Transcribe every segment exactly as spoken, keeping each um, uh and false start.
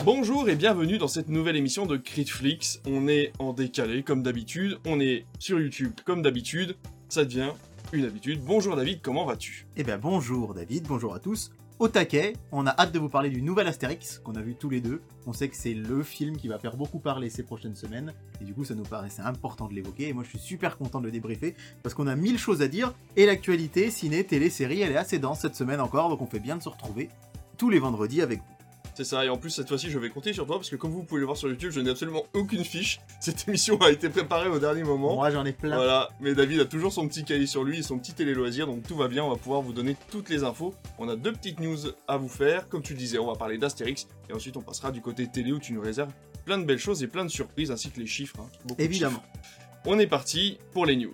Bonjour et bienvenue dans cette nouvelle émission de Critflix. On est en décalé comme d'habitude, on est sur YouTube comme d'habitude, ça devient une habitude. Bonjour David, comment vas-tu? Eh bien bonjour David, bonjour à tous. Au taquet, on a hâte de vous parler du nouvel Astérix qu'on a vu tous les deux. On sait que c'est le film qui va faire beaucoup parler ces prochaines semaines et du coup ça nous paraissait important de l'évoquer et moi je suis super content de le débriefer parce qu'on a mille choses à dire et l'actualité ciné, télé, série elle est assez dense cette semaine encore donc on fait bien de se retrouver tous les vendredis avec vous. C'est ça, et en plus cette fois-ci je vais compter sur toi parce que comme vous pouvez le voir sur YouTube, je n'ai absolument aucune fiche. Cette émission a été préparée au dernier moment. Moi j'en ai plein. Voilà, mais David a toujours son petit cahier sur lui et son petit télé-loisir, donc tout va bien, on va pouvoir vous donner toutes les infos. On a deux petites news à vous faire, comme tu disais, on va parler d'Astérix, et ensuite on passera du côté télé où tu nous réserves plein de belles choses et plein de surprises, ainsi que les chiffres. Hein. Beaucoup Évidemment. De chiffres. On est parti pour les news.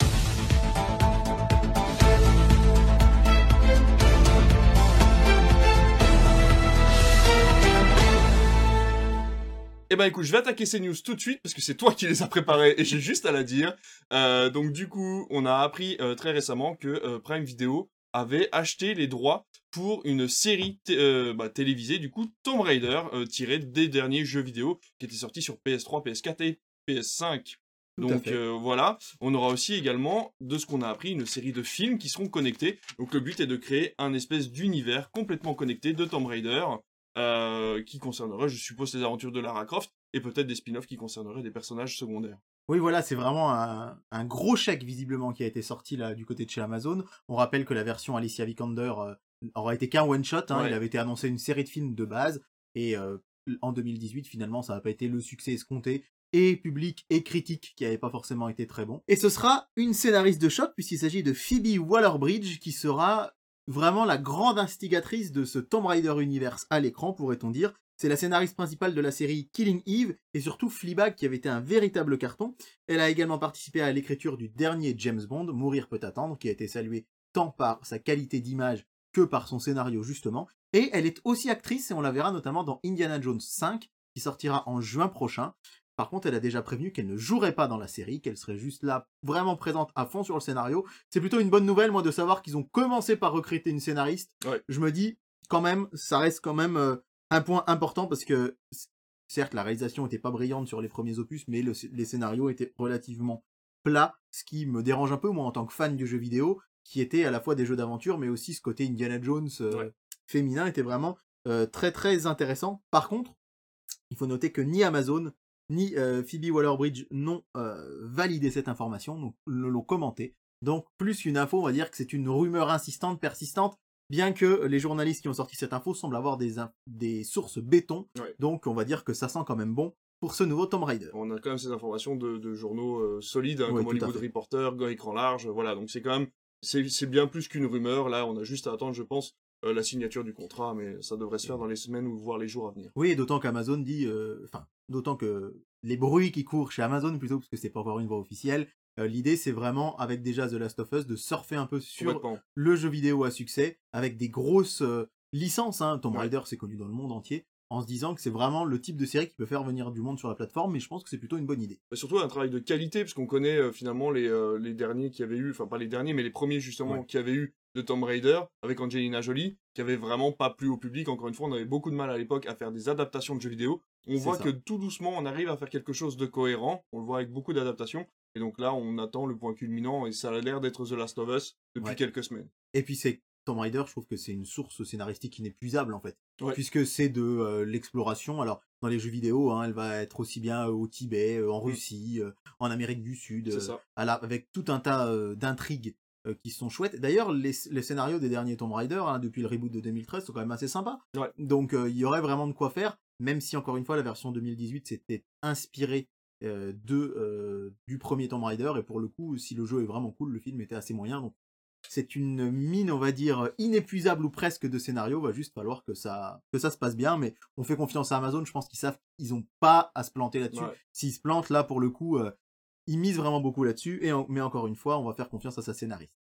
Eh ben écoute, je vais attaquer ces news tout de suite parce que c'est toi qui les as préparées et j'ai juste à la dire. Euh, donc du coup, on a appris euh, très récemment que euh, Prime Video avait acheté les droits pour une série t- euh, bah, télévisée, du coup Tomb Raider, euh, tirée des derniers jeux vidéo qui étaient sortis sur P S trois, P S quatre et P S cinq. Tout à Donc fait. euh, voilà, on aura aussi également, de ce qu'on a appris, une série de films qui seront connectés. Donc le but est de créer un espèce d'univers complètement connecté de Tomb Raider. Euh, qui concernerait, je suppose, les aventures de Lara Croft, et peut-être des spin-offs qui concerneraient des personnages secondaires. Oui, voilà, c'est vraiment un, un gros chèque, visiblement, qui a été sorti là du côté de chez Amazon. On rappelle que la version Alicia Vikander euh, aura été qu'un one-shot. Hein, Ouais. Il avait été annoncé une série de films de base. Et euh, en deux mille dix-huit, finalement, ça n'a pas été le succès escompté. Et public et critique, qui n'avait pas forcément été très bon. Et ce sera une scénariste de choc, puisqu'il s'agit de Phoebe Waller-Bridge, qui sera vraiment la grande instigatrice de ce Tomb Raider Universe à l'écran, pourrait-on dire. C'est la scénariste principale de la série Killing Eve et surtout Fleabag qui avait été un véritable carton. Elle a également participé à l'écriture du dernier James Bond, Mourir peut attendre, qui a été salué tant par sa qualité d'image que par son scénario justement. Et elle est aussi actrice et on la verra notamment dans Indiana Jones cinq qui sortira en juin prochain. Par contre, elle a déjà prévenu qu'elle ne jouerait pas dans la série, qu'elle serait juste là, vraiment présente à fond sur le scénario. C'est plutôt une bonne nouvelle, moi, de savoir qu'ils ont commencé par recruter une scénariste. Ouais. Je me dis, quand même, ça reste quand même euh, un point important parce que, certes, la réalisation n'était pas brillante sur les premiers opus, mais le, les scénarios étaient relativement plats, ce qui me dérange un peu, moi, en tant que fan du jeu vidéo, qui était à la fois des jeux d'aventure, mais aussi ce côté Indiana Jones euh, Ouais. féminin était vraiment euh, très, très intéressant. Par contre, il faut noter que ni Amazon, ni euh, Phoebe Waller-Bridge n'ont euh, validé cette information, donc l'ont commenté. Donc plus qu'une info, on va dire que c'est une rumeur insistante, persistante, bien que les journalistes qui ont sorti cette info semblent avoir des, des sources béton. Ouais. Donc on va dire que ça sent quand même bon pour ce nouveau Tomb Raider. On a quand même ces informations de, de journaux euh, solides, hein, Oui, comme tout à Hollywood fait. Reporter, Go Écran Large, voilà, donc c'est quand même, c'est, c'est bien plus qu'une rumeur, là on a juste à attendre, je pense, euh, la signature du contrat, mais ça devrait se faire dans les semaines ou voire les jours à venir. Oui, et d'autant qu'Amazon dit, enfin, euh, d'autant que les bruits qui courent chez Amazon plutôt, parce que c'est pas encore une voix officielle, euh, l'idée c'est vraiment, avec déjà The Last of Us, de surfer un peu sur le jeu vidéo à succès, avec des grosses euh, licences, hein. Tomb Raider ouais. C'est connu dans le monde entier, en se disant que c'est vraiment le type de série qui peut faire venir du monde sur la plateforme, mais je pense que c'est plutôt une bonne idée. Bah surtout un travail de qualité, parce qu'on connaît euh, finalement les, euh, les derniers qui avaient eu, enfin pas les derniers, mais les premiers justement ouais. qui avaient eu de Tomb Raider, avec Angelina Jolie, qui avait vraiment pas plu au public. Encore une fois, on avait beaucoup de mal à l'époque à faire des adaptations de jeux vidéo. On voit ça. Que tout doucement, on arrive à faire quelque chose de cohérent, on le voit avec beaucoup d'adaptations, et donc là, on attend le point culminant, et ça a l'air d'être The Last of Us depuis ouais. quelques semaines. Et puis c'est Tomb Raider, je trouve que c'est une source scénaristique inépuisable en fait, ouais. puisque c'est de euh, l'exploration. Alors dans les jeux vidéo, hein, elle va être aussi bien euh, au Tibet, euh, en mmh. Russie, euh, en Amérique du Sud, euh, à la, avec tout un tas euh, d'intrigues euh, qui sont chouettes. D'ailleurs, les, les scénarios des derniers Tomb Raider, hein, depuis le reboot de deux mille treize, sont quand même assez sympas. Ouais. Donc il euh, y aurait vraiment de quoi faire, même si encore une fois la version deux mille dix-huit s'était inspirée euh, de euh, du premier Tomb Raider, et pour le coup, si le jeu est vraiment cool, le film était assez moyen. Donc c'est une mine, on va dire, inépuisable ou presque de scénario. Va juste falloir que ça, que ça se passe bien, mais on fait confiance à Amazon. Je pense qu'ils savent qu'ils n'ont pas à se planter là-dessus. Ouais. S'ils se plantent, là, pour le coup, euh, ils misent vraiment beaucoup là-dessus. Et en, mais encore une fois, on va faire confiance à sa scénariste.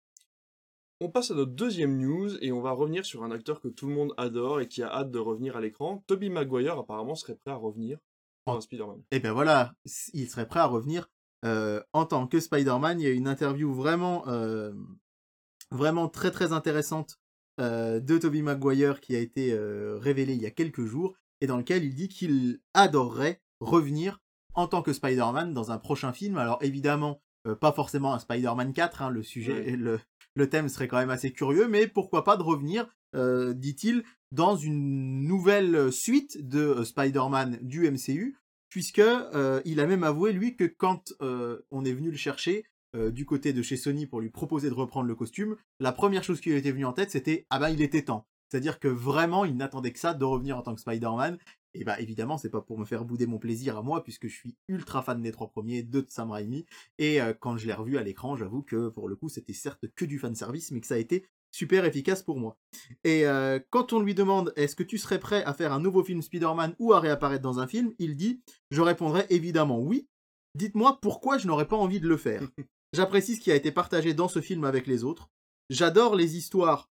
On passe à notre deuxième news et on va revenir sur un acteur que tout le monde adore et qui a hâte de revenir à l'écran. Tobey Maguire, apparemment, serait prêt à revenir pour un Spider-Man. Et ben voilà, il serait prêt à revenir euh, en tant que Spider-Man. Il y a une interview vraiment... Euh, vraiment très très intéressante euh, de Tobey Maguire qui a été euh, révélée il y a quelques jours et dans lequel il dit qu'il adorerait revenir en tant que Spider-Man dans un prochain film. Alors évidemment, euh, pas forcément un Spider-Man quatre, hein, le sujet, Ouais. le, le thème serait quand même assez curieux, mais pourquoi pas de revenir, euh, dit-il, dans une nouvelle suite de euh, Spider-Man du M C U, puisque euh, il a même avoué, lui, que quand euh, on est venu le chercher euh, du côté de chez Sony pour lui proposer de reprendre le costume, la première chose qui lui était venue en tête, c'était « Ah ben, il était temps ». C'est-à-dire que vraiment, il n'attendait que ça de revenir en tant que Spider-Man. Et bah évidemment, c'est pas pour me faire bouder mon plaisir à moi, puisque je suis ultra fan des trois premiers, de Sam Raimi. Et euh, quand je l'ai revu à l'écran, j'avoue que pour le coup, c'était certes que du fanservice, mais que ça a été super efficace pour moi. Et euh, quand on lui demande « Est-ce que tu serais prêt à faire un nouveau film Spider-Man ou à réapparaître dans un film ?», il dit « Je répondrai évidemment oui. Dites-moi pourquoi je n'aurais pas envie de le faire. J'apprécie ce qui a été partagé dans ce film avec les autres. J'adore les histoires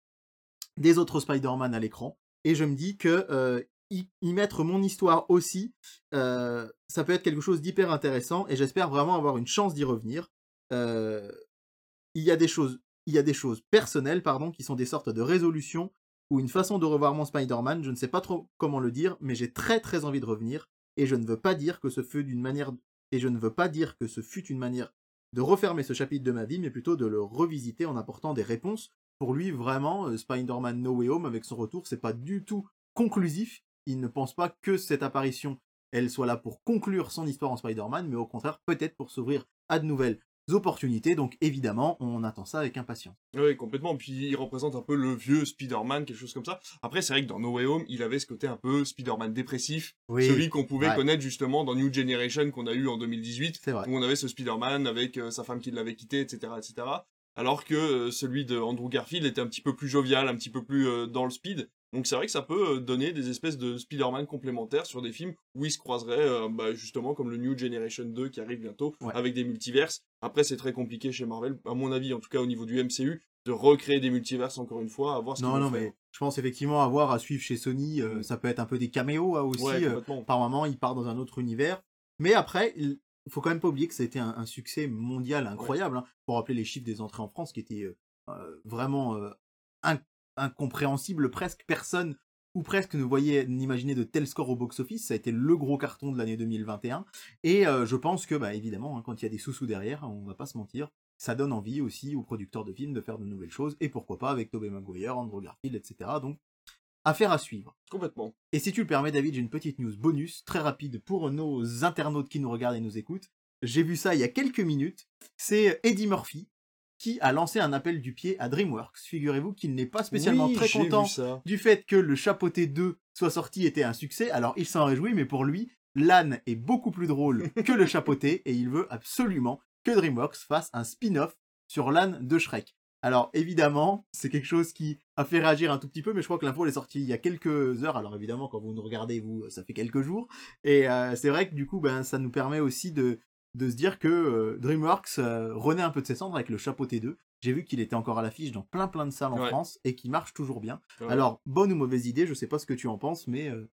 des autres Spider-Man à l'écran. Et je me dis que euh, y, y mettre mon histoire aussi, euh, ça peut être quelque chose d'hyper intéressant. Et j'espère vraiment avoir une chance d'y revenir. Euh, il y a des choses, il y a des choses personnelles, pardon, qui sont des sortes de résolutions ou une façon de revoir mon Spider-Man. Je ne sais pas trop comment le dire, mais j'ai très très envie de revenir. Et je ne veux pas dire que ce fut d'une manière, et je ne veux pas dire que ce fut une manière de refermer ce chapitre de ma vie, mais plutôt de le revisiter en apportant des réponses. Pour lui, vraiment, euh, Spider-Man No Way Home, avec son retour, c'est pas du tout conclusif. Il ne pense pas que cette apparition, elle soit là pour conclure son histoire en Spider-Man, mais au contraire, peut-être pour s'ouvrir à de nouvelles opportunités. Donc évidemment, on attend ça avec impatience. Oui, complètement. Puis il représente un peu le vieux Spider-Man, quelque chose comme ça. Après, c'est vrai que dans No Way Home, il avait ce côté un peu Spider-Man dépressif, Oui, celui qu'on pouvait ouais. connaître justement dans New Generation qu'on a eu en deux mille dix-huit, C'est vrai. où on avait ce Spider-Man avec euh, sa femme qui l'avait quitté, et cetera, et cetera. Alors que euh, celui de Andrew Garfield était un petit peu plus jovial, un petit peu plus euh, dans le speed. Donc c'est vrai que ça peut euh, donner des espèces de Spider-Man complémentaires sur des films où ils se croiseraient euh, bah, justement comme le New Generation deux qui arrive bientôt, Ouais. avec des multiverses. Après, c'est très compliqué chez Marvel, à mon avis, en tout cas au niveau du M C U, de recréer des multiverses encore une fois, à voir ce qu'ils Non, vont non, faire. mais je pense effectivement avoir à suivre chez Sony, euh, Mm. ça peut être un peu des caméos hein, aussi. Ouais, euh, complètement. par moment, il part dans un autre univers. Mais après, il faut quand même pas oublier que ça a été un, un succès mondial incroyable. Hein, pour rappeler les chiffres des entrées en France qui étaient euh, euh, vraiment euh, inc- incompréhensibles. Presque personne ou presque ne voyait n'imaginait de tels scores au box-office. Ça a été le gros carton de l'année deux mille vingt et un. Et euh, je pense que, bah, évidemment, hein, quand il y a des sous-sous derrière, on va pas se mentir, ça donne envie aussi aux producteurs de films de faire de nouvelles choses, et pourquoi pas avec Tobey Maguire, Andrew Garfield, et cetera. Donc, affaire à suivre. Complètement. Et si tu le permets, David, j'ai une petite news bonus, très rapide pour nos internautes qui nous regardent et nous écoutent. J'ai vu ça il y a quelques minutes. C'est Eddie Murphy qui a lancé un appel du pied à DreamWorks. Figurez-vous qu'il n'est pas spécialement Oui, très j'ai content vu ça. du fait que le Chapeauté deux soit sorti était un succès. Alors, il s'en réjouit, mais pour lui, l'âne est beaucoup plus drôle que le Chapeauté et il veut absolument que DreamWorks fasse un spin-off sur l'âne de Shrek. Alors évidemment, c'est quelque chose qui a fait réagir un tout petit peu, mais je crois que l'info elle est sortie il y a quelques heures. Alors évidemment, quand vous nous regardez, vous, ça fait quelques jours. Et euh, c'est vrai que du coup, ben, ça nous permet aussi de, de se dire que euh, DreamWorks euh, renaît un peu de ses cendres avec le Chapeauté deux. J'ai vu qu'il était encore à l'affiche dans plein plein de salles en Ouais. France et qui marche toujours bien. Ouais. Alors, bonne ou mauvaise idée, je sais pas ce que tu en penses, mais... Euh...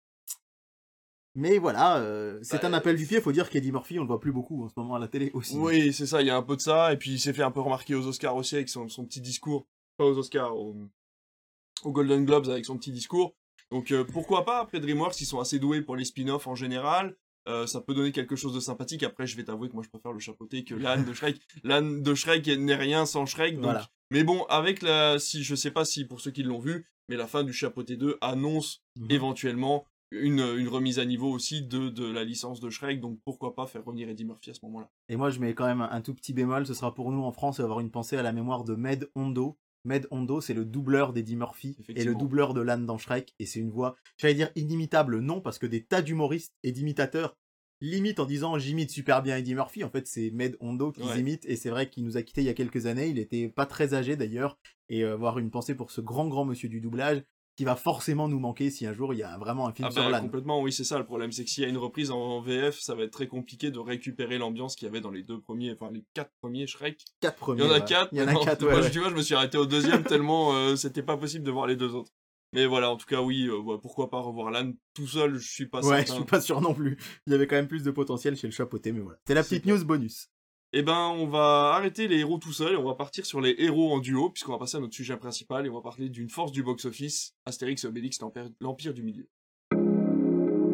Mais voilà, euh, c'est Bah, un appel du pied, faut dire qu'Eddie Murphy, on le voit plus beaucoup en ce moment à la télé aussi. Oui, c'est ça, il y a un peu de ça, et puis il s'est fait un peu remarquer aux Oscars aussi avec son, son petit discours. Pas aux Oscars, aux, aux Golden Globes avec son petit discours. Donc euh, pourquoi pas, après DreamWorks, ils sont assez doués pour les spin-offs en général. Euh, ça peut donner quelque chose de sympathique. Après, je vais t'avouer que moi je préfère le Chapeauté que l'âne de Shrek. L'âne de Shrek n'est rien sans Shrek. Donc... Voilà. Mais bon, avec la... si je sais pas si pour ceux qui l'ont vu, mais la fin du Chapeauté deux annonce Mhm. éventuellement une, une remise à niveau aussi de, de la licence de Shrek. Donc pourquoi pas faire revenir Eddie Murphy à ce moment-là. Et moi, je mets quand même un, un tout petit bémol. Ce sera pour nous en France et avoir une pensée à la mémoire de Med Hondo. Med Hondo, c'est le doubleur d'Eddie Murphy et le Effectivement. doubleur de l'âne dans Shrek. Et c'est une voix, j'allais dire inimitable, non, parce que des tas d'humoristes et d'imitateurs limitent en disant j'imite super bien Eddie Murphy. En fait, c'est Med Hondo qu'ils Ouais. imitent. Et c'est vrai qu'il nous a quittés il y a quelques années. Il était pas très âgé d'ailleurs. Et euh, avoir une pensée pour ce grand, grand monsieur du doublage qui va forcément nous manquer si un jour il y a vraiment un film Ah sur bah, l'âne. complètement, oui, c'est ça le problème, c'est que s'il y a une reprise en V F, ça va être très compliqué de récupérer l'ambiance qu'il y avait dans les deux premiers, enfin les quatre premiers Shrek. Quatre premiers. Il y en a ouais. quatre. Il y en a non, quatre, moi, ouais, je- ouais. Tu vois, je me suis arrêté au deuxième tellement euh, c'était pas possible de voir les deux autres. Mais voilà, en tout cas, oui, euh, bah, pourquoi pas revoir l'âne tout seul, je suis pas Ouais, je certain. suis pas sûr non plus. Il y avait quand même plus de potentiel chez le Chapeauté, mais voilà. C'est la C'est petite clair. news bonus. Eh ben, on va arrêter les héros tout seuls et on va partir sur les héros en duo, puisqu'on va passer à notre sujet principal et on va parler d'une force du box-office, Astérix et Obélix, l'Empire l'Empire du Milieu.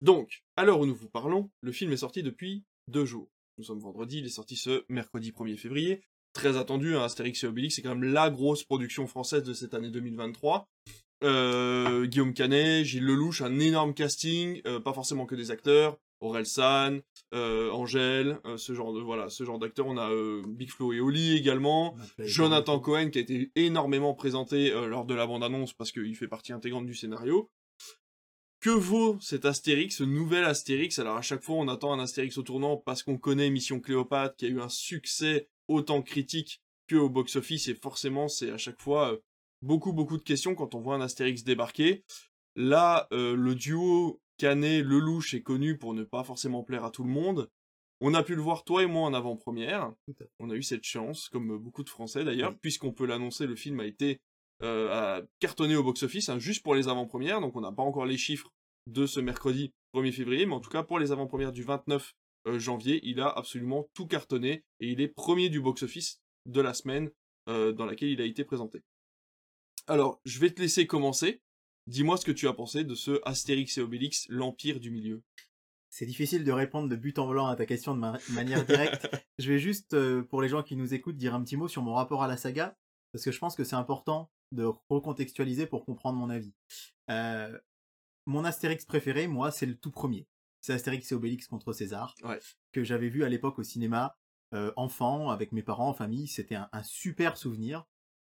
Donc, à l'heure où nous vous parlons, le film est sorti depuis deux jours. Nous sommes vendredi, il est sorti ce mercredi premier février. Très attendu, hein, Astérix et Obélix, c'est quand même la grosse production française de cette année deux mille vingt-trois. Euh, Guillaume Canet, Gilles Lelouch, un énorme casting, euh, pas forcément que des acteurs, Aurel San, euh, Angèle, euh, ce genre de voilà, ce genre d'acteurs. On a euh, Big Flo et Oli également, Jonathan Cohen qui a été énormément présenté euh, lors de la bande-annonce parce qu'il fait partie intégrante du scénario. Que vaut cet Astérix, ce nouvel Astérix? Alors à chaque fois on attend un Astérix au tournant parce qu'on connaît Mission Cléopâtre qui a eu un succès autant critique que au box-office et forcément c'est à chaque fois euh, beaucoup beaucoup de questions quand on voit un Astérix débarquer. Là, euh, le duo Canet-Lelouch est connu pour ne pas forcément plaire à tout le monde. On a pu le voir toi et moi en avant-première. On a eu cette chance, comme beaucoup de Français d'ailleurs, oui. Puisqu'on peut l'annoncer, le film a été euh, a cartonné au box-office, hein, juste pour les avant-premières, donc on n'a pas encore les chiffres de ce mercredi premier février, mais en tout cas pour les avant-premières du vingt-neuf janvier, il a absolument tout cartonné, et il est premier du box-office de la semaine euh, dans laquelle il a été présenté. Alors, je vais te laisser commencer. Dis-moi ce que tu as pensé de ce Astérix et Obélix, l'Empire du Milieu. C'est difficile de répondre de but en blanc à ta question de ma manière directe. Je vais juste, euh, pour les gens qui nous écoutent, dire un petit mot sur mon rapport à la saga, parce que je pense que c'est important de recontextualiser pour comprendre mon avis. Euh, mon Astérix préféré, moi, c'est le tout premier. C'est Astérix et Obélix contre César, ouais. que j'avais vu à l'époque au cinéma, euh, enfant, avec mes parents, en famille. C'était un, un super souvenir.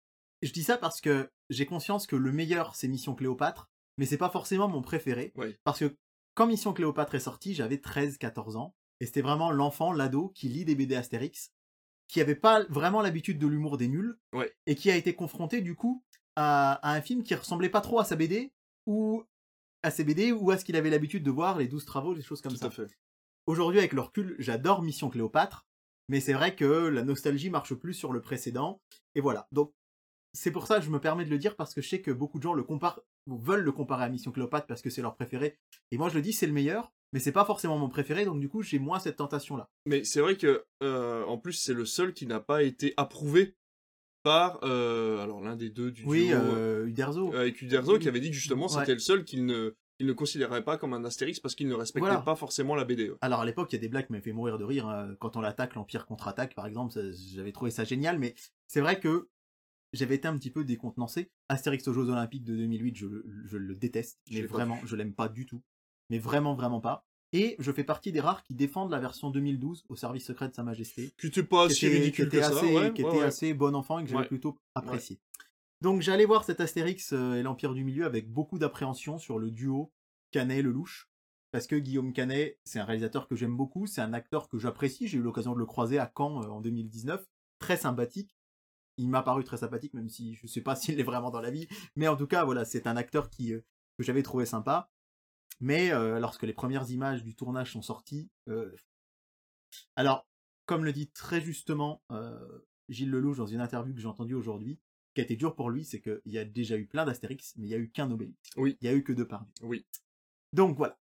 Je dis ça parce que j'ai conscience que le meilleur, c'est Mission Cléopâtre, mais c'est pas forcément mon préféré, ouais. parce que quand Mission Cléopâtre est sortie, j'avais treize quatorze ans, et c'était vraiment l'enfant, l'ado, qui lit des B D Astérix, qui avait pas vraiment l'habitude de l'humour des nuls, ouais. et qui a été confronté, du coup, à, à un film qui ressemblait pas trop à sa B D, ou à ses B D, ou à ce qu'il avait l'habitude de voir, les douze travaux, des choses comme Tout ça. À fait. Aujourd'hui, avec le recul, j'adore Mission Cléopâtre, mais c'est vrai que la nostalgie marche plus sur le précédent, et voilà. Donc, c'est pour ça que je me permets de le dire, parce que je sais que beaucoup de gens le comparent, ou veulent le comparer à Mission Cléopâtre parce que c'est leur préféré. Et moi, je le dis, c'est le meilleur, mais c'est pas forcément mon préféré, donc du coup, j'ai moins cette tentation-là. Mais c'est vrai que, euh, en plus, c'est le seul qui n'a pas été approuvé par, euh, alors l'un des deux du duo. Oui, euh, Uderzo. Euh, avec Uderzo, oui. Qui avait dit que justement, ouais. c'était le seul qu'il ne, qu'il ne considérait pas comme un Astérix parce qu'il ne respectait voilà. pas forcément la B D. Ouais. Alors à l'époque, il y a des blagues qui m'avaient fait mourir de rire. Hein. Quand on l'attaque, l'Empire contre-attaque, par exemple, ça, j'avais trouvé ça génial, mais c'est vrai que j'avais été un petit peu décontenancé. Astérix aux Jeux Olympiques de deux mille huit, je, je le déteste, mais vraiment, je l'aime pas du tout. Mais vraiment, vraiment pas. Et je fais partie des rares qui défendent la version deux mille douze au service secret de Sa Majesté. Qui était pas si ridicule que assez, ça, ouais, Qui ouais, était ouais. assez bon enfant et que j'avais ouais. plutôt apprécié. Ouais. Donc j'allais voir cet Astérix et l'Empire du Milieu avec beaucoup d'appréhension sur le duo Canet-Lelouch. Parce que Guillaume Canet, c'est un réalisateur que j'aime beaucoup, c'est un acteur que j'apprécie, j'ai eu l'occasion de le croiser à Caen euh, en deux mille dix-neuf, très sympathique. Il m'a paru très sympathique, même si je sais pas s'il l'est vraiment dans la vie. Mais en tout cas, voilà, c'est un acteur qui, euh, que j'avais trouvé sympa. Mais euh, lorsque les premières images du tournage sont sorties... Euh... Alors, comme le dit très justement euh, Gilles Lelouch dans une interview que j'ai entendue aujourd'hui, ce qui a été dur pour lui, c'est qu'il y a déjà eu plein d'Astérix, mais il n'y a eu qu'un Obélix. Oui. Il n'y a eu que deux Pardieu. Oui. Donc voilà.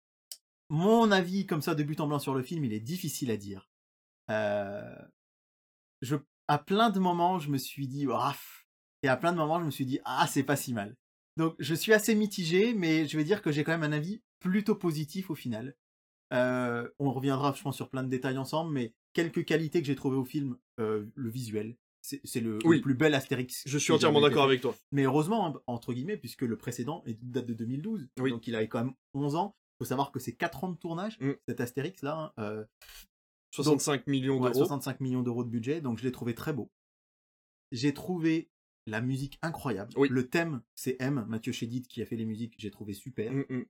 Mon avis, comme ça, de but en blanc sur le film, il est difficile à dire. Euh... Je... À plein de moments, je me suis dit, oh, et à plein de moments, je me suis dit, ah, c'est pas si mal. Donc, je suis assez mitigé, mais je vais dire que j'ai quand même un avis plutôt positif au final. Euh, on reviendra, je pense, sur plein de détails ensemble, mais quelques qualités que j'ai trouvées au film, euh, le visuel, c'est, c'est le, oui. le plus bel Astérix. Je suis entièrement d'accord avec toi. Mais heureusement, entre guillemets, puisque le précédent date de deux mille douze, oui. Donc il avait quand même onze ans. Il faut savoir que c'est quatre ans de tournage, mm. cet Astérix-là. Hein, euh, soixante-cinq donc, millions d'euros. Ouais, soixante-cinq millions d'euros de budget, donc je l'ai trouvé très beau. J'ai trouvé la musique incroyable. Oui. Le thème, c'est M, Mathieu Chédid, qui a fait les musiques, j'ai trouvé super. Mm -mm.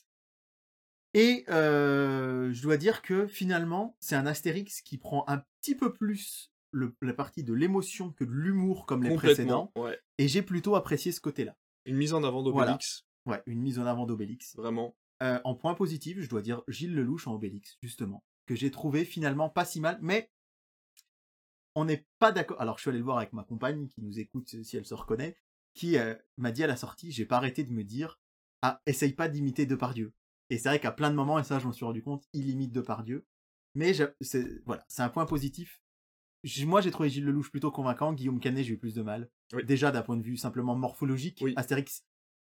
Et euh, je dois dire que finalement, c'est un Astérix qui prend un petit peu plus le, la partie de l'émotion que de l'humour comme les précédents. Ouais. Et j'ai plutôt apprécié ce côté-là. Une mise en avant d'Obélix. Voilà. Ouais, une mise en avant d'Obélix. Vraiment. Euh, en point positif, je dois dire Gilles Lelouch en Obélix, justement, que j'ai trouvé finalement pas si mal, mais on n'est pas d'accord. Alors je suis allé le voir avec ma compagne qui nous écoute si elle se reconnaît, qui euh, m'a dit à la sortie, j'ai pas arrêté de me dire, ah, essaye pas d'imiter Depardieu. Et c'est vrai qu'à plein de moments, et ça je m'en suis rendu compte, il imite Depardieu. Mais je, c'est, voilà, c'est un point positif. J- moi j'ai trouvé Gilles Lelouch plutôt convaincant, Guillaume Canet j'ai eu plus de mal. Oui. Déjà d'un point de vue simplement morphologique, oui. Astérix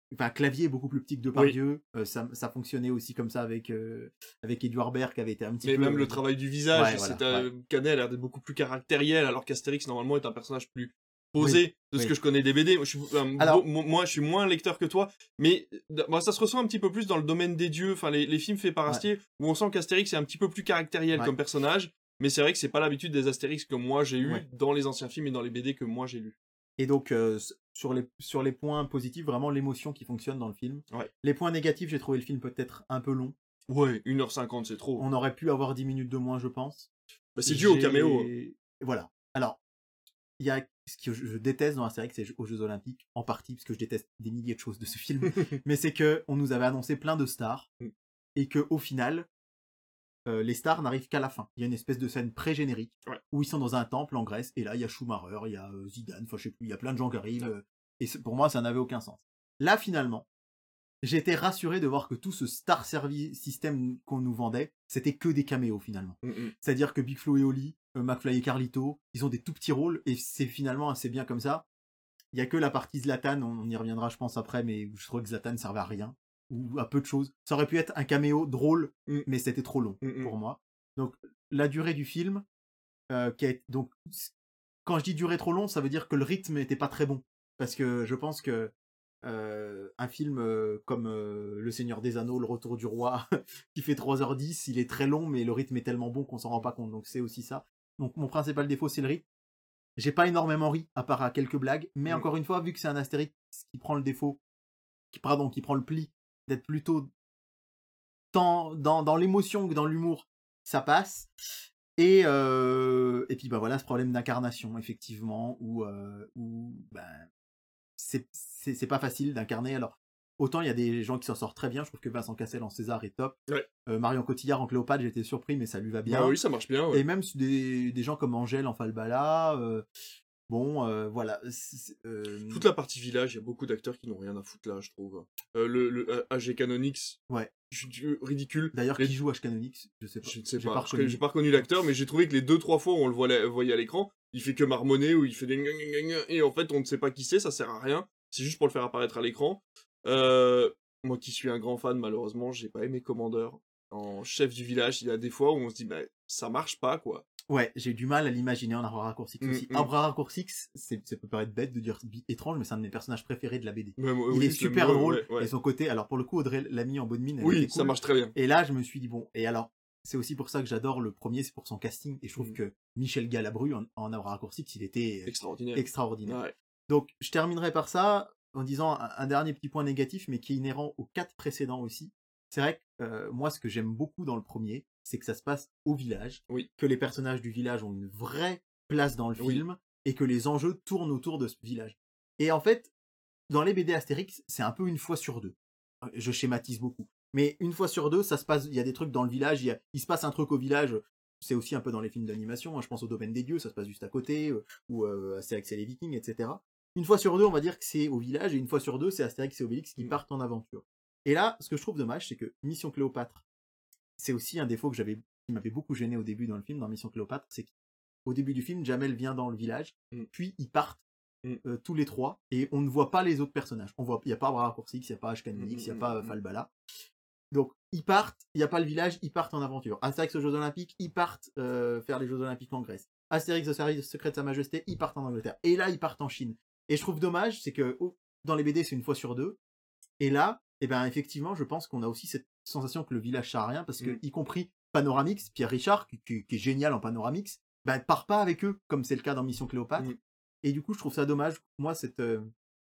enfin, Clavier est beaucoup plus petit que Depardieu. Oui. Euh, ça, ça fonctionnait aussi comme ça avec, euh, avec Édouard Baird qui avait été un petit mais peu... Mais même euh, le travail du visage, ouais, voilà, ouais. Canet a l'air d'être beaucoup plus caractériel, alors qu'Astérix, normalement, est un personnage plus posé oui, de ce oui. que je connais des B D. Moi je, suis, euh, alors, bon, moi, je suis moins lecteur que toi, mais bon, ça se ressent un petit peu plus dans le domaine des dieux, enfin, les, les films faits par Astier, ouais. où on sent qu'Astérix est un petit peu plus caractériel ouais. comme personnage, mais c'est vrai que c'est pas l'habitude des Astérix que moi j'ai eu ouais. dans les anciens films et dans les B D que moi j'ai lus. Et donc, euh, sur, les, sur les points positifs, vraiment l'émotion qui fonctionne dans le film. Ouais. Les points négatifs, j'ai trouvé le film peut-être un peu long. Ouais, une heure cinquante, c'est trop. On aurait pu avoir dix minutes de moins, je pense. Bah, c'est dû au caméo. Voilà. Alors, il y a ce que je déteste dans Astérix, c'est aux Jeux Olympiques, en partie, parce que je déteste des milliers de choses de ce film, mais c'est qu'on nous avait annoncé plein de stars, mm. et qu'au final, euh, les stars n'arrivent qu'à la fin. Il y a une espèce de scène pré-générique, ouais. où ils sont dans un temple en Grèce, et là, il y a Schumacher, il y a euh, Zidane, enfin je sais plus, il y a plein de gens qui arrivent, ouais. euh, et pour moi, ça n'avait aucun sens. Là, finalement, j'étais rassuré de voir que tout ce star service système qu'on nous vendait, c'était que des caméos finalement. Mm-hmm. C'est-à-dire que Big Flo et Oli, euh, McFly et Carlito, ils ont des tout petits rôles et c'est finalement assez bien comme ça. Il y a que la partie Zlatan, on, on y reviendra je pense après, mais je trouvais que Zlatan servait à rien ou à peu de choses. Ça aurait pu être un caméo drôle, mm. mais c'était trop long mm-hmm. pour moi. Donc la durée du film, euh, qui est donc quand je dis durée trop long, ça veut dire que le rythme n'était pas très bon parce que je pense que Euh, un film euh, comme euh, Le Seigneur des Anneaux, Le Retour du Roi, qui fait trois heures dix, il est très long, mais le rythme est tellement bon qu'on s'en rend pas compte, donc c'est aussi ça. Donc mon principal défaut, c'est le rythme. J'ai pas énormément ri, à part à quelques blagues, mais mmh. encore une fois, vu que c'est un Astérix qui prend le défaut, qui, pardon, qui prend le pli d'être plutôt tant dans, dans l'émotion que dans l'humour, ça passe. Et, euh, et puis bah voilà, ce problème d'incarnation, effectivement, où, euh, où ben, c'est pas facile d'incarner. Alors, autant il y a des gens qui s'en sortent très bien, je trouve que Vincent Cassel en César est top. Ouais. Euh, Marion Cotillard en Cléopâtre, j'étais surpris, mais ça lui va bien. Bah oui, ça marche bien. Ouais. Et même des, des gens comme Angèle en Falbala, euh, bon, euh, voilà. Euh... Toute la partie village, il y a beaucoup d'acteurs qui n'ont rien à foutre là, je trouve. Euh, le, le H G Canonix, ouais. ridicule. D'ailleurs, les... qui joue H Canonix, je sais pas. Je ne sais pas, pas j'ai pas reconnu l'acteur, mais j'ai trouvé que les deux trois fois où on le voit, voyait à l'écran, il fait que marmonner, ou il fait des... Et en fait, on ne sait pas qui c'est, ça sert à rien. C'est juste pour le faire apparaître à l'écran. Euh, moi qui suis un grand fan, malheureusement, j'ai pas aimé Commander. En chef du village, il y a des fois où on se dit, bah, ça marche pas, quoi. Ouais, j'ai du mal à l'imaginer en Abrara Coursix aussi. Mm, mm. Abrara Coursix, ça peut paraître bête de dire étrange, mais c'est un de mes personnages préférés de la B D. Ouais, il oui, est super drôle, ouais, ouais. Et son côté, alors pour le coup, Audrey l'a mis en bonne mine. Oui, cool. Ça marche très bien. Et là, je me suis dit, bon, et alors, c'est aussi pour ça que j'adore le premier, c'est pour son casting. Et je trouve mm. que Michel Galabru, en, en Abrara Coursix, il était extraordinaire. extraordinaire. Ouais. Donc, je terminerai par ça, en disant un, un dernier petit point négatif, mais qui est inhérent aux quatre précédents aussi. C'est vrai que euh, moi, ce que j'aime beaucoup dans le premier, c'est que ça se passe au village, oui. que les personnages du village ont une vraie place dans le oui. film, et que les enjeux tournent autour de ce village. Et en fait, dans les B D Astérix, c'est un peu une fois sur deux. Je schématise beaucoup. Mais une fois sur deux, ça se passe, il y a des trucs dans le village, il, y a, il se passe un truc au village, c'est aussi un peu dans les films d'animation, hein, je pense au Domaine des Dieux, ça se passe juste à côté, euh, ou euh, Astérix et les Vikings, et cetera. Une fois sur deux, on va dire que c'est au village, et une fois sur deux, c'est Astérix et Obélix qui mmh. partent en aventure. Et là, ce que je trouve dommage, c'est que Mission Cléopâtre, c'est aussi un défaut que j'avais, qui m'avait beaucoup gêné au début dans le film, dans Mission Cléopâtre, c'est qu'au début du film, Jamel vient dans le village, mmh. puis ils partent mmh. euh, tous les trois, et on ne voit pas les autres personnages. On voit, il n'y a pas Abrara Coursix, il n'y a pas H Canonix, il n'y a pas euh, Falbala. Donc, ils partent, il n'y a pas le village, ils partent en aventure. Astérix aux Jeux Olympiques, ils partent euh, faire les Jeux Olympiques en Grèce. Astérix au service secret de Sa Majesté, ils partent en Angleterre. Et là, ils partent en Chine. Et je trouve dommage, c'est que oh, dans les B D, c'est une fois sur deux. Et là, eh ben, effectivement, je pense qu'on a aussi cette sensation que le village sert à rien, parce que, mmh. y compris Panoramix, Pierre Richard, qui, qui, qui est génial en Panoramix, ben, ne part pas avec eux, comme c'est le cas dans Mission Cléopâtre. Mmh. Et du coup, je trouve ça dommage, moi, cette... Euh,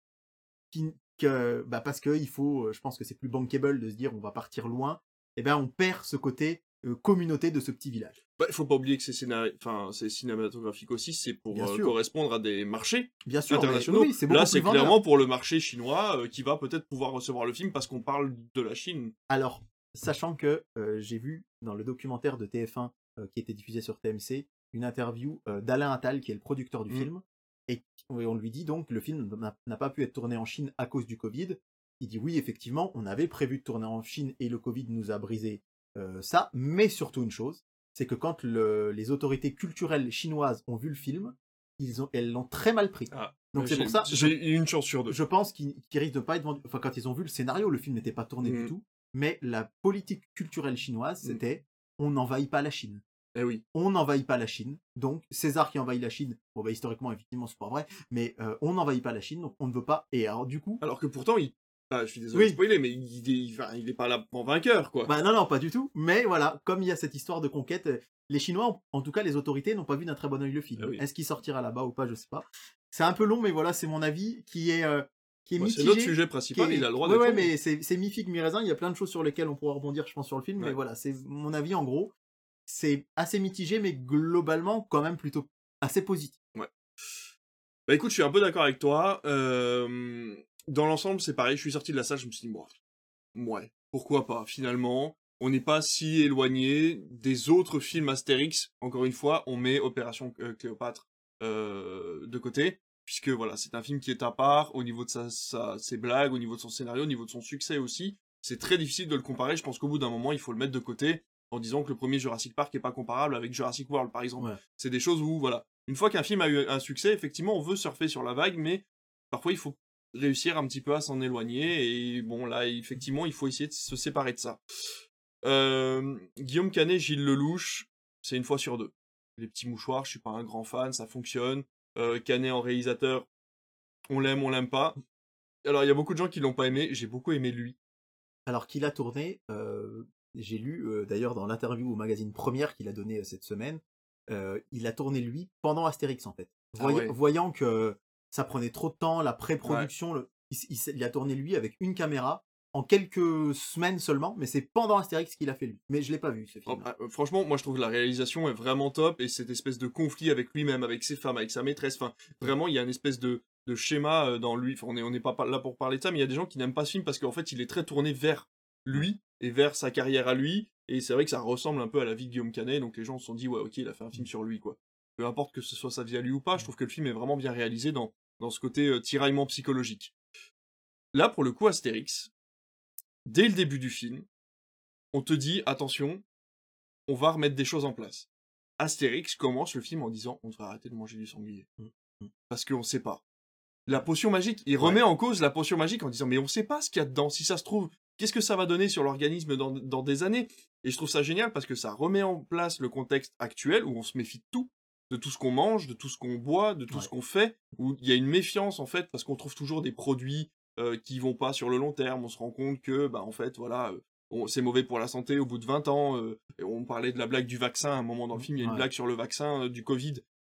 qui, que, bah, parce que il faut, je pense que c'est plus bankable de se dire on va partir loin, et ben, on perd ce côté euh, communauté de ce petit village. Bah, il faut pas oublier que c'est scénar... enfin, c'est cinématographique aussi, c'est pour euh, correspondre à des marchés Bien sûr, internationaux. Oui, c'est Là, c'est clairement pour le marché chinois euh, qui va peut-être pouvoir recevoir le film parce qu'on parle de la Chine. Alors, sachant que euh, j'ai vu dans le documentaire de T F un euh, qui était diffusé sur T M C une interview euh, d'Alain Attal, qui est le producteur du mmh. film, et on lui dit donc le film n'a pas pu être tourné en Chine à cause du Covid. Il dit oui, effectivement, on avait prévu de tourner en Chine et le Covid nous a brisé euh, ça, mais surtout une chose, c'est que quand le, les autorités culturelles chinoises ont vu le film, ils ont, elles l'ont très mal pris. Ah, Donc c'est j'ai pour ça. j'ai une chance sur deux. Je pense qu'ils qu'ils risquent de pas être vendus. Enfin, quand ils ont vu le scénario, le film n'était pas tourné Mmh. du tout. Mais la politique culturelle chinoise, Mmh. c'était on n'envahit pas la Chine. Eh oui. On n'envahit pas la Chine. Donc César qui envahit la Chine, bon bah historiquement effectivement c'est pas vrai, mais euh, on n'envahit pas la Chine, donc on ne veut pas. Et alors du coup, Alors que pourtant, il... ah, je suis désolé Oui. de spoiler, mais il, il, il, enfin, il est pas là en vainqueur, quoi. bah non non pas du tout. Mais voilà, comme il y a cette histoire de conquête, euh, les Chinois, ont- en tout cas les autorités, n'ont pas vu d'un très bon œil le film. Ah oui. Est-ce qu'il sortira là-bas ou pas, je sais pas. C'est un peu long, mais voilà, c'est mon avis qui est euh, qui est Bah, c'est mitigé. notre sujet qui principal, est- il a le droit Ouais, d'être ouais, long. mais c'est c'est mi-figue, mi-raisin. Il y a plein de choses sur lesquelles on pourra rebondir, je pense, sur le film. Mais Ouais. voilà, c'est mon avis en gros. C'est assez mitigé, mais globalement quand même plutôt assez positif. Ouais. Bah écoute, je suis un peu d'accord avec toi. Euh, Dans l'ensemble, c'est pareil. Je suis sorti de la salle, je me suis dit, bon, ouais, pourquoi pas. Finalement, on n'est pas si éloigné des autres films Astérix. Encore une fois, on met Opération euh, Cléopâtre euh, de côté, puisque voilà, c'est un film qui est à part au niveau de sa, sa- ses blagues, au niveau de son scénario, au niveau de son succès aussi. C'est très difficile de le comparer. Je pense qu'au bout d'un moment, il faut le mettre de côté en disant que le premier Jurassic Park est pas comparable avec Jurassic World, par exemple. Ouais. C'est des choses où, voilà, une fois qu'un film a eu un succès, effectivement, on veut surfer sur la vague, mais parfois, il faut réussir un petit peu à s'en éloigner, et bon, là, effectivement, il faut essayer de se séparer de ça. Euh, Guillaume Canet, Gilles Lelouch, c'est une fois sur deux. Les petits mouchoirs, je suis pas un grand fan, ça fonctionne. Euh, Canet en réalisateur, on l'aime, on l'aime pas. Alors, il y a beaucoup de gens qui l'ont pas aimé, j'ai beaucoup aimé lui. Alors qu'il a tourné, euh, j'ai lu euh, d'ailleurs dans l'interview au magazine Première qu'il a donné euh, cette semaine, euh, il a tourné lui pendant Astérix en fait. Voy- Ah ouais. Voyant que ça prenait trop de temps, la pré-production, le- il, s- il s- il a tourné lui avec une caméra en quelques semaines seulement, mais c'est pendant Astérix qu'il a fait lui. Mais je l'ai pas vu ce Oh, film. ah, euh, franchement, moi je trouve que la réalisation est vraiment top, et cette espèce de conflit avec lui-même, avec ses femmes, avec sa maîtresse, enfin, vraiment, il y a une espèce de, de schéma euh, dans lui. Enfin, on n'est on est pas par- là pour parler de ça, mais il y a des gens qui n'aiment pas ce film parce qu'en fait, il est très tourné vers lui et vers sa carrière à lui, et c'est vrai que ça ressemble un peu à la vie de Guillaume Canet, donc les gens se sont dit, ouais, ok, il a fait un film sur lui, quoi. Peu importe que ce soit sa vie à lui ou pas, je trouve que le film est vraiment bien réalisé dans, dans ce côté euh, tiraillement psychologique. Là, pour le coup, Astérix, dès le début du film, on te dit, attention, on va remettre des choses en place. Astérix commence le film en disant on devrait arrêter de manger du sanglier. Mm, mm. Parce qu'on sait pas. La potion magique, il remet en cause la potion magique en disant mais on sait pas ce qu'il y a dedans. Si ça se trouve, qu'est-ce que ça va donner sur l'organisme dans, dans des années? Et je trouve ça génial parce que ça remet en place le contexte actuel où on se méfie de tout. De tout ce qu'on mange, de tout ce qu'on boit, de tout Ouais. ce qu'on fait. Où il y a une méfiance en fait parce qu'on trouve toujours des produits euh, qui vont pas sur le long terme. On se rend compte que bah en fait voilà. Euh, on- c'est mauvais pour la santé au bout de vingt ans. Euh, et on parlait de la blague du vaccin à un moment dans le film, il y a une Ouais. blague sur le vaccin euh, du Covid.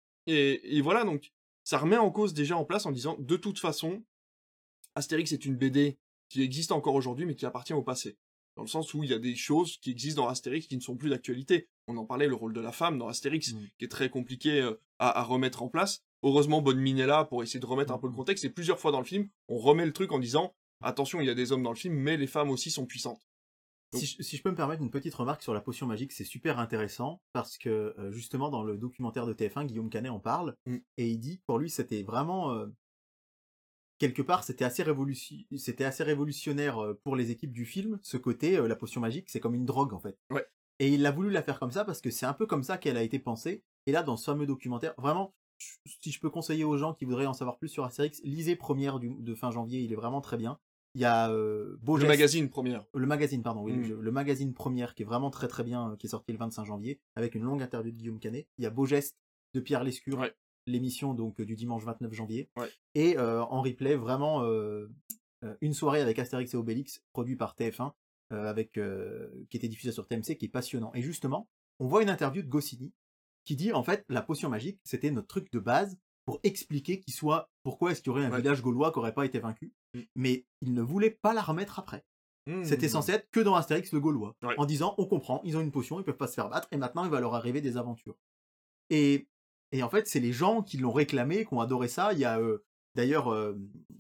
Et, et voilà, donc ça remet en cause déjà en place en disant de toute façon, Astérix est une B D qui existe encore aujourd'hui mais qui appartient au passé. Dans le sens où il y a des choses qui existent dans Astérix qui ne sont plus d'actualité. On en parlait, le rôle de la femme dans Astérix, Mm. qui est très compliqué euh, à, à remettre en place. Heureusement, Bonne Mine est là pour essayer de remettre un peu le contexte. Et plusieurs fois dans le film, on remet le truc en disant attention, il y a des hommes dans le film, mais les femmes aussi sont puissantes. Donc- Si, je, si je peux me permettre une petite remarque sur la potion magique, c'est super intéressant parce que euh, justement dans le documentaire de T F un, Guillaume Canet en parle Mm. et il dit que pour lui c'était vraiment euh, quelque part c'était assez, révolution... c'était assez révolutionnaire euh, pour les équipes du film, ce côté euh, la potion magique c'est comme une drogue en fait. Ouais. Et il a voulu la faire comme ça parce que c'est un peu comme ça qu'elle a été pensée. Et là dans ce fameux documentaire, vraiment, si je peux conseiller aux gens qui voudraient en savoir plus sur Astérix, lisez Première du, de fin janvier, il est vraiment très bien. Il y a euh, Beau Le Geste- magazine première. le magazine, pardon, oui, Mm. le, le magazine Première qui est vraiment très très bien, euh, qui est sorti le vingt-cinq janvier, avec une longue interview de Guillaume Canet. Il y a Beau Geste de Pierre Lescure, Ouais. l'émission donc euh, du dimanche vingt-neuf janvier. Ouais. Et euh, en replay, vraiment euh, euh, une soirée avec Astérix et Obélix, produit par T F un, euh, avec, euh, qui était diffusé sur T M C, qui est passionnant. Et justement, on voit une interview de Goscinny qui dit en fait la potion magique, c'était notre truc de base pour expliquer qu'il soit pourquoi est-ce qu'il y aurait un Ouais. village gaulois qui n'aurait pas été vaincu. Mm. Mais il ne voulait pas la remettre après. Mm. C'était censé être que dans Astérix le Gaulois, Ouais. en disant on comprend, ils ont une potion, ils peuvent pas se faire battre, et maintenant il va leur arriver des aventures. Et, et en fait, c'est les gens qui l'ont réclamé, qui ont adoré ça. Il y a euh, d'ailleurs euh,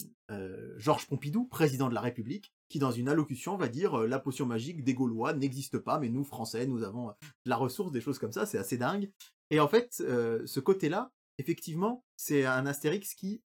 euh, Georges Pompidou, président de la République, qui dans une allocution va dire euh, la potion magique des Gaulois n'existe pas, mais nous Français, nous avons euh, de la ressource, des choses comme ça, c'est assez dingue. Et en fait, euh, ce côté-là, effectivement, c'est un Astérix qui,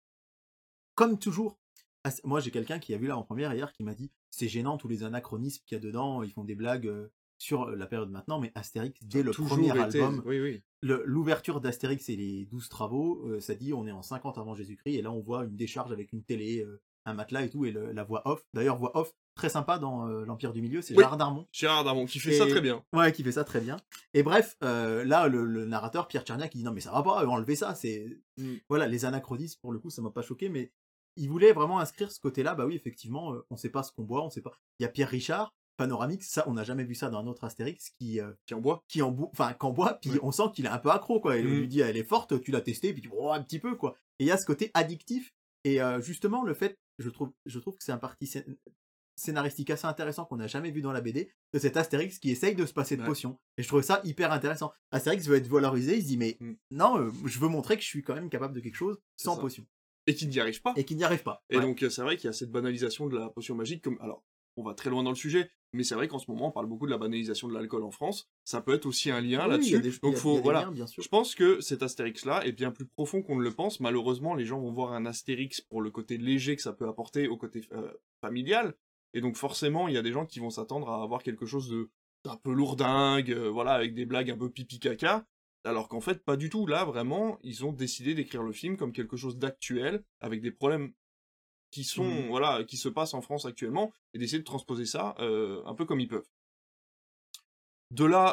comme toujours, Ast- moi j'ai quelqu'un qui a vu là en première hier qui m'a dit c'est gênant tous les anachronismes qu'il y a dedans, ils font des blagues, euh, sur la période maintenant, mais Astérix, Ça dès a le toujours premier été... album, Oui, oui. le- l'ouverture d'Astérix et les douze travaux, euh, ça dit on est en cinquante avant Jésus-Christ, et là on voit une décharge avec une télé, euh, un matelas et tout, et le- la voix off. D'ailleurs, voix off très sympa dans euh, l'Empire du Milieu, c'est Oui, Gérard Darmon. Gérard Darmon, qui fait ça Et- très bien. Ouais, qui fait ça très bien. Et bref, euh, là, le, le narrateur, Pierre Tchernia, qui dit non, mais ça va pas, enlever ça, c'est. Mm. Voilà, les anachronismes, pour le coup, ça m'a pas choqué, mais il voulait vraiment inscrire ce côté-là. Bah oui, effectivement, euh, on sait pas ce qu'on boit, on sait pas. Il y a Pierre Richard, Panoramix, ça, on n'a jamais vu ça dans un autre Astérix, qui, euh, Qui en boit. qui en boit, enfin, qu'en boit, puis Oui. on sent qu'il est un peu accro, quoi. Et on Mm. lui dit, elle est forte, tu l'as testée, puis tu oh, un petit peu, quoi. Et il y a ce côté addictif. Et euh, justement, le fait, je trouve, je trouve que c'est un parti scé- scénaristique assez intéressant qu'on n'a jamais vu dans la B D, de cet Astérix qui essaye de se passer de Ouais. potions. Et je trouve ça hyper intéressant. Astérix veut être valorisé, il se dit, mais Mm. non, euh, je veux montrer que je suis quand même capable de quelque chose sans ça. potion. Et qui n'y arrive pas. Et qu'il n'y arrive pas. Et Ouais. donc, euh, c'est vrai qu'il y a cette banalisation de la potion magique. Comme... Alors, on va très loin dans le sujet, mais c'est vrai qu'en ce moment, on parle beaucoup de la banalisation de l'alcool en France. Ça peut être aussi un lien Oui, il y là-dessus. a des- il y Donc, a- il faut, y a des voilà. liens, bien sûr. Je pense que cet Astérix-là est bien plus profond qu'on ne le pense. Malheureusement, les gens vont voir un Astérix pour le côté léger que ça peut apporter au côté euh, familial. Et donc, forcément, il y a des gens qui vont s'attendre à avoir quelque chose de d'un peu lourdingue, euh, voilà, avec des blagues un peu pipi-caca. Alors qu'en fait, pas du tout. Là, vraiment, ils ont décidé d'écrire le film comme quelque chose d'actuel, avec des problèmes qui sont, Mhm. voilà, qui se passent en France actuellement, et d'essayer de transposer ça euh, un peu comme ils peuvent. De là,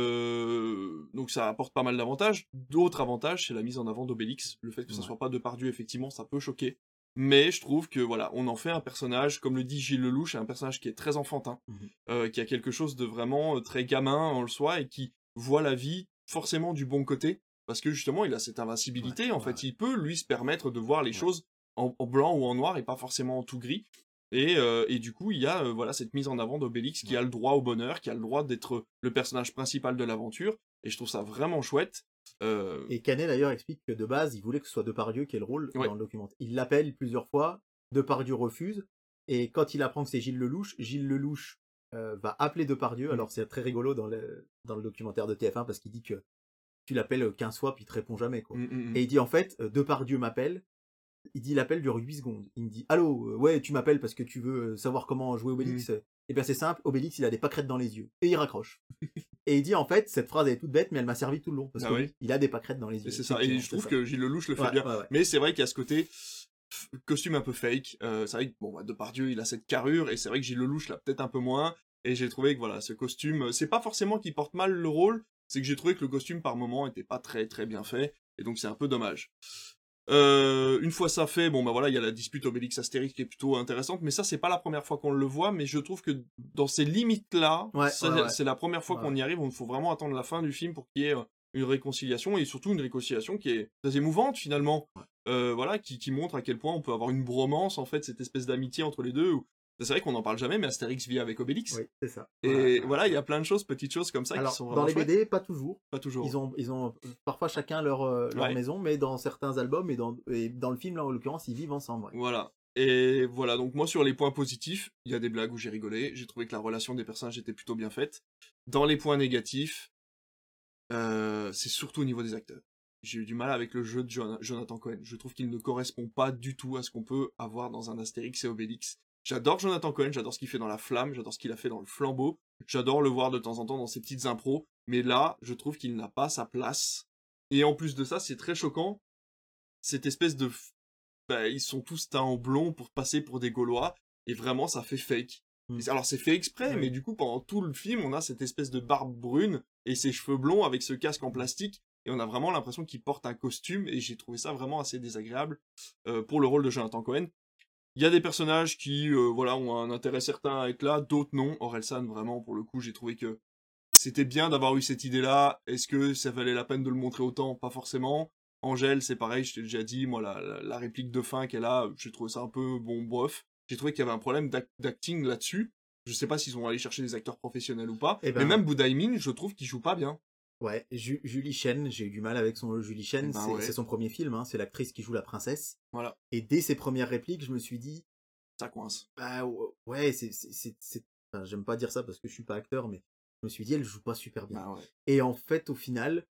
euh, donc ça apporte pas mal d'avantages. D'autres avantages, c'est la mise en avant d'Obélix. Le fait que ça Ouais. soit pas Depardieu, effectivement, ça peut choquer. Mais je trouve que voilà, on en fait un personnage, comme le dit Gilles Lelouch, un personnage qui est très enfantin, Mhm. euh, qui a quelque chose de vraiment euh, très gamin en le soi et qui voit la vie forcément du bon côté, parce que justement, il a cette invincibilité. Ouais, en ouais, fait, ouais. il peut lui se permettre de voir les Ouais. choses en, en blanc ou en noir et pas forcément en tout gris. Et, euh, et du coup, il y a euh, voilà cette mise en avant d'Obélix qui Ouais. a le droit au bonheur, qui a le droit d'être le personnage principal de l'aventure. Et je trouve ça vraiment chouette. Euh, Et Canet d'ailleurs explique que de base, il voulait que ce soit Depardieu qui ait le rôle Ouais. dans le documentaire. Il l'appelle plusieurs fois, Depardieu refuse, et quand il apprend que c'est Gilles Lelouch, Gilles Lelouch euh, va appeler Depardieu. Mm. Alors c'est très rigolo dans le, dans le documentaire de T F un parce qu'il dit que tu l'appelles quinze fois puis il te répond jamais, quoi. mm, mm, mm. Et il dit en fait, euh, Depardieu m'appelle, il dit l'appel dure huit secondes. Il me dit allô, euh, ouais, tu m'appelles parce que tu veux euh, savoir comment jouer Obélix. Et bien c'est simple, Obélix il a des pâquerettes dans les yeux. Et il raccroche. Et il dit en fait, cette phrase elle est toute bête, mais elle m'a servi tout le long. Parce Ah que oui. il a des pâquerettes dans les yeux. Et c'est ça. Et Effectivement, je trouve c'est ça. que Gilles Lelouch le fait Ouais, bien. ouais, ouais. Mais c'est vrai qu'il y a ce côté f- costume un peu fake. Euh, c'est vrai que bon, bah, Depardieu, il a cette carrure, et c'est vrai que Gilles Lelouch l'a peut-être un peu moins. Et j'ai trouvé que voilà, ce costume, euh, c'est pas forcément qu'il porte mal le rôle, c'est que j'ai trouvé que le costume par moment était pas très très bien fait, et donc c'est un peu dommage. Euh, une fois ça fait, bon bah voilà, il y a la dispute Obélix-Astérix qui est plutôt intéressante, mais ça c'est pas la première fois qu'on le voit, mais je trouve que dans ces limites-là, Ouais, ça, ouais, ouais. c'est la première fois Ouais, qu'on y arrive, il faut vraiment attendre la fin du film pour qu'il y ait euh, une réconciliation, et surtout une réconciliation qui est très émouvante finalement, Ouais. euh, voilà, qui, qui montre à quel point on peut avoir une bromance, en fait, cette espèce d'amitié entre les deux, où... C'est vrai qu'on n'en parle jamais, mais Astérix vit avec Obélix, Oui, c'est ça. et Ouais, ouais, voilà, il y ouais. a plein de choses, petites choses comme ça Alors, qui sont dans vraiment les chouettes. B D, pas toujours. Pas toujours. Ils ont, ils ont euh, parfois chacun leur, euh, leur Ouais. maison, mais dans certains albums et dans, et dans le film, là, en l'occurrence, ils vivent ensemble. Ouais. Voilà. Et voilà, donc moi sur les points positifs, il y a des blagues où j'ai rigolé, j'ai trouvé que la relation des personnages était plutôt bien faite. Dans les points négatifs, euh, c'est surtout au niveau des acteurs. J'ai eu du mal avec le jeu de Jon- Jonathan Cohen. Je trouve qu'il ne correspond pas du tout à ce qu'on peut avoir dans un Astérix et Obélix. J'adore Jonathan Cohen, j'adore ce qu'il fait dans La Flamme, j'adore ce qu'il a fait dans Le Flambeau, j'adore le voir de temps en temps dans ses petites impros, mais là, je trouve qu'il n'a pas sa place. Et en plus de ça, c'est très choquant, cette espèce de... f- Bah, ils sont tous teints en blond pour passer pour des Gaulois, et vraiment, ça fait fake. Mm. Et alors, c'est fait exprès, Oui. mais du coup, pendant tout le film, on a cette espèce de barbe brune, et ses cheveux blonds avec ce casque en plastique, et on a vraiment l'impression qu'il porte un costume, et j'ai trouvé ça vraiment assez désagréable euh, pour le rôle de Jonathan Cohen. Il y a des personnages qui, euh, voilà, ont un intérêt certain à être là, d'autres non. Orelsan, vraiment, pour le coup, j'ai trouvé que c'était bien d'avoir eu cette idée-là. Est-ce que ça valait la peine de le montrer autant? Pas forcément. Angèle, c'est pareil, je t'ai déjà dit, moi, la, la, la réplique de fin qu'elle a, j'ai trouvé ça un peu, bon, bof. J'ai trouvé qu'il y avait un problème d'ac- d'acting là-dessus. Je sais pas s'ils ont allé chercher des acteurs professionnels ou pas. Eh ben, mais même Boudaïmin, je trouve qu'il joue pas bien. Ouais, Ju- Julie Chen, j'ai eu du mal avec son Julie Chen, Eh ben c'est ouais. c'est son premier film, hein, c'est l'actrice qui joue la princesse. Voilà, Et dès ses premières répliques, je me suis dit, ça coince. bah ouais, c'est, c'est, c'est, c'est- enfin, j'aime pas dire ça parce que je suis pas acteur, mais je me suis dit, elle joue pas super bien. Bah ouais. Et en fait, au final,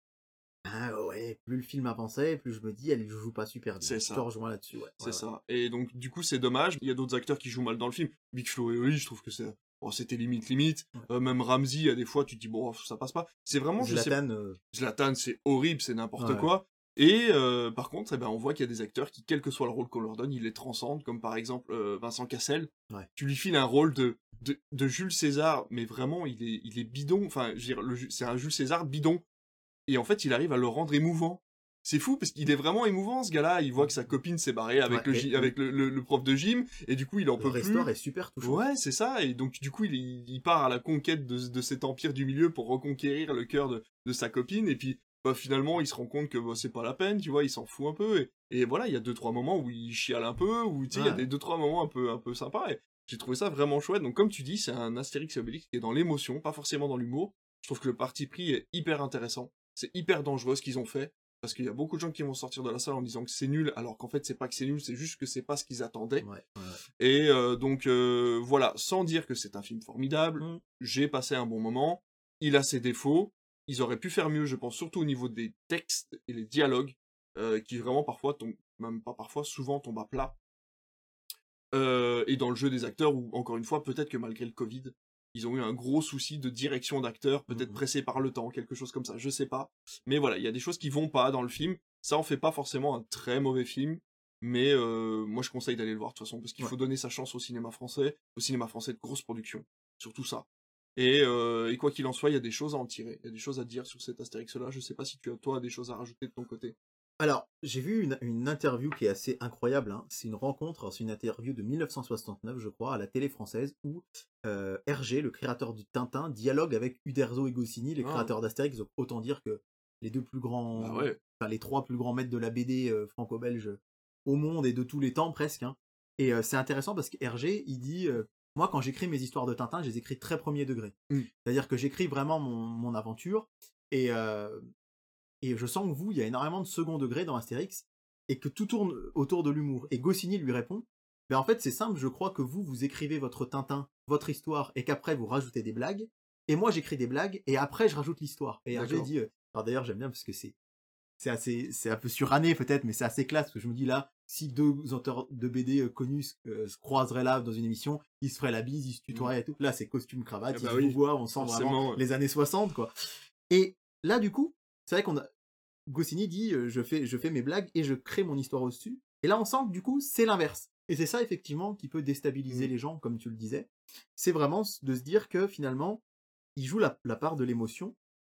ah ouais, plus le film avançait, plus je me dis, elle joue pas super bien. C'est Je ça. te rejoins là-dessus, ouais. C'est Ouais, ça. Et donc, du coup, c'est dommage. Il y a d'autres acteurs qui jouent mal dans le film. Big Flo et Oli, je trouve que c'est bon, c'était limite, limite. Ouais. Euh, même Ramsey, à des fois, tu te dis, bon, ça passe pas. C'est vraiment, je sais Zlatan, euh, Zlatan, c'est horrible, c'est n'importe ouais. quoi. Et euh, par contre, eh ben, on voit qu'il y a des acteurs qui, quel que soit le rôle qu'on leur donne, ils les transcendent, comme par exemple euh, Vincent Cassel. Ouais. Tu lui files un rôle de, de, de Jules César, mais vraiment, il est, il est bidon. Enfin, je veux dire, le Ju- c'est un Jules César bidon. Et en fait, il arrive à le rendre émouvant. C'est fou, parce qu'il est vraiment émouvant, ce gars-là. Il voit que sa copine s'est barrée avec, Ouais, le, et gy- le- avec le, le- le prof de gym, et du coup, il en peut Leur plus. histoire est super touchante. Ouais, c'est ça. Et donc, du coup, il, il part à la conquête de, de cet empire du milieu pour reconquérir le cœur de, de sa copine. Et puis, bah, finalement, il se rend compte que bah, c'est pas la peine, tu vois, il s'en fout un peu. Et, et voilà, il y a deux, trois moments où il chiale un peu, où, tu sais, il y a Ouais. des deux, trois moments un peu, un peu sympas. Et j'ai trouvé ça vraiment chouette. Donc, comme tu dis, c'est un Astérix et Obélix qui est dans l'émotion, pas forcément dans l'humour. Je trouve que le parti pris est hyper intéressant. C'est hyper dangereux ce qu'ils ont fait. Parce qu'il y a beaucoup de gens qui vont sortir de la salle en disant que c'est nul, alors qu'en fait, c'est pas que c'est nul, c'est juste que c'est pas ce qu'ils attendaient. Ouais, ouais. Et euh, donc euh, voilà, sans dire que c'est un film formidable, Mm. j'ai passé un bon moment. Il a ses défauts. Ils auraient pu faire mieux, je pense, surtout au niveau des textes et les dialogues, euh, qui vraiment parfois tombent, même pas parfois, souvent tombent à plat. Euh, et dans le jeu des acteurs, où encore une fois, peut-être que malgré le Covid, ils ont eu un gros souci de direction d'acteurs, peut-être Mhm. pressés par le temps, quelque chose comme ça, je sais pas. Mais voilà, il y a des choses qui vont pas dans le film. Ça en fait pas forcément un très mauvais film, mais euh, moi je conseille d'aller le voir de toute façon, parce qu'il Ouais. faut donner sa chance au cinéma français, au cinéma français de grosse production, surtout ça. Et, euh, et quoi qu'il en soit, il y a des choses à en tirer, il y a des choses à dire sur cet Astérix-là. Je sais pas si tu as, toi, des choses à rajouter de ton côté. Alors, j'ai vu une, une interview qui est assez incroyable. Hein. C'est une rencontre, alors c'est une interview de mille neuf cent soixante-neuf, je crois, à la télé française, où euh, Hergé, le créateur du Tintin, dialogue avec Uderzo et Goscinny, les Ah. créateurs d'Astérix. Donc, autant dire que les deux plus grands, Bah ouais. enfin les trois plus grands maîtres de la B D euh, franco-belge au monde et de tous les temps presque. Hein. Et euh, c'est intéressant parce que Hergé, il dit, euh, moi quand j'écris mes histoires de Tintin, je les écris très premier degré. Mm. C'est-à-dire que j'écris vraiment mon, mon aventure et euh, et je sens que vous, il y a énormément de second degré dans Astérix, et que tout tourne autour de l'humour. Et Goscinny lui répond, ben en fait c'est simple, je crois que vous, vous écrivez votre Tintin, votre histoire, et qu'après vous rajoutez des blagues, et moi j'écris des blagues, et après je rajoute l'histoire. Et Hergé D'accord. dit, euh, alors d'ailleurs j'aime bien parce que c'est c'est assez, c'est un peu suranné peut-être, mais c'est assez classe, parce que je me dis là, si deux auteurs de B D euh, connus euh, se croiseraient là dans une émission, ils se feraient la bise, ils se tutoieraient et tout. Là c'est costume cravate, Eh ils bah se oui, voient, on sent forcément, vraiment ouais. les années soixante quoi. Et là du coup, c'est vrai qu'on a Goscinny dit euh, je fais je fais mes blagues et je crée mon histoire au-dessus. Et là on sent que du coup c'est l'inverse. Et c'est ça effectivement qui peut déstabiliser Mm. les gens comme tu le disais. C'est vraiment de se dire que finalement il joue la, la part de l'émotion.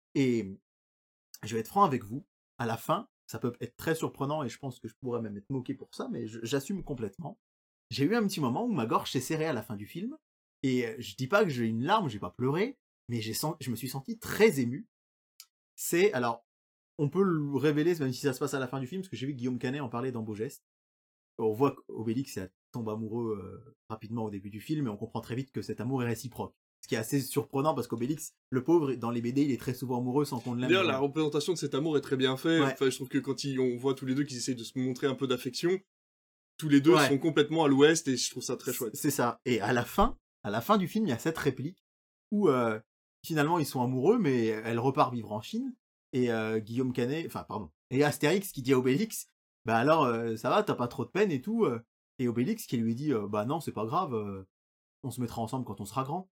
Et je vais être franc avec vous, à la fin, ça peut être très surprenant et je pense que je pourrais même être moqué pour ça, mais je- j'assume complètement. J'ai eu un petit moment où ma gorge s'est serrée à la fin du film. Et euh, je dis pas que j'ai une larme, j'ai pas pleuré, mais j'ai sen- je me suis senti très ému. C'est alors on peut le révéler, même si ça se passe à la fin du film, parce que j'ai vu Guillaume Canet en parler dans Beau Geste. On voit qu'Obélix elle tombe amoureux euh, rapidement au début du film, et on comprend très vite que cet amour est réciproque. Ce qui est assez surprenant, parce qu'Obélix, le pauvre, dans les B D, il est très souvent amoureux sans qu'on l'aime. D'ailleurs, la vraiment. représentation de cet amour est très bien faite. Ouais. Enfin, je trouve que quand ils, on voit tous les deux qu'ils essayent de se montrer un peu d'affection, tous les deux Ouais. sont complètement à l'ouest et je trouve ça très chouette. C'est ça. Et à la fin, à la fin du film, il y a cette réplique où euh, finalement ils sont amoureux, mais elle repart vivre en Chine. Et euh, Guillaume Canet, enfin pardon, et Astérix qui dit à Obélix, bah alors euh, ça va, t'as pas trop de peine et tout. euh. Et Obélix qui lui dit, euh, bah non, c'est pas grave, euh, on se mettra ensemble quand on sera grand.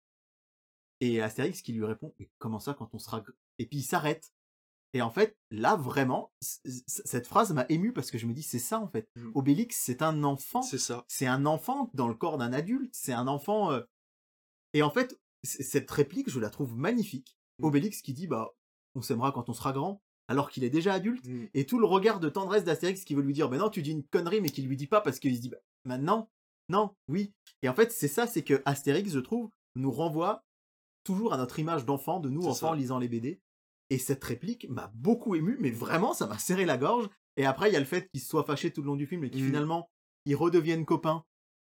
Et Astérix qui lui répond, mais comment ça quand on sera grand? Et puis il s'arrête. Et en fait, là vraiment, c- c- cette phrase m'a ému parce que je me dis, c'est ça en fait. Mm. Obélix, c'est un enfant. C'est ça. C'est un enfant dans le corps d'un adulte. C'est un enfant. euh, Et en fait, c- cette réplique, je la trouve magnifique. Mm. Obélix qui dit, bah, on s'aimera quand on sera grand, alors qu'il est déjà adulte. Mm. Et tout le regard de tendresse d'Astérix qui veut lui dire, ben non, tu dis une connerie, mais qui lui dit pas parce qu'il se dit, bah, maintenant, non, oui. Et en fait, c'est ça, c'est que Astérix, je trouve, nous renvoie toujours à notre image d'enfant, de nous, C'est enfants, ça. lisant les B D. Et cette réplique m'a beaucoup ému, mais vraiment, ça m'a serré la gorge. Et après, il y a le fait qu'ils se soient fâchés tout le long du film et qu'ils Mm. finalement, ils redeviennent copains.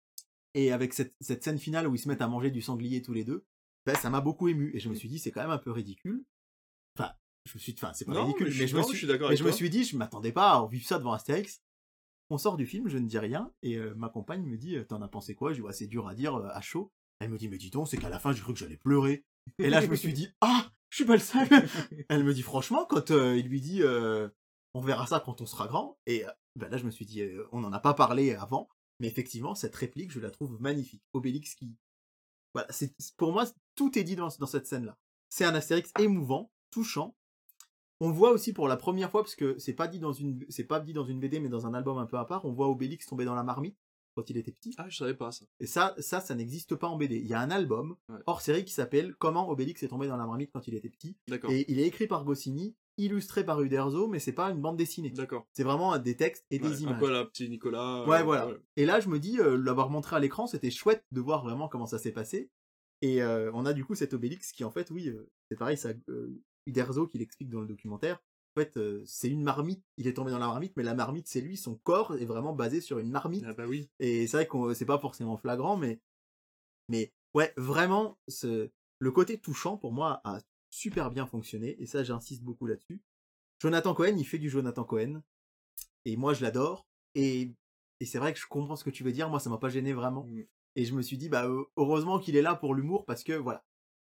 Et avec cette, cette scène finale où ils se mettent à manger du sanglier tous les deux, ben, ça m'a beaucoup ému. Et je me suis dit, c'est quand même un peu ridicule. Enfin, je me suis enfin, c'est pas Non, ridicule, mais je mais suis- je me non, suis, je suis d'accord mais avec je me toi. suis dit, je m'attendais pas à vivre ça devant Astérix. On sort du film, je ne dis rien, et euh, ma compagne me dit, euh, t'en as pensé quoi? Je dis, ouais, c'est dur à dire euh, à chaud. Elle me dit, mais dis donc, c'est qu'à la fin, j'ai cru que j'allais pleurer. Et là, je me suis dit, ah, je suis pas le seul. Elle me dit, franchement, quand euh, il lui dit, euh, on verra ça quand on sera grand. Et euh, ben là, je me suis dit, euh, on n'en a pas parlé avant, mais effectivement, cette réplique, je la trouve magnifique. Obélix qui, Voilà, c'est, pour moi, tout est dit dans, dans cette scène-là. C'est un Astérix émouvant, touchant. On voit aussi pour la première fois, parce que c'est pas dit dans une, c'est pas dit dans une B D, mais dans un album un peu à part, on voit Obélix tomber dans la marmite quand il était petit. Ah, je savais pas ça. Et ça, ça, ça n'existe pas en B D. Il y a un album Ouais. hors série qui s'appelle Comment Obélix est tombé dans la marmite quand il était petit. D'accord. Et il est écrit par Goscinny, illustré par Uderzo, mais c'est pas une bande dessinée. D'accord. C'est vraiment des textes et Ouais, des images. Un peu la petite Nicolas. Ouais, euh, voilà. ouais. Et là, je me dis, euh, l'avoir montré à l'écran, c'était chouette de voir vraiment comment ça s'est passé. Et euh, on a du coup cet Obélix qui, en fait, oui, euh, c'est pareil, ça, euh, Uderzo qui l'explique dans le documentaire. En fait, euh, c'est une marmite. Il est tombé dans la marmite, mais la marmite, c'est lui. Son corps est vraiment basé sur une marmite. Ah bah oui. Et c'est vrai que c'est pas forcément flagrant, mais, mais ouais, vraiment, ce, le côté touchant, pour moi, a super bien fonctionné. Et ça, j'insiste beaucoup là-dessus. Jonathan Cohen, il fait du Jonathan Cohen. Et moi, je l'adore. Et, et c'est vrai que je comprends ce que tu veux dire. Moi, ça m'a pas gêné vraiment. Mm. Et je me suis dit, bah, heureusement qu'il est là pour l'humour, parce que, voilà.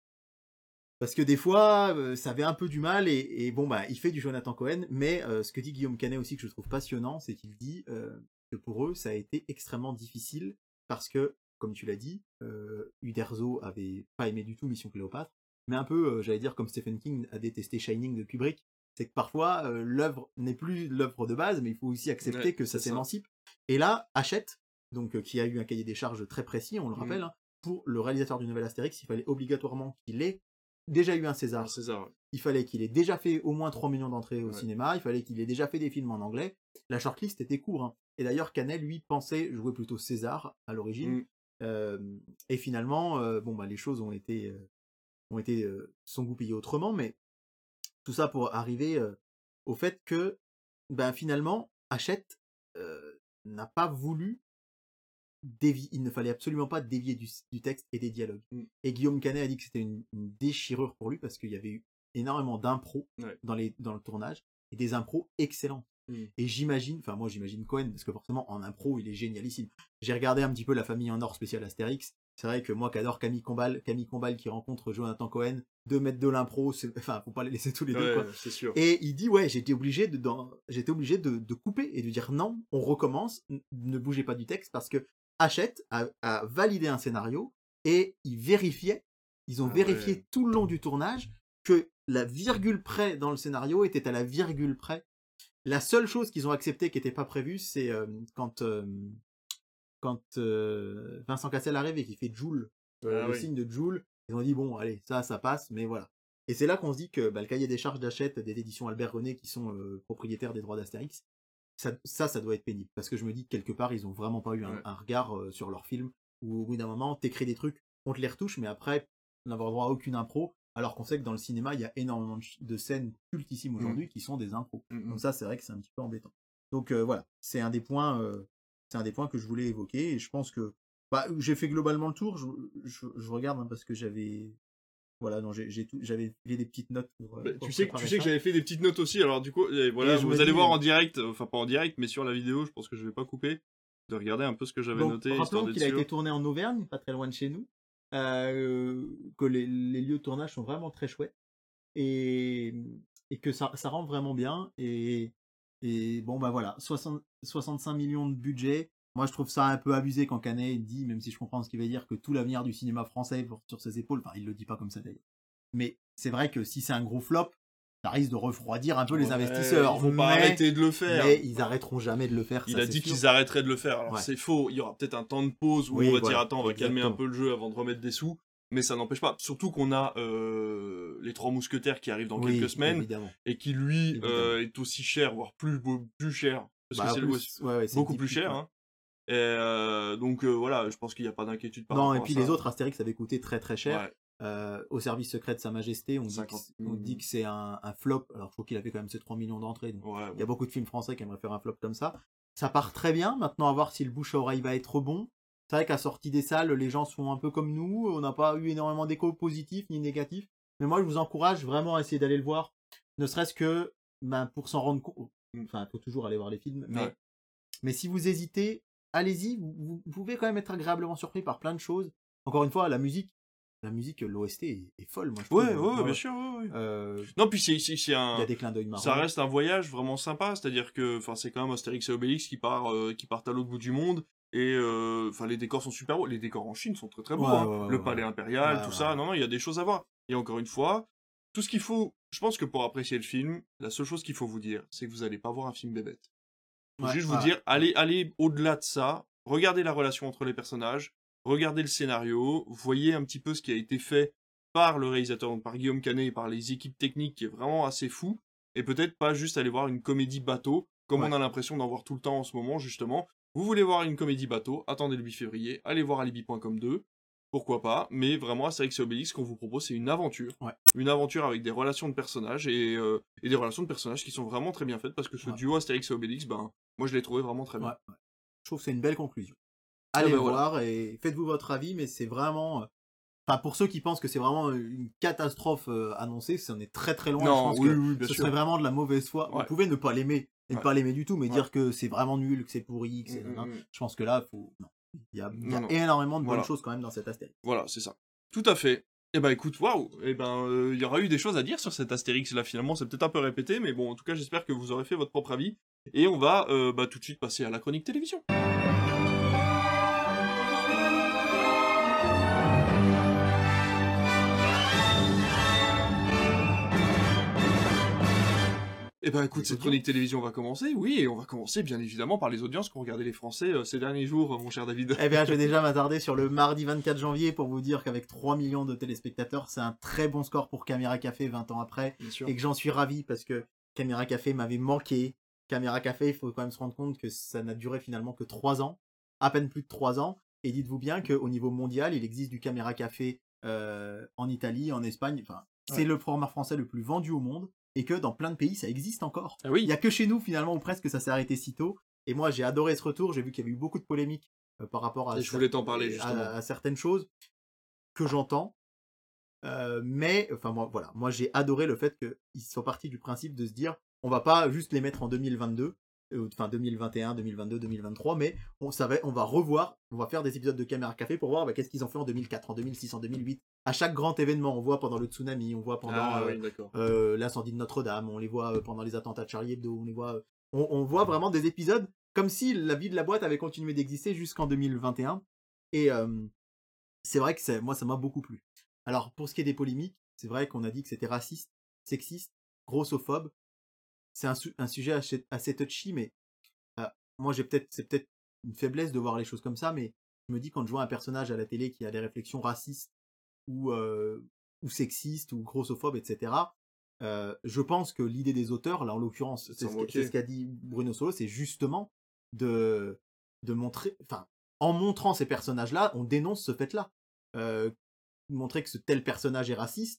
Parce que des fois, euh, ça avait un peu du mal, et, et bon, bah, il fait du Jonathan Cohen, mais euh, ce que dit Guillaume Canet aussi, que je trouve passionnant, c'est qu'il dit euh, que pour eux, ça a été extrêmement difficile, parce que, comme tu l'as dit, euh, Uderzo avait pas aimé du tout Mission Cléopâtre, mais un peu, euh, j'allais dire, comme Stephen King a détesté Shining de Kubrick, c'est que parfois, euh, l'œuvre n'est plus l'œuvre de base, mais il faut aussi accepter Ouais, que ça c'est ça. s'émancipe. Et là, Hachette, donc, euh, qui a eu un cahier des charges très précis, on le Mm. rappelle, hein, pour le réalisateur du nouvel Astérix, il fallait obligatoirement qu'il ait déjà eu un César. Un César. Ouais. Il fallait qu'il ait déjà fait au moins trois millions d'entrées au Ouais. cinéma, il fallait qu'il ait déjà fait des films en anglais. La shortlist était court. Hein. Et d'ailleurs, Canet, lui, pensait jouer plutôt César à l'origine. Mm. Euh, et finalement, euh, bon, bah, les choses ont été, euh, ont été euh, sont goupillées autrement, mais tout ça pour arriver euh, au fait que, ben, finalement, Hachette euh, n'a pas voulu dévier, il ne fallait absolument pas dévier du, du texte et des dialogues. Mm. Et Guillaume Canet a dit que c'était une, une déchirure pour lui parce qu'il y avait eu énormément d'impro Ouais. dans, les, dans le tournage et des impros excellents. Mm. Et j'imagine, enfin moi j'imagine Cohen parce que forcément en impro il est génialissime. J'ai regardé un petit peu La Famille en or spécial Astérix. C'est vrai que moi qui adore Camille Combal, Camille Combal qui rencontre Jonathan Cohen, deux mètres de l'impro, c'est... enfin faut pas les laisser tous les Ouais, deux quoi. c'est sûr. Et il dit ouais, j'étais obligé de dans... j'étais obligé de, de couper et de dire non, on recommence, n- ne bougez pas du texte parce que Hachette a, a validé un scénario et ils vérifiaient, ils ont Ah vérifié ouais. tout le long du tournage que la virgule près dans le scénario était à la virgule près. La seule chose qu'ils ont accepté qui n'était pas prévue, c'est euh, quand euh, quand euh, Vincent Cassel arrive et qu'il fait Joule, euh, Ah le oui. signe de Joule, ils ont dit bon allez ça ça passe mais voilà. Et c'est là qu'on se dit que bah, le cahier des charges d'Hachette des éditions Albert René qui sont euh, propriétaires des droits d'Astérix, ça, ça ça doit être pénible parce que je me dis que quelque part ils ont vraiment pas eu un, Ouais. un regard euh, sur leur film où au bout d'un moment t'écris des trucs, on te les retouche mais après n'avoir droit à aucune impro alors qu'on sait que dans le cinéma il y a énormément de, ch- de scènes cultissimes aujourd'hui qui sont des impros. Mm, mm. Donc ça c'est vrai que c'est un petit peu embêtant. Donc euh, voilà, c'est un des points euh, c'est un des points que je voulais évoquer et je pense que bah, j'ai fait globalement le tour, je, je, je regarde hein, parce que j'avais voilà, non, j'ai, j'ai tout, j'avais fait des petites notes pour, euh, Bah, pour tu sais, que- préparer tu sais que ça. j'avais fait des petites notes aussi, alors du coup, euh, voilà, Et je vous me allez dis, voir euh, en direct, euh, enfin pas en direct, mais sur la vidéo, je pense que je vais pas couper, de regarder un peu ce que j'avais Donc, noté, histoire rappelons d'être qu'il a sûr. été tourné en Auvergne, pas très loin de chez nous, euh, que les, les lieux de tournage sont vraiment très chouettes et, et que ça, ça rend vraiment bien. Et, et bon, bah voilà, soixante, soixante-cinq millions de budget. Moi, je trouve ça un peu abusé quand Canet dit, même si je comprends ce qu'il veut dire, que tout l'avenir du cinéma français porte sur ses épaules. Enfin, il le dit pas comme ça d'ailleurs. Mais c'est vrai que si c'est un gros flop, ça risque de refroidir un peu les Ouais, investisseurs. Ils vont pas mais, arrêter de le faire. mais ils arrêteront jamais de le faire. Il ça, a c'est dit sûr. qu'ils arrêteraient de le faire. Alors Ouais. c'est faux. Il y aura peut-être un temps de pause où Oui, on va voilà, dire attends, on va calmer un exactement. peu le jeu avant de remettre des sous. Mais ça n'empêche pas. Surtout qu'on a euh, les Trois Mousquetaires qui arrivent dans Oui, quelques semaines évidemment. et qui lui Évidemment. euh, est aussi cher, voire plus plus cher, parce Bah, que c'est le- plus, ouais, ouais, c'est beaucoup dix plus plus, cher. ouais. Hein. Et euh, donc euh, voilà, je pense qu'il n'y a pas d'inquiétude par Non, rapport et puis à ça. les autres Astérix avaient coûté très très cher. Ouais. Euh, au service secret de Sa Majesté, on dit que, cinquante c'est- on dit que c'est un, un flop. Alors je trouve qu'il a fait quand même ses trois millions d'entrées. Donc Ouais, il y a beaucoup de films français qui aimeraient faire un flop comme ça. Ça part très bien. Maintenant, à voir si le bouche à oreille va être bon. C'est vrai qu'à sortie des salles, les gens sont un peu comme nous. On n'a pas eu énormément d'échos positifs ni négatifs. Mais moi, je vous encourage vraiment à essayer d'aller le voir. Ne serait-ce que ben, pour s'en rendre compte. Enfin, il faut toujours aller voir les films. Mais, Ouais. mais si vous hésitez, allez-y. Vous, vous pouvez quand même être agréablement surpris par plein de choses. Encore une fois, la musique. La musique, l'O S T est, est folle, moi je trouve. Ouais, ouais, bien sûr, ouais, ouais. Euh, Non, puis c'est c'est- c'est Il un. y a des clins d'œil marrants. Ça reste un voyage vraiment sympa, c'est-à-dire que, enfin, c'est quand même Astérix et Obélix qui part, euh, qui partent à l'autre bout du monde. Et euh, enfin, les décors sont super beaux. Les décors en Chine sont très très beaux. Ouais, hein. ouais, ouais, Le ouais. palais impérial, Ouais, tout ouais, ça. ouais. Non, non, il y a des choses à voir. Et encore une fois, tout ce qu'il faut, je pense que pour apprécier le film, la seule chose qu'il faut vous dire, c'est que vous allez pas voir un film bébête. Faut Ouais, juste vous ouais, dire, ouais. allez, allez au-delà de ça, regardez la relation entre les personnages, regardez le scénario, voyez un petit peu ce qui a été fait par le réalisateur, donc par Guillaume Canet et par les équipes techniques, qui est vraiment assez fou, et peut-être pas juste aller voir une comédie bateau, comme Ouais. on a l'impression d'en voir tout le temps en ce moment, justement. Vous voulez voir une comédie bateau, attendez le huit février, allez voir alibi point com deux, pourquoi pas, mais vraiment, Astérix et Obélix, ce qu'on vous propose, c'est une aventure. Ouais. Une aventure avec des relations de personnages, et, euh, et des relations de personnages qui sont vraiment très bien faites, parce que ce Ouais. duo Astérix et Obélix, ben, moi je l'ai trouvé vraiment très bien. Ouais, ouais. Je trouve que c'est une belle conclusion. Ah Allez ben le voilà. voir et faites-vous votre avis, mais c'est vraiment... euh, Enfin, pour ceux qui pensent que c'est vraiment une catastrophe euh, annoncée, c'en est très très loin. Je Non, pense oui, que oui, bien ce sûr. serait vraiment de la mauvaise foi. Vous Ouais. pouvez ne pas l'aimer et ne Ouais. pas l'aimer du tout, mais Ouais. dire que c'est vraiment nul, que c'est pourri, que c'est... Mm, mm, mm. Je pense que là, faut... non. il y a, il y a Non, non. énormément de Voilà. bonnes choses quand même dans cet Astérix. Voilà, c'est ça. Tout à fait. Eh ben écoute, waouh. Eh ben, euh, il y aura eu des choses à dire sur cet Astérix là. Finalement, c'est peut-être un peu répété, mais bon, en tout cas, j'espère que vous aurez fait votre propre avis. Et on va euh, bah, tout de suite passer à la chronique télévision. Eh ben écoute, Les cette audiences. chronique télévision va commencer, oui, et on va commencer bien évidemment par les audiences qu'ont regardé les Français euh, ces derniers jours, euh, mon cher David. Eh bien, je vais déjà m'attarder sur le mardi vingt-quatre janvier pour vous dire qu'avec trois millions de téléspectateurs, c'est un très bon score pour Caméra Café vingt ans après. Bien sûr. Et que j'en suis ravi parce que Caméra Café m'avait manqué. Caméra Café, il faut quand même se rendre compte que ça n'a duré finalement que trois ans, à peine plus de trois ans. Et dites-vous bien qu'au niveau mondial, il existe du Caméra Café euh, en Italie, en Espagne. Enfin, c'est Ouais. le format français le plus vendu au monde et que dans plein de pays, ça existe encore. Ah oui. Il n'y a que chez nous finalement où presque ça s'est arrêté si tôt. Et moi, j'ai adoré ce retour. J'ai vu qu'il y avait eu beaucoup de polémiques euh, par rapport à, Et je voulais t'en parler, justement. à, à certaines choses que j'entends. Euh, mais, enfin, moi, voilà, moi j'ai adoré le fait qu'ils soient partis du principe de se dire on va pas juste les mettre en deux mille vingt-deux, euh, enfin deux mille vingt et un, deux mille vingt-deux, deux mille vingt-trois, mais on, ça va, on va revoir, on va faire des épisodes de Caméra Café pour voir bah, qu'est-ce qu'ils ont fait en deux mille quatre, en deux mille six, en deux mille huit. À chaque grand événement, on voit pendant le tsunami, on voit pendant Ah euh, oui, d'accord. euh, l'incendie de Notre-Dame, on les voit euh, pendant les attentats de Charlie Hebdo, on les voit, euh, on, on voit vraiment des épisodes comme si la vie de la boîte avait continué d'exister jusqu'en deux mille vingt et un. Et euh, c'est vrai que c'est, moi, ça m'a beaucoup plu. Alors, pour ce qui est des polémiques, c'est vrai qu'on a dit que c'était raciste, sexiste, grossophobe. C'est un, su- un sujet assez, assez touchy, mais euh, moi, j'ai peut-être, c'est peut-être une faiblesse de voir les choses comme ça, mais je me dis quand je vois un personnage à la télé qui a des réflexions racistes ou, euh, ou sexistes ou grossophobes, et cetera, euh, je pense que l'idée des auteurs, là en l'occurrence, C'est de c'est s'en ce, qu'a- moquer. c'est ce qu'a dit Bruno Solo, c'est justement de, de montrer, enfin, en montrant ces personnages-là, on dénonce ce fait-là. Euh, montrer que ce tel personnage est raciste,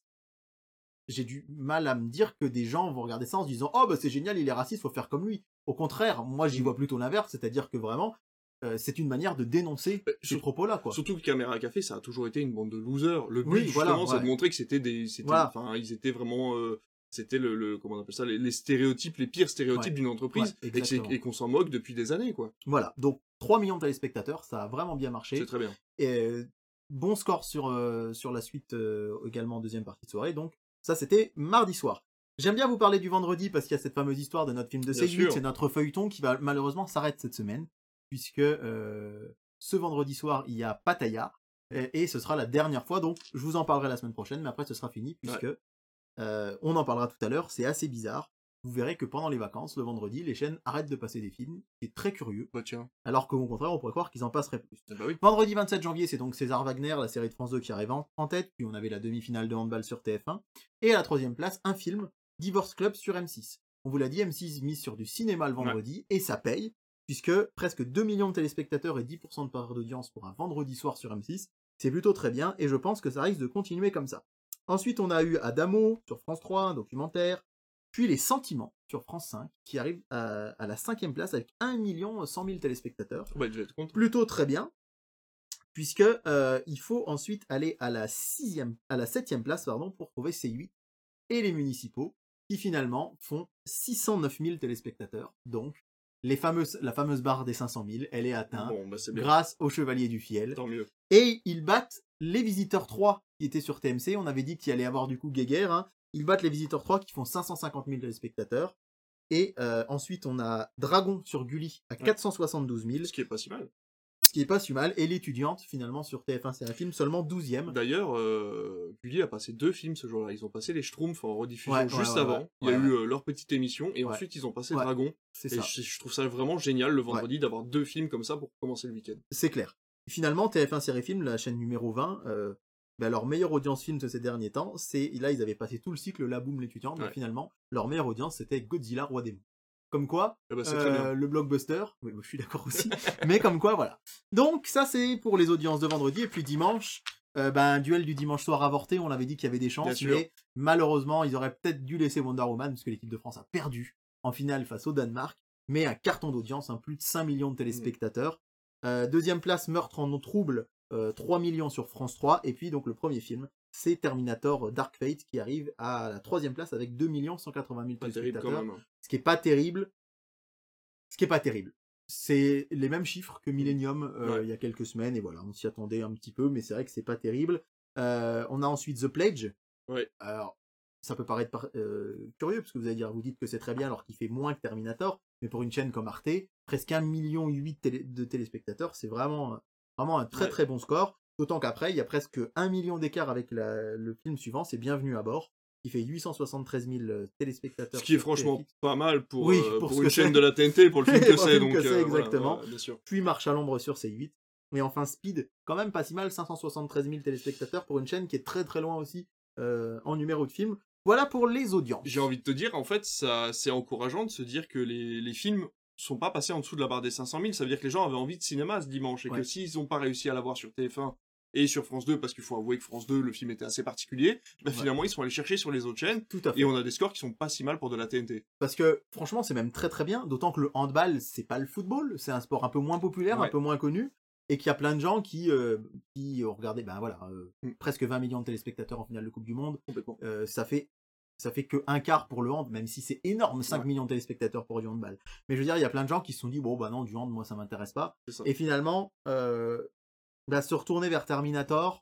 j'ai du mal à me dire que des gens vont regarder ça en se disant oh bah c'est génial, il est raciste, faut faire comme lui. Au contraire, moi j'y Mm. vois plutôt l'inverse, c'est-à-dire que vraiment euh, c'est une manière de dénoncer Bah, ces sur- propos-là quoi. Surtout que Caméra Café, ça a toujours été une bande de losers. Le but, Oui, justement, voilà, c'est ouais. de montrer que c'était des... c'était- Voilà. Enfin, ils étaient vraiment... euh, C'était le, le- comment on appelle ça, les, les stéréotypes, les pires stéréotypes Ouais. d'une entreprise, Ouais, et que c'est- exactement. et qu'on s'en moque depuis des années, quoi. Voilà, donc trois millions de téléspectateurs, ça a vraiment bien marché. C'est très bien. Et euh, bon score sur, euh, sur la suite euh, également deuxième partie de soirée, donc ça c'était mardi soir. J'aime bien vous parler du vendredi parce qu'il y a cette fameuse histoire de notre film de Bien C huit, sûr. c'est notre feuilleton qui va malheureusement s'arrêter cette semaine, puisque euh, ce vendredi soir il y a Pattaya, et, et ce sera la dernière fois, donc je vous en parlerai la semaine prochaine, mais après ce sera fini, puisque euh, on en parlera tout à l'heure, c'est assez bizarre. Vous verrez que pendant les vacances, le vendredi, les chaînes arrêtent de passer des films, c'est très curieux, Bah tiens. alors qu'au contraire on pourrait croire qu'ils en passeraient plus. Eh bah oui. Vendredi vingt-sept janvier, c'est donc César Wagner, la série de France deux qui arrive en, en tête, puis on avait la demi-finale de handball sur T F un, et à la troisième place, un film, Divorce Club sur M six. On vous l'a dit, M six mise sur du cinéma le vendredi, et ça paye, puisque presque deux millions de téléspectateurs et dix pour cent de part d'audience pour un vendredi soir sur M six, c'est plutôt très bien, et je pense que ça risque de continuer comme ça. Ensuite, on a eu Adamo sur France trois, un documentaire, puis Les Sentiments sur France cinq, qui arrive à, à la cinquième place avec un million cent mille téléspectateurs. Bah, je vais être content. Plutôt très bien, puisque euh, il faut ensuite aller à la sixième, à la septième place, pardon, pour trouver C huit et les municipaux, qui finalement font six cent neuf mille téléspectateurs. Donc, les fameuses, la fameuse barre des cinq cent mille, elle est atteinte Bon, bah c'est bien. grâce aux Chevaliers du Fiel. Tant mieux. Et ils battent les Visiteurs trois qui étaient sur T M C. On avait dit qu'il allait y avoir du coup Guéguerre. Hein. Ils battent les Visiteurs trois qui font cinq cent cinquante mille téléspectateurs. Et euh, ensuite, on a Dragon sur Gulli à quatre cent soixante-douze mille. Ce qui est pas si mal. Ce qui est pas si mal. Et l'étudiante, finalement, sur T F un, c'est un film seulement douzième. D'ailleurs, euh, Gulli a passé deux films ce jour-là. Ils ont passé les Schtroumpfs en rediffusion Ouais, ouais, juste ouais, avant. ouais. Il y a Ouais, eu ouais. euh, leur petite émission et Ouais. ensuite ils ont passé Ouais. Dragon. C'est Et ça. je, je trouve ça vraiment génial le vendredi d'avoir deux films comme ça pour commencer le week-end. C'est clair. Finalement, T F un Série Film, la chaîne numéro vingt, euh, bah, leur meilleure audience film de ces derniers temps, c'est là ils avaient passé tout le cycle La Boum l'étudiant, mais Ouais. finalement leur meilleure audience c'était Godzilla Roi des Monts. Comme quoi, Eh ben, c'est euh, très bien. le blockbuster, oui, moi, je suis d'accord aussi, mais comme quoi, voilà. Donc ça c'est pour les audiences de vendredi, et puis dimanche, euh, ben, un duel du dimanche soir avorté, on avait dit qu'il y avait des Bien chances, sûr. mais malheureusement ils auraient peut-être dû laisser Wonder Woman, parce que l'équipe de France a perdu en finale face au Danemark, mais un carton d'audience, hein, plus de cinq millions de téléspectateurs. Mmh. Euh, deuxième place, Meurtre en eau trouble, euh, trois millions sur France trois, et puis donc le premier film, c'est Terminator Dark Fate qui arrive à la troisième place avec deux millions cent quatre-vingt mille Pas terrible téléspectateurs, quand même. ce qui est pas terrible. Ce qui est pas terrible. C'est les mêmes chiffres que Millennium euh, Ouais. il y a quelques semaines, et voilà, on s'y attendait un petit peu, mais c'est vrai que c'est pas terrible. Euh, on a ensuite The Pledge. Ouais. Alors, ça peut paraître par, euh, curieux, parce que vous allez dire, vous dites que c'est très bien alors qu'il fait moins que Terminator, mais pour une chaîne comme Arte, presque un million huit télé de téléspectateurs, c'est vraiment, vraiment un très Ouais. très bon score. D'autant qu'après, il y a presque un million d'écart avec la, le film suivant, c'est Bienvenue à bord, qui fait huit cent soixante-treize mille téléspectateurs. Ce qui est sur franchement T F X. pas mal pour, Oui, euh, pour pour ce une que chaîne c'est. de la T N T, pour le film que Pour le c'est. film Donc, que c'est, euh, voilà, exactement. voilà, bien sûr. Puis Marche à l'ombre sur C huit. Et enfin Speed, quand même pas si mal, cinq cent soixante-treize mille téléspectateurs pour une chaîne qui est très très loin aussi euh, en numéro de film. Voilà pour les audiences. J'ai envie de te dire, en fait, ça, c'est encourageant de se dire que les, les films sont pas passés en dessous de la barre des cinq cent mille. Ça veut dire que les gens avaient envie de cinéma ce dimanche. Et Ouais. que s'ils n'ont pas réussi à l'avoir sur T F un et sur France deux, parce qu'il faut avouer que France deux, le film était assez particulier, bah, Ouais. finalement, ils sont allés chercher sur les autres chaînes. Tout à fait. Et on a des scores qui sont pas si mal pour de la T N T. Parce que franchement, c'est même très très bien. D'autant que le handball, c'est pas le football. C'est un sport un peu moins populaire, Ouais. un peu moins connu. Et qu'il y a plein de gens qui, euh, qui ont regardé, ben voilà, euh, Mm. presque vingt millions de téléspectateurs en finale de Coupe du Monde. Complètement. Euh, ça fait ça fait que un quart pour le hand, même si c'est énorme, cinq Ouais. millions de téléspectateurs pour du handball. Mais je veux dire, il y a plein de gens qui se sont dit, bon bah non, du hand, moi ça m'intéresse pas. C'est ça. Et finalement, euh, bah, se retourner vers Terminator,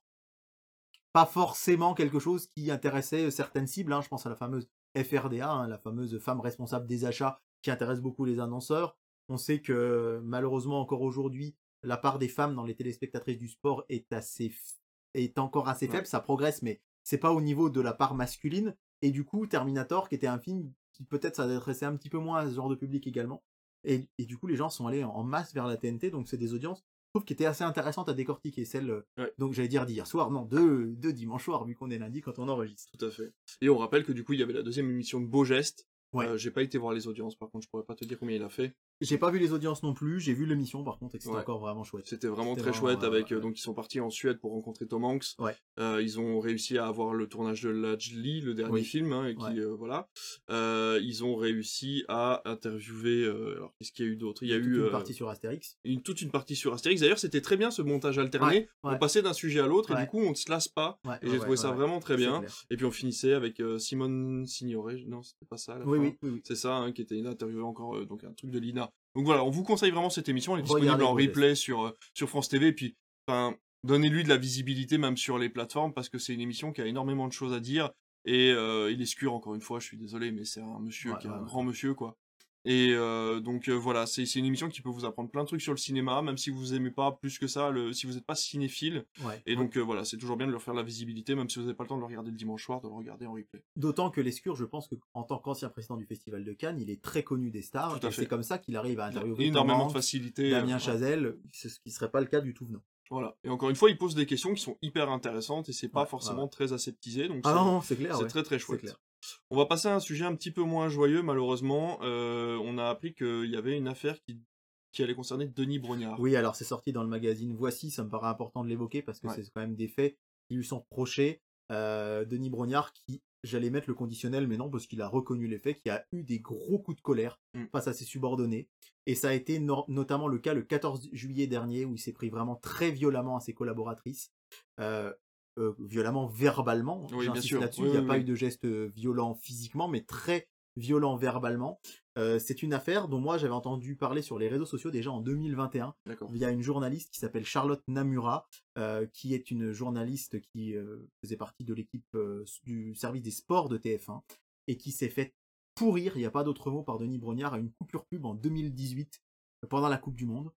pas forcément quelque chose qui intéressait certaines cibles, hein. Je pense à la fameuse F R D A, hein, la fameuse femme responsable des achats, qui intéresse beaucoup les annonceurs. On sait que malheureusement encore aujourd'hui, la part des femmes dans les téléspectatrices du sport est assez f- est encore assez faible, Ouais. ça progresse, mais c'est pas au niveau de la part masculine. Et du coup, Terminator, qui était un film qui peut-être s'adressait un petit peu moins à ce genre de public également. Et, et du coup, les gens sont allés en, en masse vers la T N T, donc c'est des audiences, je trouve, qui étaient assez intéressantes à décortiquer. Celle, euh, Ouais. donc j'allais dire d'hier soir, non, de, de dimanche soir, vu qu'on est lundi quand on enregistre. Tout à fait. Et on rappelle que du coup, il y avait la deuxième émission de Beau Geste. Ouais. Euh, j'ai pas été voir les audiences, par contre, je pourrais pas te dire combien il a fait. J'ai pas vu les audiences non plus, j'ai vu l'émission par contre, et c'était Ouais. encore vraiment chouette. C'était vraiment C'était très vraiment, chouette. euh, Avec, euh, ouais. donc, ils sont partis en Suède pour rencontrer Tom Hanks. Ouais. Euh, ils ont réussi à avoir le tournage de Lajli, le dernier Oui. film, hein, et qui, Ouais. euh, voilà. Euh, ils ont réussi à interviewer. Euh, alors, qu'est-ce qu'il y a eu d'autre? Il y a Toute eu une euh, partie sur Astérix. une, toute une partie sur Astérix. D'ailleurs, c'était très bien ce montage alterné. Ouais, On ouais. passait d'un sujet à l'autre, et Ouais. du coup, on ne se lasse pas. Ouais, Et ouais, j'ai ouais, trouvé ouais, ça ouais. vraiment très C'est bien. clair. Et puis, on finissait avec euh, Simone Signoret. Non, c'était pas ça à la Oui, fin. oui, oui, oui. C'est ça, hein, qui était une interviewée encore, euh, donc un truc de Lina. Donc voilà, on vous conseille vraiment cette émission. Elle est Regardez disponible en Beau Geste. replay sur, euh, sur France T V. Et puis, enfin, donnez-lui de la visibilité même sur les plateformes parce que c'est une émission qui a énormément de choses à dire. Et euh, il est scure, encore une fois, je suis désolé, mais c'est un monsieur Ouais, qui est ouais, un ouais. grand monsieur, quoi. Et euh, donc euh, voilà, c'est c'est une émission qui peut vous apprendre plein de trucs sur le cinéma, même si vous aimez pas plus que ça, le, si vous n'êtes pas cinéphile. Ouais. Et donc euh, voilà, c'est toujours bien de leur faire la visibilité, même si vous n'avez pas le temps de le regarder le dimanche soir, de le regarder en replay. D'autant que Lescure, je pense qu'en tant qu'ancien président du Festival de Cannes, il est très connu des stars, Tout à et fait. c'est comme ça qu'il arrive à Il y a interviewer Tom énormément de Hanks, facilité. Damien euh, Chazelle, ce qui serait pas le cas du tout venant. Voilà. Et encore une fois, il pose des questions qui sont hyper intéressantes et c'est pas Ouais, forcément ouais, ouais. très aseptisé, donc Ah c'est non, non, c'est clair, c'est ouais. très très C'est chouette. clair. On va passer à un sujet un petit peu moins joyeux, malheureusement. Euh, on a appris qu'il y avait une affaire qui, qui allait concerner Denis Brognard. Oui, alors c'est sorti dans le magazine Voici, ça me paraît important de l'évoquer parce que Ouais. c'est quand même des faits qui lui sont reprochés. Euh, Denis Brognard qui, j'allais mettre le conditionnel, mais non, parce qu'il a reconnu les faits, qui a eu des gros coups de colère Mm. face à ses subordonnés. Et ça a été no- notamment le cas le quatorze juillet dernier, où il s'est pris vraiment très violemment à ses collaboratrices. Euh, euh, violemment verbalement, Oui, bien j'insiste sûr. là-dessus, Oui, il n'y a oui, pas oui. eu de geste violent physiquement, mais très violent verbalement. Euh, c'est une affaire dont moi j'avais entendu parler sur les réseaux sociaux déjà en deux mille vingt et un, D'accord. via une journaliste qui s'appelle Charlotte Namura, euh, qui est une journaliste qui euh, faisait partie de l'équipe euh, du service des sports de T F un, et qui s'est fait pourrir, il n'y a pas d'autre mot, par Denis Brognard à une coupure pub en deux mille dix-huit, euh, pendant la Coupe du Monde.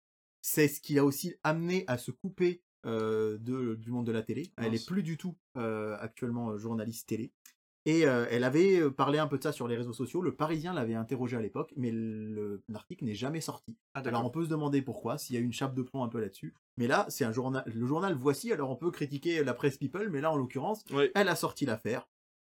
c'est ce qui l'a aussi amené à se couper euh, de, du monde de la télé. Elle Mince. est plus du tout euh, actuellement euh, journaliste télé. Et euh, elle avait euh, parlé un peu de ça sur les réseaux sociaux. Le Parisien l'avait interrogé à l'époque, mais le- l'article n'est jamais sorti. Ah, Alors on d'accord. peut se demander pourquoi, s'il y a une chape de plomb un peu là-dessus. Mais là, c'est un journal, le journal Voici. Alors on peut critiquer la presse People, mais là en l'occurrence, Ouais. elle a sorti l'affaire.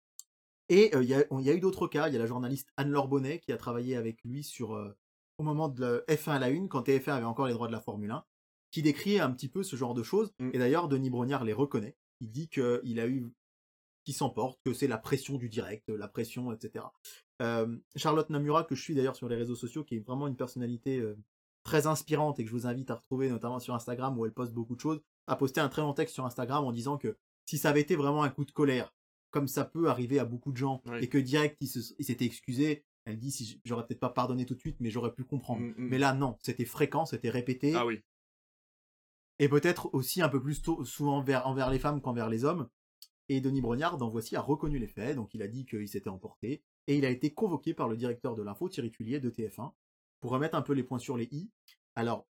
Et il y, a, y a eu d'autres cas. Il y a la journaliste Anne-Laure Bonnet qui a travaillé avec lui sur euh, au moment de la F un à la une, quand T F un avait encore les droits de la Formule un, qui décrit un petit peu ce genre de choses. Mm. Et d'ailleurs, Denis Brognard les reconnaît. Il dit qu'il a eu, qui s'emporte, que c'est la pression du direct, la pression, et cetera. Euh, Charlotte Namura, que je suis d'ailleurs sur les réseaux sociaux, qui est vraiment une personnalité euh, très inspirante et que je vous invite à retrouver notamment sur Instagram où elle poste beaucoup de choses, a posté un très long texte sur Instagram en disant que si ça avait été vraiment un coup de colère, comme ça peut arriver à beaucoup de gens, Oui. et que direct il, se, il s'était excusé, elle dit si j'aurais peut-être pas pardonné tout de suite, mais j'aurais pu comprendre. Mm, mm. Mais là non, c'était fréquent, c'était répété, Ah oui. et peut-être aussi un peu plus tôt, souvent envers, envers les femmes qu'envers les hommes. Et Denis Brognard, dans Voici, a reconnu les faits, donc il a dit qu'il s'était emporté, et il a été convoqué par le directeur de l'info, Thierry Tulier, de T F un, pour remettre un peu les points sur les i. Alors,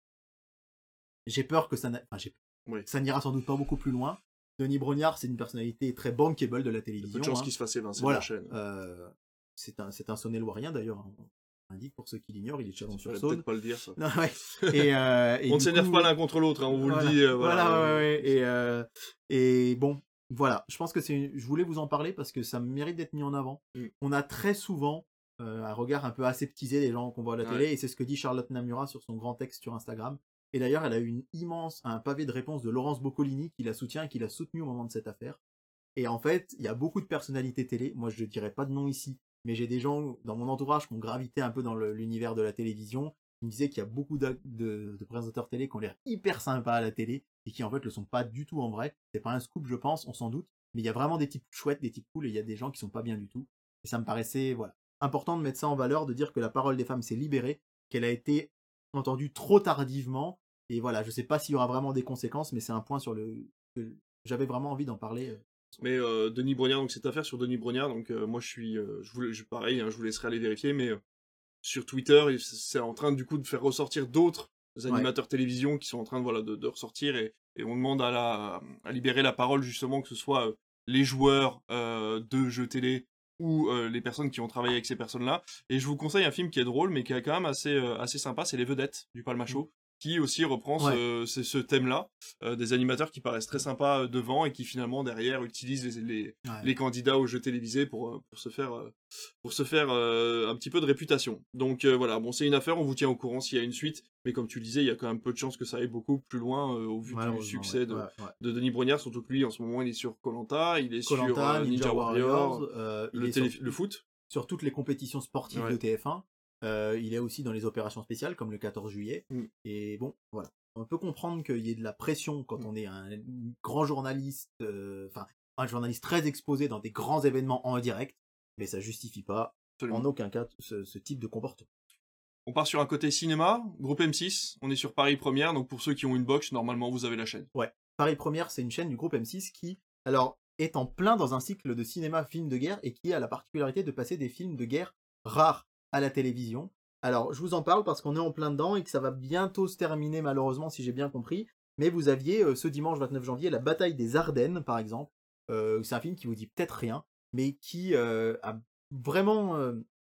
j'ai peur que ça, n'a... enfin, j'ai... Oui. ça n'ira sans doute pas beaucoup plus loin. Denis Brognard, c'est une personnalité très bankable de la Il y a télévision. peu de chances hein. qu'il se fasse évincer Voilà. de la chaîne. Euh, c'est un, c'est un Saône-et-Loirien d'ailleurs. On indique pour ceux qui l'ignorent, il est de Fallait Chalon-sur-Saône. peut-être pas le dire, ça. Non, ouais. Et, euh, et On ne du s'énerve coup- pas l'un contre l'autre, hein, on vous voilà. le dit. euh, voilà. Voilà, ouais, ouais, ouais. Et, euh, et bon, voilà. Je pense que c'est. une- Je voulais vous en parler parce que ça mérite d'être mis en avant. Mm. On a très souvent euh, un regard un peu aseptisé des gens qu'on voit à la Ouais. télé, et c'est ce que dit Charlotte Namura sur son grand texte sur Instagram. Et d'ailleurs, elle a eu une immense, un pavé de réponse de Laurence Boccolini qui la soutient et qui l'a soutenue au moment de cette affaire. Et en fait, il y a beaucoup de personnalités télé. Moi, je ne dirais pas de nom ici, mais j'ai des gens dans mon entourage qui ont gravité un peu dans le- l'univers de la télévision. Ils me disaient qu'il y a beaucoup de, de, de présentateurs télé qui ont l'air hyper sympas à la télé et qui en fait le sont pas du tout en vrai. C'est pas un scoop, je pense, on s'en doute. Mais il y a vraiment des types chouettes, des types cool, et il y a des gens qui sont pas bien du tout. Et ça me paraissait, voilà, important de mettre ça en valeur, de dire que la parole des femmes s'est libérée, qu'elle a été entendue trop tardivement. Et voilà, je sais pas s'il y aura vraiment des conséquences, mais c'est un point sur le que j'avais vraiment envie d'en parler. euh. Mais euh, Denis Brognard, donc cette affaire sur Denis Brognard, donc euh, moi je suis, euh, je voulais, je, pareil, hein, je vous laisserai aller vérifier, mais euh, sur Twitter, il- c'est en train du coup de faire ressortir d'autres animateurs télévision qui sont en train de voilà de, de ressortir et, et on demande à la à libérer la parole justement, que ce soit euh, les joueurs euh, de jeux télé ou euh, les personnes qui ont travaillé avec ces personnes-là. Et je vous conseille un film qui est drôle mais qui est quand même assez euh, assez sympa, c'est Les Vedettes du Palmacho, qui aussi reprend ce, ce, ce thème-là, euh, des animateurs qui paraissent très sympas euh, devant et qui finalement derrière utilisent les, les, Ouais. les candidats aux jeux télévisés pour, euh, pour se faire, euh, pour se faire euh, un petit peu de réputation. Donc euh, voilà, bon, c'est une affaire, on vous tient au courant s'il y a une suite, mais comme tu le disais, il y a quand même peu de chances que ça aille beaucoup plus loin euh, au vu du Malheureusement, succès ouais, de, ouais, ouais. de Denis Brognard, surtout que lui en ce moment il est sur koh lanta, il est sur Koh-Lanta, euh, Ninja, Ninja Warrior, Warriors, euh, il le, est télé- sur, le foot. sur toutes les compétitions sportives Ouais. de T F un. Euh, il est aussi dans les opérations spéciales comme le quatorze juillet. Mm. Et bon, voilà. On peut comprendre qu'il y ait de la pression quand Mm. on est un grand journaliste, euh, enfin un journaliste très exposé dans des grands événements en direct, mais ça justifie pas Absolument. en aucun cas ce, ce type de comportement. On part sur un côté cinéma, groupe M six, on est sur Paris Première, donc pour ceux qui ont une box, normalement vous avez la chaîne. Ouais. Paris Première, c'est une chaîne du groupe M six qui, alors, est en plein dans un cycle de cinéma film de guerre et qui a la particularité de passer des films de guerre rares à la télévision. Alors, je vous en parle parce qu'on est en plein dedans et que ça va bientôt se terminer, malheureusement, si j'ai bien compris. Mais vous aviez euh, ce dimanche vingt-neuf janvier la bataille des Ardennes, par exemple. Euh, c'est un film qui vous dit peut-être rien, mais qui euh, a vraiment... euh,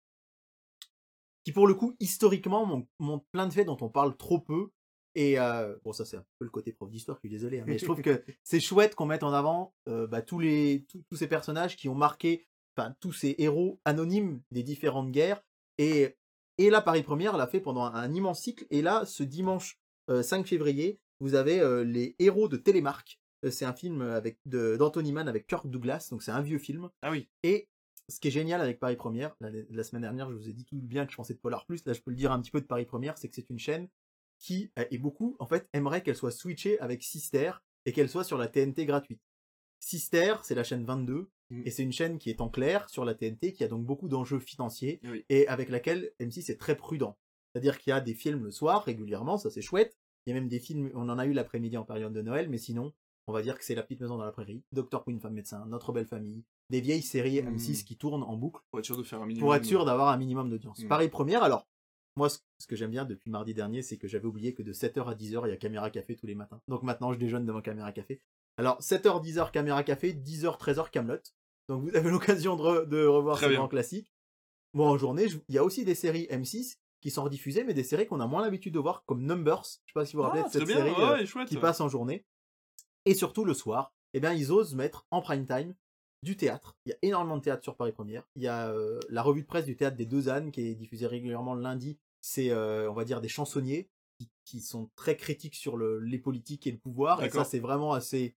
qui, pour le coup, historiquement, montre, montre plein de faits dont on parle trop peu. Et euh, bon, ça, c'est un peu le côté prof d'histoire, je suis désolé, hein, mais je trouve que c'est chouette qu'on mette en avant euh, bah, tous, les, tous, tous ces personnages qui ont marqué, enfin, tous ces héros anonymes des différentes guerres. Et, et là, Paris Première l'a fait pendant un, un immense cycle. Et là, ce dimanche euh, cinq février, vous avez euh, les héros de Télémark. Euh, c'est un film avec de, d'Anthony Mann avec Kirk Douglas, donc c'est un vieux film. Ah oui. Et ce qui est génial avec Paris Première, la, la semaine dernière, je vous ai dit tout le bien que je pensais de Polar Plus. Là, je peux le dire un petit peu de Paris Première, c'est que c'est une chaîne qui, et beaucoup, en fait, aimerait qu'elle soit switchée avec Sister et qu'elle soit sur la T N T gratuite. Sister, c'est la chaîne vingt-deux, mmh. et c'est une chaîne qui est en clair sur la T N T, qui a donc beaucoup d'enjeux financiers, oui. et avec laquelle M six est très prudent. C'est-à-dire qu'il y a des films le soir, régulièrement, ça c'est chouette. Il y a même des films, on en a eu l'après-midi en période de Noël, mais sinon, on va dire que c'est La Petite Maison dans la Prairie, Docteur Queen, Femme Médecin, Notre Belle Famille, des vieilles séries mmh. M six qui tournent en boucle. Pour être sûr de faire un minimum. Pour être sûr d'avoir un minimum d'audience. Mmh. Paris Première, alors, moi, ce, ce que j'aime bien depuis mardi dernier, c'est que j'avais oublié que de sept heures à dix heures, il y a Caméra Café tous les matins. Donc maintenant, je déjeune devant Caméra Café. Alors, sept heures, dix heures, Caméra Café, dix heures, treize heures, Kaamelott. Donc vous avez l'occasion de, re, de revoir Très ce bien. grand classique. Moi, en journée, je- il y a aussi des séries M six qui sont rediffusées, mais des séries qu'on a moins l'habitude de voir, comme Numbers. Je sais pas si vous vous rappelez Ah, de cette très bien, série ouais, euh, ouais, chouette. qui passe en journée. Et surtout, le soir, eh bien, ils osent mettre en prime time du théâtre. Il y a énormément de théâtre sur Paris Première. Il y a euh, la revue de presse du théâtre des Deux Ânes qui est diffusée régulièrement le lundi. C'est, euh, on va dire, des chansonniers qui, qui sont très critiques sur le, les politiques et le pouvoir. Et ça, D'accord. c'est vraiment assez...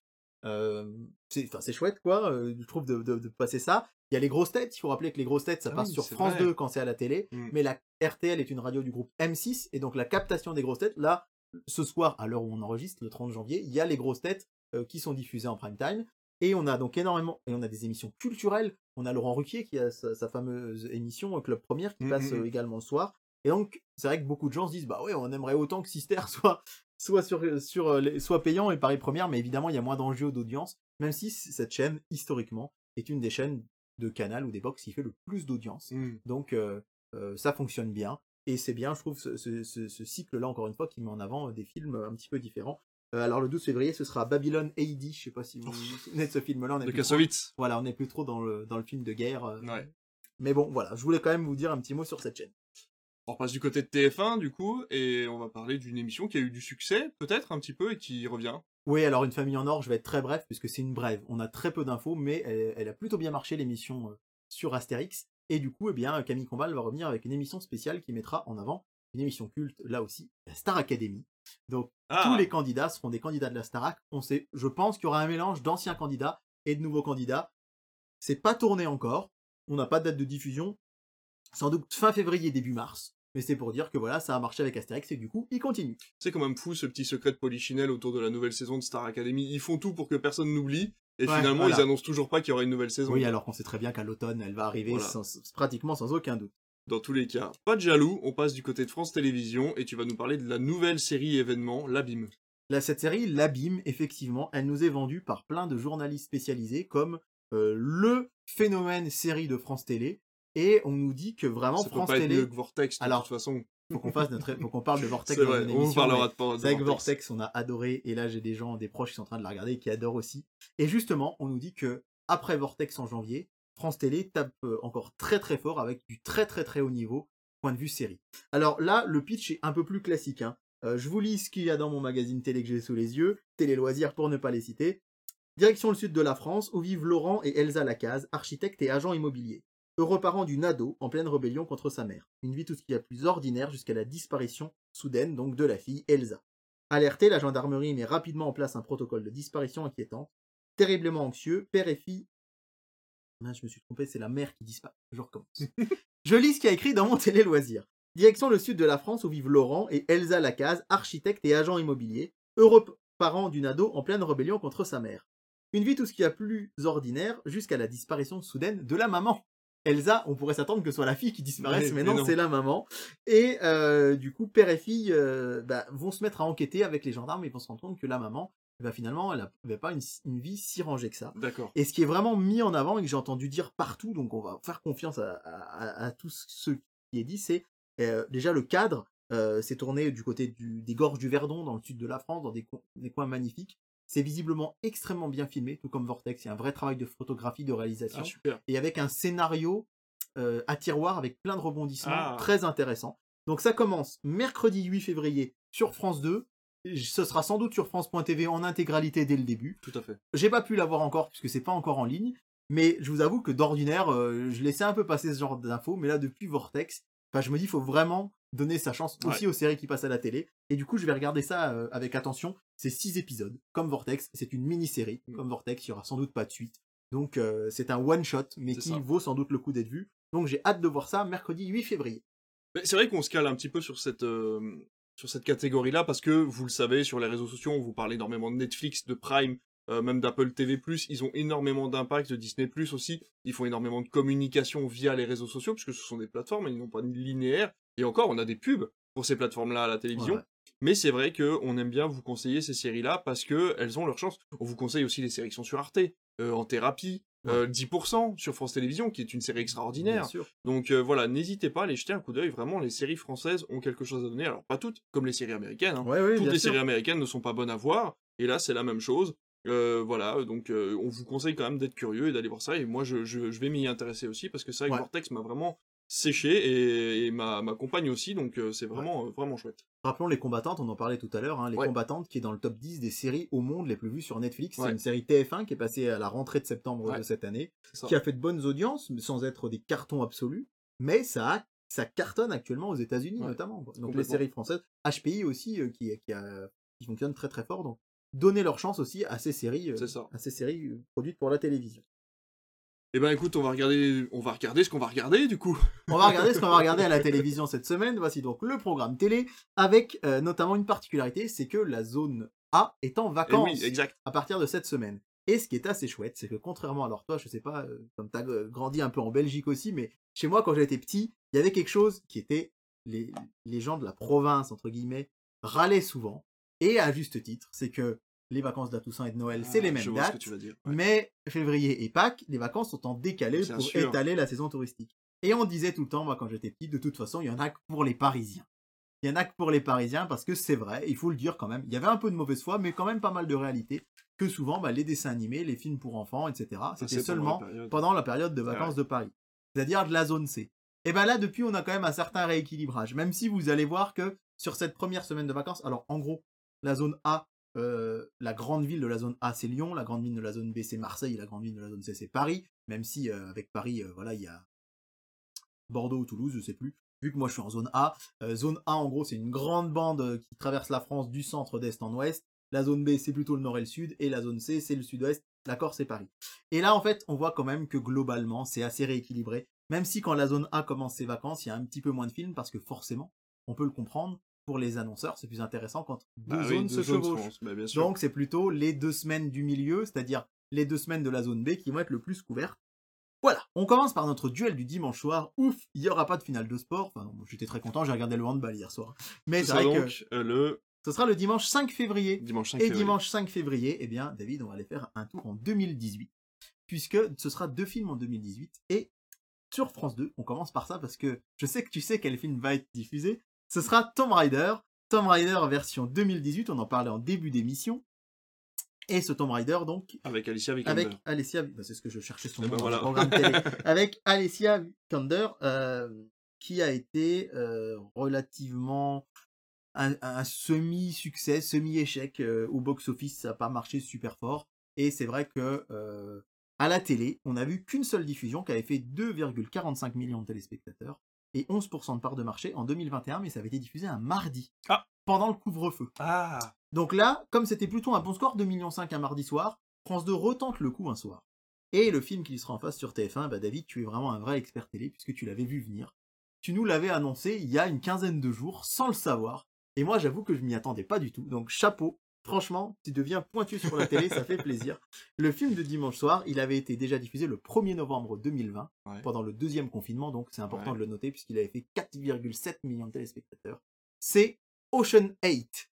Euh, c'est, enfin, c'est chouette, quoi, euh, je trouve, de, de, de passer ça. Il y a les grosses têtes. Il faut rappeler que les grosses têtes, ça Ah passe oui, sur c'est France vrai. deux quand c'est à la télé. Mm. Mais la R T L est une radio du groupe M six. Et donc, la captation des grosses têtes, là, ce soir, à l'heure où on enregistre, le trente janvier, il y a les grosses têtes euh, qui sont diffusées en prime time. Et on a donc énormément, et on a des émissions culturelles. On a Laurent Ruquier qui a sa, sa fameuse émission euh, Club Première qui Mm, passe mm, euh, mm. également le soir. Et donc, c'est vrai que beaucoup de gens se disent, bah ouais, on aimerait autant que Sister soit, soit, sur, sur, euh, les, soit payant et Paris Première, mais évidemment, il y a moins d'enjeux d'audience, même si cette chaîne, historiquement, est une des chaînes de Canal ou des box qui fait le plus d'audience. Mm. Donc, euh, euh, ça fonctionne bien. Et c'est bien, je trouve, ce, ce, ce, ce cycle-là, encore une fois, qui met en avant euh, des films euh, un petit peu différents. Euh, alors, le douze février, ce sera Babylon A D. Je sais pas si vous vous souvenez de ce film-là. On est De plus trop- Kassovitz. Voilà, on n'est plus trop dans le, dans le film de guerre. euh, Ouais. Mais bon, voilà, je voulais quand même vous dire un petit mot sur cette chaîne. On passe du côté de T F un, du coup, et on va parler d'une émission qui a eu du succès, peut-être, un petit peu, et qui revient. Oui, alors Une famille en or, je vais être très bref, puisque c'est une brève. On a très peu d'infos, mais elle, elle a plutôt bien marché, l'émission euh, sur Astérix. Et du coup, eh bien, Camille Combal va revenir avec une émission spéciale qui mettra en avant une émission culte, là aussi, la Star Academy. Donc, Ah. tous les candidats seront des candidats de la Starac. On sait, je pense qu'il y aura un mélange d'anciens candidats et de nouveaux candidats. C'est pas tourné encore. On n'a pas de date de diffusion. Sans doute fin février, début mars. Mais c'est pour dire que voilà, ça a marché avec Astérix et du coup, il continue. C'est quand même fou ce petit secret de Polichinelle autour de la nouvelle saison de Star Academy. Ils font tout pour que personne n'oublie, et Ouais, finalement, voilà. ils annoncent toujours pas qu'il y aura une nouvelle saison. Oui, alors qu'on sait très bien qu'à l'automne, elle va arriver Voilà. sans, pratiquement sans aucun doute. Dans tous les cas, pas de jaloux, on passe du côté de France Télévisions, et tu vas nous parler de la nouvelle série événement, L'Abîme. Là, cette série, L'Abîme, effectivement, elle nous est vendue par plein de journalistes spécialisés comme euh, le phénomène série de France Télé. Et on nous dit que vraiment Ça France peut pas Télé... être mieux que Vortex, de Alors, toute façon. faut qu'on fasse notre, faut qu'on parle de Vortex C'est dans vrai, une on vous émission. parlera mais de, de C'est vrai que Vortex. Vortex, on a adoré, et là j'ai des gens, des proches qui sont en train de la regarder et qui adorent aussi. Et justement, on nous dit que après Vortex en janvier, France Télé tape euh, encore très très fort avec du très très très haut niveau, point de vue série. Alors là, le pitch est un peu plus classique. Hein. Euh, je vous lis ce qu'il y a dans mon magazine télé que j'ai sous les yeux, Télé Loisirs pour ne pas les citer. Direction le sud de la France, où vivent Laurent et Elsa Lacaze, architectes et agents immobiliers. Heureux parents d'une ado en pleine rébellion contre sa mère. Une vie tout ce qu'il y a de plus ordinaire jusqu'à la disparition soudaine donc de la fille Elsa. Alertée, la gendarmerie met rapidement en place un protocole de disparition inquiétant. Terriblement anxieux, père et fille... Non, je me suis trompé, c'est la mère qui disparaît. Je recommence. Je lis ce qu'il y a écrit dans mon télé loisir. Direction le sud de la France où vivent Laurent et Elsa Lacaze, architectes et agents immobiliers, heureux parents d'une ado en pleine rébellion contre sa mère. Une vie tout ce qu'il y a de plus ordinaire jusqu'à la disparition soudaine de la maman. Elsa, on pourrait s'attendre que ce soit la fille qui disparaisse, Ouais, mais mais non, non. c'est la maman. Et euh, du coup, père et fille euh, bah, vont se mettre à enquêter avec les gendarmes et vont se rendre compte que la maman, bah, finalement, elle n'avait pas une, une vie si rangée que ça. D'accord. Et ce qui est vraiment mis en avant et que j'ai entendu dire partout, donc on va faire confiance à, à, à tout ce qui est dit, c'est euh, déjà le cadre. Euh, c'est tourné du côté du, des gorges du Verdon, dans le sud de la France, dans des, co des coins magnifiques. C'est visiblement extrêmement bien filmé, tout comme Vortex. Il y a un vrai travail de photographie, de réalisation. Ah, super. Et avec un scénario euh, à tiroir avec plein de rebondissements Ah. très intéressants. Donc ça commence mercredi huit février sur France deux. Ce sera sans doute sur France point T V en intégralité dès le début. Tout à fait. J'ai pas pu l'avoir encore puisque c'est pas encore en ligne. Mais je vous avoue que d'ordinaire, euh, je laissais un peu passer ce genre d'infos. Mais là, depuis Vortex, bah, je me dis il faut vraiment donner sa chance aussi Ouais. aux séries qui passent à la télé. Et du coup, je vais regarder ça euh, avec attention. C'est six épisodes, comme Vortex. C'est une mini-série. Mm. Comme Vortex, il y aura sans doute pas de suite. Donc, euh, c'est un one-shot, mais C'est qui ça. vaut sans doute le coup d'être vu. Donc, j'ai hâte de voir ça mercredi huit février. Mais c'est vrai qu'on se cale un petit peu sur cette, euh, sur cette catégorie-là, parce que, vous le savez, sur les réseaux sociaux, on vous parle énormément de Netflix, de Prime, euh, même d'Apple T V plus, ils ont énormément d'impact, de Disney plus aussi, ils font énormément de communication via les réseaux sociaux, puisque ce sont des plateformes, ils n'ont pas de linéaire, et encore, on a des pubs pour ces plateformes-là à la télévision, Ouais. mais c'est vrai qu'on aime bien vous conseiller ces séries-là, parce qu'elles ont leur chance. On vous conseille aussi les séries qui sont sur Arte, euh, En Thérapie, euh, dix pour cent sur France Télévisions, qui est une série Bien extraordinaire. sûr. Donc euh, voilà, n'hésitez pas à aller jeter un coup d'œil. Vraiment, les séries françaises ont quelque chose à donner. Alors pas toutes, comme les séries américaines. Hein. Ouais, ouais, Toutes bien les sûr. séries américaines ne sont pas bonnes à voir. Et là, c'est la même chose. Euh, voilà, donc euh, on vous conseille quand même d'être curieux et d'aller voir ça. Et moi, je, je, je vais m'y intéresser aussi parce que c'est vrai que Ouais. Vortex m'a vraiment séché et, et ma, ma compagne aussi. Donc euh, c'est vraiment, euh, vraiment chouette. Rappelons Les Combattantes, on en parlait tout à l'heure, hein, Les Ouais. Combattantes qui est dans le top dix des séries au monde les plus vues sur Netflix. C'est Ouais. une série T F un qui est passée à la rentrée de septembre Ouais. de cette année, C'est ça. qui a fait de bonnes audiences, mais sans être des cartons absolus, mais ça, a- ça cartonne actuellement aux États-Unis Ouais. notamment. quoi. Donc les Complètement. séries françaises, H P I aussi, euh, qui, qui, a- qui fonctionne très très fort. Donc donnez leur chance aussi à ces séries, euh, C'est ça. à ces séries euh, produites pour la télévision. Eh ben écoute, on va regarder, on va regarder ce qu'on va regarder du coup. On va regarder ce qu'on va regarder à la télévision cette semaine. Voici donc le programme télé, avec euh, notamment une particularité, c'est que la zone A est en Et vacances oui, exact. à partir de cette semaine. Et ce qui est assez chouette, c'est que contrairement, alors toi, je sais pas, euh, comme tu as grandi un peu en Belgique aussi, mais chez moi, quand j'étais petit, il y avait quelque chose qui était, les, les gens de la province, entre guillemets, râlaient souvent, et à juste titre, c'est que les vacances de la Toussaint et de Noël, c'est les Ah, mêmes je vois ce que dates, tu vas dire. Ouais. mais février et Pâques, les vacances sont en décalé Bien pour sûr. étaler la saison touristique. Et on disait tout le temps, moi quand j'étais petit, de toute façon, il y en a que pour les Parisiens. Il y en a que pour les Parisiens parce que c'est vrai, il faut le dire quand même. Il y avait un peu de mauvaise foi, mais quand même pas mal de réalité. Que souvent, bah, les dessins animés, les films pour enfants, et cetera, Ah, c'était c'est pendant la seulement période. pendant la période de C'est vacances vrai. de Paris. C'est-à-dire de la zone C. Et ben là, depuis, on a quand même un certain rééquilibrage. Même si vous allez voir que sur cette première semaine de vacances, alors en gros, la zone A, euh, la grande ville de la zone A, c'est Lyon, la grande ville de la zone B, c'est Marseille, la grande ville de la zone C, c'est Paris. Même si euh, avec Paris, euh, voilà, il y a Bordeaux ou Toulouse, je sais plus. Vu que moi je suis en zone A, euh, zone A en gros c'est une grande bande euh, qui traverse la France du centre d'est en ouest. La zone B c'est plutôt le nord et le sud, et la zone C c'est le sud-ouest, la Corse et Paris. Et là en fait on voit quand même que globalement c'est assez rééquilibré. Même si quand la zone A commence ses vacances, il y a un petit peu moins de films parce que forcément, on peut le comprendre, pour les annonceurs c'est plus intéressant quand deux Bah oui, zones deux se zones chevauchent. France, bah, bien sûr. Donc c'est plutôt les deux semaines du milieu, c'est-à-dire les deux semaines de la zone B qui vont être le plus couvertes. Voilà, on commence par notre duel du dimanche soir. Ouf, il n'y aura pas de finale de sport. Enfin, non, j'étais très content, j'ai regardé le handball hier soir. Mais Ce c'est sera vrai que donc euh, le ce sera le dimanche cinq février. dimanche cinq Et février. dimanche cinq février, eh bien, David, on va aller faire un tour en deux mille dix-huit. Puisque ce sera deux films en deux mille dix-huit. Et sur France deux, on commence par ça parce que je sais que tu sais quel film va être diffusé. Ce sera Tomb Raider. Tomb Raider version deux mille dix-huit, on en parlait en début d'émission. Et ce Tomb Raider, donc, Avec Alicia Vikander. avec Alicia, bah, c'est ce que je cherchais son Eh nom ben dans voilà. le programme télé, avec Alicia Vikander, euh, qui a été euh, relativement un, un semi-succès, semi-échec euh, au box-office, ça n'a pas marché super fort. Et c'est vrai que euh, à la télé, on n'a vu qu'une seule diffusion qui avait fait deux virgule quarante-cinq millions de téléspectateurs et onze pour cent de part de marché en deux mille vingt et un, mais ça avait été diffusé un mardi, Ah. pendant le couvre-feu. Ah. Donc là, comme c'était plutôt un bon score, deux virgule cinq millions un mardi soir, France deux retente le coup un soir. Et le film qui sera en face sur T F un, bah David, tu es vraiment un vrai expert télé, puisque tu l'avais vu venir. Tu nous l'avais annoncé il y a une quinzaine de jours, sans le savoir. Et moi, j'avoue que je m'y attendais pas du tout. Donc chapeau, franchement, tu deviens pointu sur la télé, ça fait plaisir. Le film de dimanche soir, il avait été déjà diffusé le premier novembre deux mille vingt, Ouais. pendant le deuxième confinement, donc c'est important Ouais. de le noter, puisqu'il avait fait quatre virgule sept millions de téléspectateurs. C'est Ocean huit.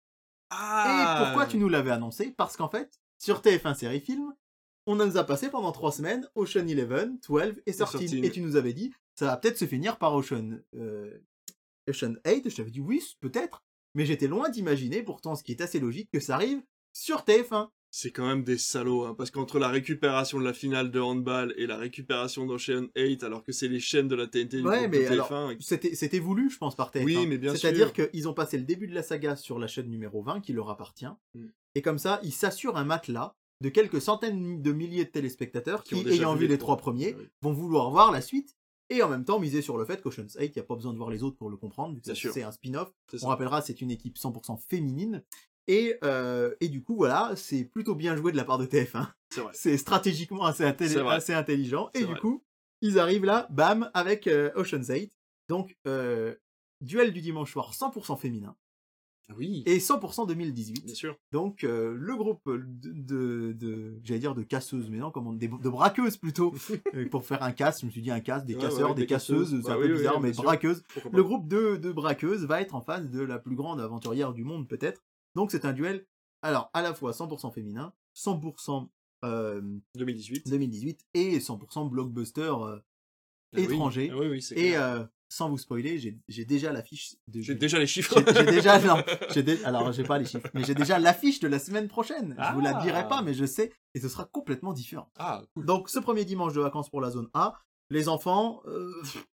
Ah. Et pourquoi tu nous l'avais annoncé? Parce qu'en fait, sur T F un Série Film, on nous a passé pendant trois semaines Ocean eleven, douze et thirteen. thirteen. Et tu nous avais dit, ça va peut-être se finir par Ocean, euh, Ocean huit. Je t'avais dit oui, peut-être. Mais j'étais loin d'imaginer, pourtant, ce qui est assez logique, que ça arrive sur T F un. C'est quand même des salauds, hein, parce qu'entre la récupération de la finale de handball et la récupération d'Ocean huit, alors que c'est les chaînes de la T N T du Ouais, groupe mais de T F un... alors, c'était, c'était voulu, je pense, par T F un. Oui, mais bien C'est-à-dire sûr. qu'ils ont passé le début de la saga sur la chaîne numéro vingt, qui leur appartient. Mm. Et comme ça, ils s'assurent un matelas de quelques centaines de milliers de téléspectateurs Qui qui, ont déjà ayant vu vu les les trois. trois premiers, Ah oui. vont vouloir voir la suite. Et en même temps, miser sur le fait qu'Ocean's huit, il n'y a pas besoin de voir les autres pour le comprendre, vu que Bien sûr. c'est un spin-off. C'est On ça. rappellera, c'est une équipe cent pour cent féminine. Et, euh, et du coup, voilà, c'est plutôt bien joué de la part de T F un. C'est vrai. C'est stratégiquement assez, intelli- C'est vrai. assez intelligent. Et C'est du vrai. coup, ils arrivent là, bam, avec euh, Ocean's huit. Donc, euh, duel du dimanche soir cent pour cent féminin. Oui, Et cent pour cent deux mille dix-huit. bien sûr. Donc, euh, le groupe de, de, de- j'allais dire de casseuses, mais non, comment, des, de braqueuses plutôt. Euh, pour faire un casse, je me suis dit un casse, des Ouais, casseurs, ouais, des, des casseuses, casseuses. c'est Bah un oui, peu oui, bizarre, bien mais sûr. braqueuses. Pourquoi pas. Le groupe de, de braqueuses va être en face de la plus grande aventurière du monde, peut-être. Donc, c'est un duel, alors, à la fois cent pour cent féminin, cent pour cent euh, deux mille dix-huit. deux mille dix-huit et cent pour cent blockbuster euh, Ah oui. étranger. Ah oui, oui, c'est Et clair. euh, sans vous spoiler, j'ai j'ai déjà l'affiche de J'ai du- déjà les chiffres. j'ai j'ai déjà non, j'ai dé- alors j'ai pas les chiffres, mais j'ai déjà l'affiche de la semaine prochaine. Je vous la Ah. dirai pas, mais je sais, et ce sera complètement différent. Ah, cool. Donc ce premier dimanche de vacances pour la zone A, les enfants, euh,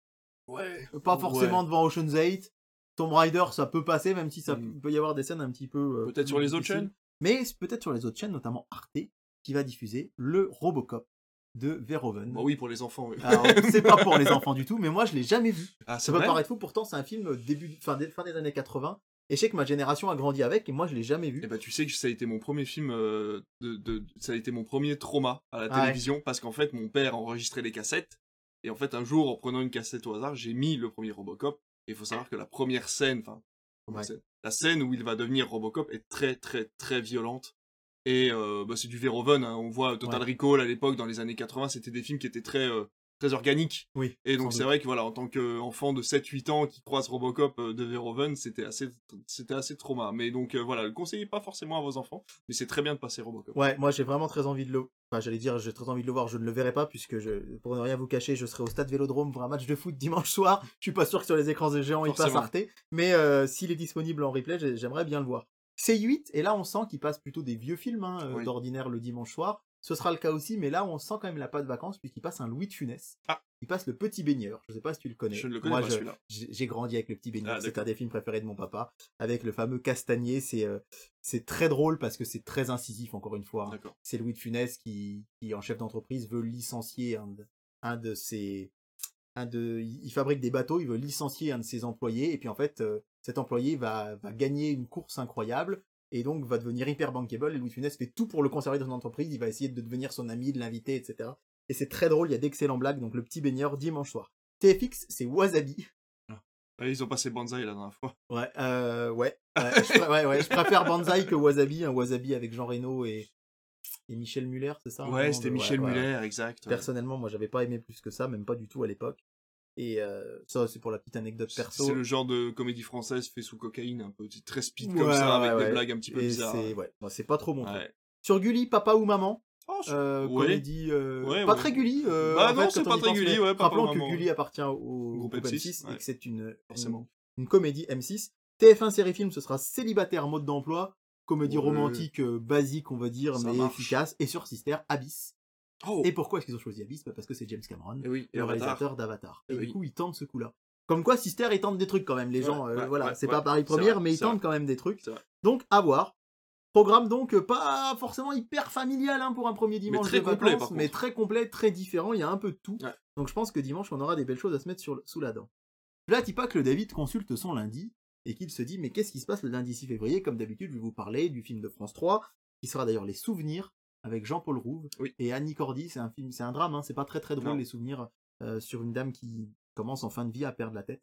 Ouais. pas forcément Ouais. devant Ocean's eight. Tomb Raider, ça peut passer, même si ça Mm. peut y avoir des scènes un petit peu. euh, Peut-être sur les autres difficiles. chaînes. Mais c'est peut-être sur les autres chaînes, notamment Arte, qui va diffuser le Robocop de Verhoeven. Bah oui, pour les enfants. Oui. Alors, c'est pas pour les enfants du tout, mais moi je l'ai jamais vu. Ah, c'est Ça peut vrai. paraître fou, pourtant c'est un film début, fin, des, fin des années quatre-vingts, et je sais que ma génération a grandi avec, et moi je l'ai jamais vu. Et bah tu sais que ça a été mon premier film, euh, de, de, ça a été mon premier trauma à la Ah ouais. télévision, parce qu'en fait mon père enregistrait les cassettes, et en fait un jour en prenant une cassette au hasard, j'ai mis le premier Robocop, et il faut savoir que la première scène, enfin, première Ouais. scène, la scène où il va devenir Robocop est très très très violente, et euh, bah, c'est du Verhoeven, hein. On voit Total Ouais. Recall à l'époque, dans les années quatre-vingts, c'était des films qui étaient très... euh, très organiques. Oui. Et donc sans c'est doute. vrai que voilà, en tant qu'enfant de sept huit ans qui croise Robocop euh, de Verhoeven, c'était assez, c'était assez trauma. Mais donc euh, voilà, le conseillez pas forcément à vos enfants, mais c'est très bien de passer Robocop. Ouais, moi j'ai vraiment très envie de le. Enfin, j'allais dire, j'ai très envie de le voir. Je ne le verrai pas puisque je, pour ne rien vous cacher, je serai au stade Vélodrome pour un match de foot dimanche soir. Je suis pas sûr que sur les écrans géants il passe Forcément. Arte, mais euh, s'il est disponible en replay, j'ai- j'aimerais bien le voir. C huit, et là on sent qu'il passe plutôt des vieux films hein, euh, Oui. d'ordinaire le dimanche soir. Ce sera le cas aussi, mais là on sent quand même la patte vacances puisqu'il passe un Louis de Funès. Ah. Il passe Le Petit Baigneur. Je sais pas si tu le connais. Je ne le connais Moi, pas je- celui-là. j'ai j'ai grandi avec Le Petit Baigneur. Ah, c'est d'accord. un des films préférés de mon papa. Avec le fameux Castagnier, c'est euh, c'est très drôle parce que c'est très incisif encore une fois. hein. D'accord. C'est Louis de Funès qui, qui en chef d'entreprise, veut licencier un de, un de ses... Un de, il fabrique des bateaux, il veut licencier un de ses employés, et puis en fait, euh, cet employé va, va gagner une course incroyable, et donc va devenir hyper bankable, et Louis de Funès fait tout pour le conserver dans son entreprise, il va essayer de devenir son ami, de l'inviter, et cetera. Et c'est très drôle, il y a d'excellentes blagues, donc Le Petit Baigneur, dimanche soir. T F X, c'est Wasabi. Ouais, ils ont passé Banzai la dernière fois. Ouais, euh, ouais, ouais, je, pr- ouais, ouais, je préfère Banzai que Wasabi, un Wasabi avec Jean Reno et, et Michel Muller, c'est ça? Ouais, non, c'était de- Michel ouais, ouais. Muller, exact. ouais. Personnellement, moi, j'avais pas aimé plus que ça, même pas du tout à l'époque. Et euh, ça, c'est pour la petite anecdote C'est perso. c'est le genre de comédie française fait sous cocaïne, un peu c'est très speed Ouais, comme ça, ouais, avec ouais. des blagues un petit peu Et bizarres. c'est ouais, moi, c'est pas trop mon truc. Ouais. Sur Gulli, papa ou maman, Oh, je- euh, ouais. comédie euh, Ouais, pas ouais. très Gulli. Euh, Bah en non, fait, c'est quand pas on y très pense, Gulli, mais ouais, papa rappelons ou que maman, Gulli ouais. appartient au Groupe groupe M M six, six et ouais. que c'est une, une, Forcément. une comédie M six. T F un série film, ce sera Célibataire mode d'emploi, comédie Ouais. romantique euh, basique, on va dire, Ça mais marche. efficace. Et sur Sister, Abyss. Oh. Et pourquoi est-ce qu'ils ont choisi Abyss? Bah, parce que c'est James Cameron, Et oui, et le Avatar. réalisateur d'Avatar. Et Eh du oui. coup, ils tentent ce coup-là. Comme quoi, Sister, ils tentent des trucs quand même. Les Ouais, gens, euh, ouais, voilà, ouais, c'est ouais. pas Paris C'est Première, vrai, mais ils c'est vrai. tentent quand même des trucs. C'est vrai. Donc, à voir. Programme donc euh, pas forcément hyper familial hein, pour un premier dimanche très de complet, vacances, par mais contre. très complet, très différent. Il y a un peu de tout. Ouais. Donc, je pense que dimanche, on aura des belles choses à se mettre sur, le- sous la dent. Là, dis pas que le David consulte son lundi et qu'il se dit mais qu'est-ce qui se passe le lundi six février? Comme d'habitude, je vais vous parler du film de France trois, qui sera d'ailleurs Les Souvenirs avec Jean-Paul Rouve Oui. et Annie Cordy. C'est un film, c'est un drame. Hein, c'est pas très très drôle Non. les souvenirs euh, sur une dame qui commence en fin de vie à perdre la tête.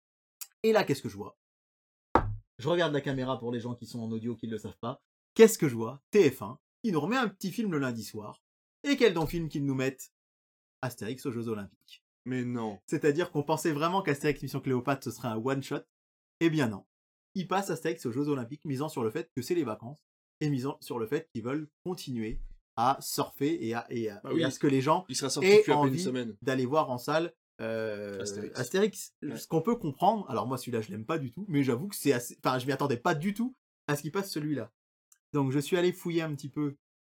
Et là, qu'est-ce que je vois? Je regarde la caméra pour les gens qui sont en audio qui ne le savent pas. Qu'est-ce que je vois? T F un, qui nous remet un petit film le lundi soir. Et quel donc film qu'ils nous mettent? Astérix aux Jeux Olympiques. Mais non. C'est-à-dire qu'on pensait vraiment qu'Astérix Mission Cléopâtre ce serait un one-shot. Eh bien non. Ils passent Astérix aux Jeux Olympiques, misant sur le fait que c'est les vacances, et misant sur le fait qu'ils veulent continuer à surfer et à, et à, Bah et oui. à ce que les gens Il sera sorti aient depuis à peine une envie semaine. d'aller voir en salle euh, Astérix. Astérix. Ouais. Ce qu'on peut comprendre, alors moi celui-là je l'aime pas du tout, mais j'avoue que c'est assez... Enfin je m'y attendais pas du tout à ce qu'il passe celui-là. Donc je suis allé fouiller un petit peu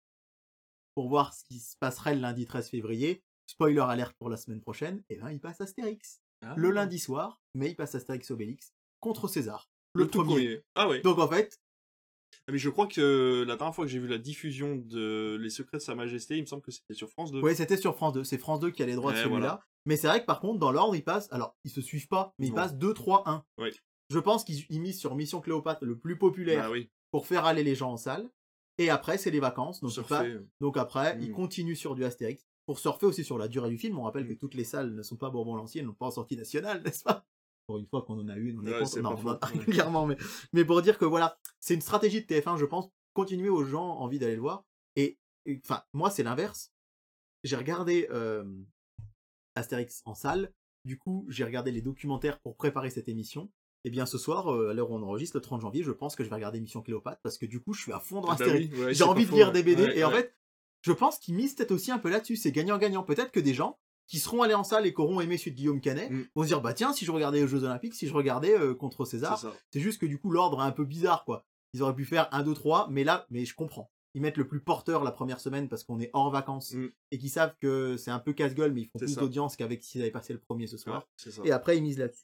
pour voir ce qui se passerait le lundi treize février. Spoiler alerte pour la semaine prochaine, et ben il passe Astérix. Ah. Le lundi soir, mais il passe Astérix Obélix contre César. Le, Le tout premier. premier. Ah ouais. Donc en fait, Ah, mais je crois que la dernière fois que j'ai vu la diffusion de Les Secrets de Sa Majesté, il me semble que c'était sur France deux. ouais, c'était sur France deux. C'est France deux qui a les droits de Ouais, celui-là. voilà. Mais c'est vrai que par contre, dans l'ordre, ils passent. Alors, ils se suivent pas, mais ils Non. passent deux, trois, un. Oui. Je pense qu'ils ils misent sur Mission Cléopâtre, le plus populaire, Bah oui. pour faire aller les gens en salle. Et après, c'est les vacances. Donc, ils Surfer. passent- donc après, Mm. ils continuent sur du Astérix. Pour surfer aussi sur la durée du film, on rappelle que toutes les salles ne sont pas Bourbon-Lancier, n'ont pas en sortie nationale, n'est-ce pas? Pour une fois qu'on en a une, on est Ouais, content. c'est Non, pas on faux. en a Ouais. régulièrement, mais, mais pour dire que voilà, c'est une stratégie de T F un, je pense, continuer aux gens envie d'aller le voir. Et, et, enfin, moi, c'est l'inverse. J'ai regardé euh, Astérix en salle. Du coup, j'ai regardé les documentaires pour préparer cette émission. Et bien, ce soir, euh, à l'heure où on enregistre, le trente janvier, je pense que je vais regarder Mission Cléopâtre parce que du coup, je suis à fond dans Ah bah Astérix. oui, ouais, J'ai c'est envie pas de faux, lire ouais. des B D. Ouais, et en ouais. fait, je pense qu'ils misent peut-être aussi un peu là-dessus. C'est gagnant-gagnant. Peut-être que des gens qui seront allés en salle et qui auront aimé celui de Guillaume Canet Mm. vont se dire, bah tiens, si je regardais les Jeux Olympiques, si je regardais euh, contre C'est César, ça. c'est juste que du coup, l'ordre est un peu bizarre, quoi. Ils auraient pu faire un, deux, trois, mais là, mais je comprends. Ils mettent le plus porteur la première semaine parce qu'on est hors vacances Mm. et qu'ils savent que c'est un peu casse-gueule, mais ils font C'est plus ça. d'audience qu'avec s'ils avaient passé le premier ce soir. Ouais, c'est ça. Et après, ils misent là-dessus.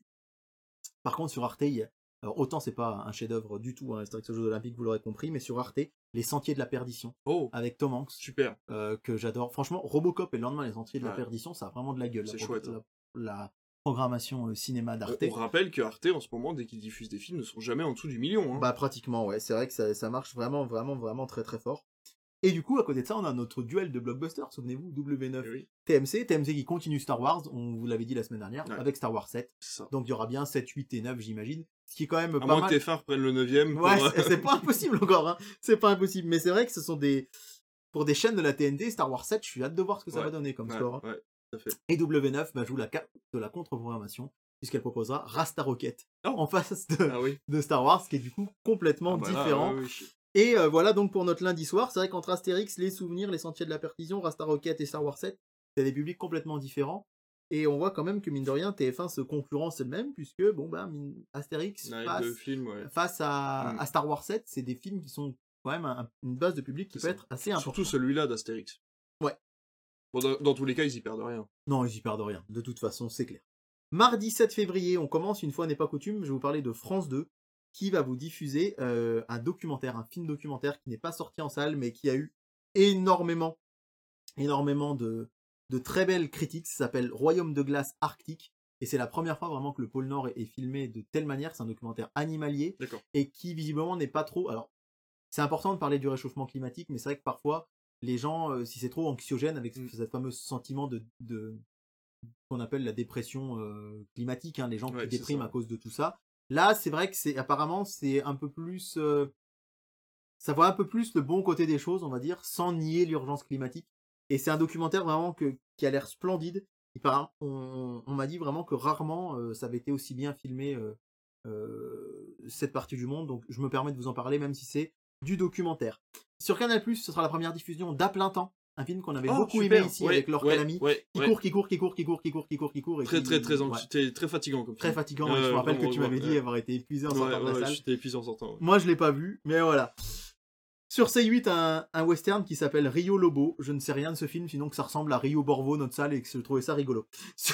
Par contre, sur Arte, il y a... alors autant c'est pas un chef-d'œuvre du tout, hein, Astérix aux Jeux Olympiques, vous l'aurez compris, mais sur Arte, Les Sentiers de la Perdition, Oh, avec Tom Hanks, super. euh, que j'adore. Franchement, Robocop et le lendemain Les Sentiers de la Ouais. Perdition, ça a vraiment de la gueule. C'est la, chouette, la, hein. la programmation euh, cinéma On, d'Arte. on rappelle que Arte, en ce moment, dès qu'ils diffusent des films, ne sont jamais en dessous du million. Hein. Bah pratiquement, ouais. C'est vrai que ça, ça marche vraiment, vraiment, vraiment très très fort. Et du coup, à côté de ça, on a notre duel de blockbusters, souvenez-vous, W neuf Eh oui, T M C, T M C qui continue Star Wars, on vous l'avait dit la semaine dernière, Ouais. avec Star Wars sept. c'est ça. Donc il y aura bien sept, huit et neuf, j'imagine. Ce qui est quand même À pas moins mal. que T F un reprenne le neuvième. Ouais, pour, euh, c'est- c'est pas impossible encore, hein. C'est pas impossible. Mais c'est vrai que ce sont des. Pour des chaînes de la T N T, Star Wars sept, je suis hâte de voir ce que ça Ouais. va donner comme ouais, score. hein. ouais, tout à fait. Et W neuf bah, joue la carte de la contre-programmation, puisqu'elle proposera Rasta Rocket Oh. en face de, Ah oui. de Star Wars, qui est du coup complètement Ah bah là, différent. ouais, oui. Et euh, voilà donc pour notre lundi soir. C'est vrai qu'entre Astérix, Les Souvenirs, Les Sentiers de la Perdition, Rasta Rocket et Star Wars sept, c'est des publics complètement différents. Et on voit quand même que mine de rien, T F un se concurrence elle-même, puisque bon bah mine- Astérix Avec face, deux films, ouais. face à, Mm. à Star Wars sept, c'est des films qui sont quand même un- une base de public qui C'est peut ça. être assez importante. Surtout celui-là d'Astérix. Ouais. Bon, dans, dans tous les cas, ils y perdent rien. Non, ils y perdent rien. De toute façon, c'est clair. Mardi sept février, on commence, une fois n'est pas coutume, je vais vous parler de France deux, qui va vous diffuser euh, un documentaire, un film documentaire qui n'est pas sorti en salle, mais qui a eu énormément, énormément de, de très belles critiques. Ça s'appelle Royaume de glace arctique. Et c'est la première fois vraiment que le pôle Nord est, est filmé de telle manière. C'est un documentaire animalier D'accord. et qui visiblement n'est pas trop... Alors, c'est important de parler du réchauffement climatique, mais c'est vrai que parfois, les gens, euh, si c'est trop anxiogène avec Mm. ce fameux sentiment de... de qu'on appelle la dépression euh, climatique, hein, les gens Ouais, qui c'est dépriment ça. à cause de tout ça. Là, c'est vrai que c'est apparemment c'est un peu plus, euh, ça voit un peu plus le bon côté des choses, on va dire, sans nier l'urgence climatique. Et c'est un documentaire vraiment que, qui a l'air splendide. Et par, on on m'a dit vraiment que rarement euh, ça avait été aussi bien filmé euh, euh, cette partie du monde. Donc je me permets de vous en parler, même si c'est du documentaire. Sur Canal+, ce sera la première diffusion d'À plein temps, un film qu'on avait Oh, beaucoup super. aimé ici Ouais, avec Laure ouais, Calamy, ouais, qui ouais. court, qui court, qui court, qui court, qui court, qui court, qui court. et Très, qui- très, très, ouais, anxi- très, très fatigant comme très film. fatigant. Euh, je me rappelle que vraiment, tu m'avais ouais, dit ouais. avoir été épuisé en Ouais, sortant de la ouais, salle. j'étais épuisé en sortant. ouais. Moi, je l'ai pas vu, mais voilà. Sur C huit, un, un western qui s'appelle Rio Lobo. Je ne sais rien de ce film, sinon que ça ressemble à Rio Borvo, notre salle, et que je trouvais ça rigolo.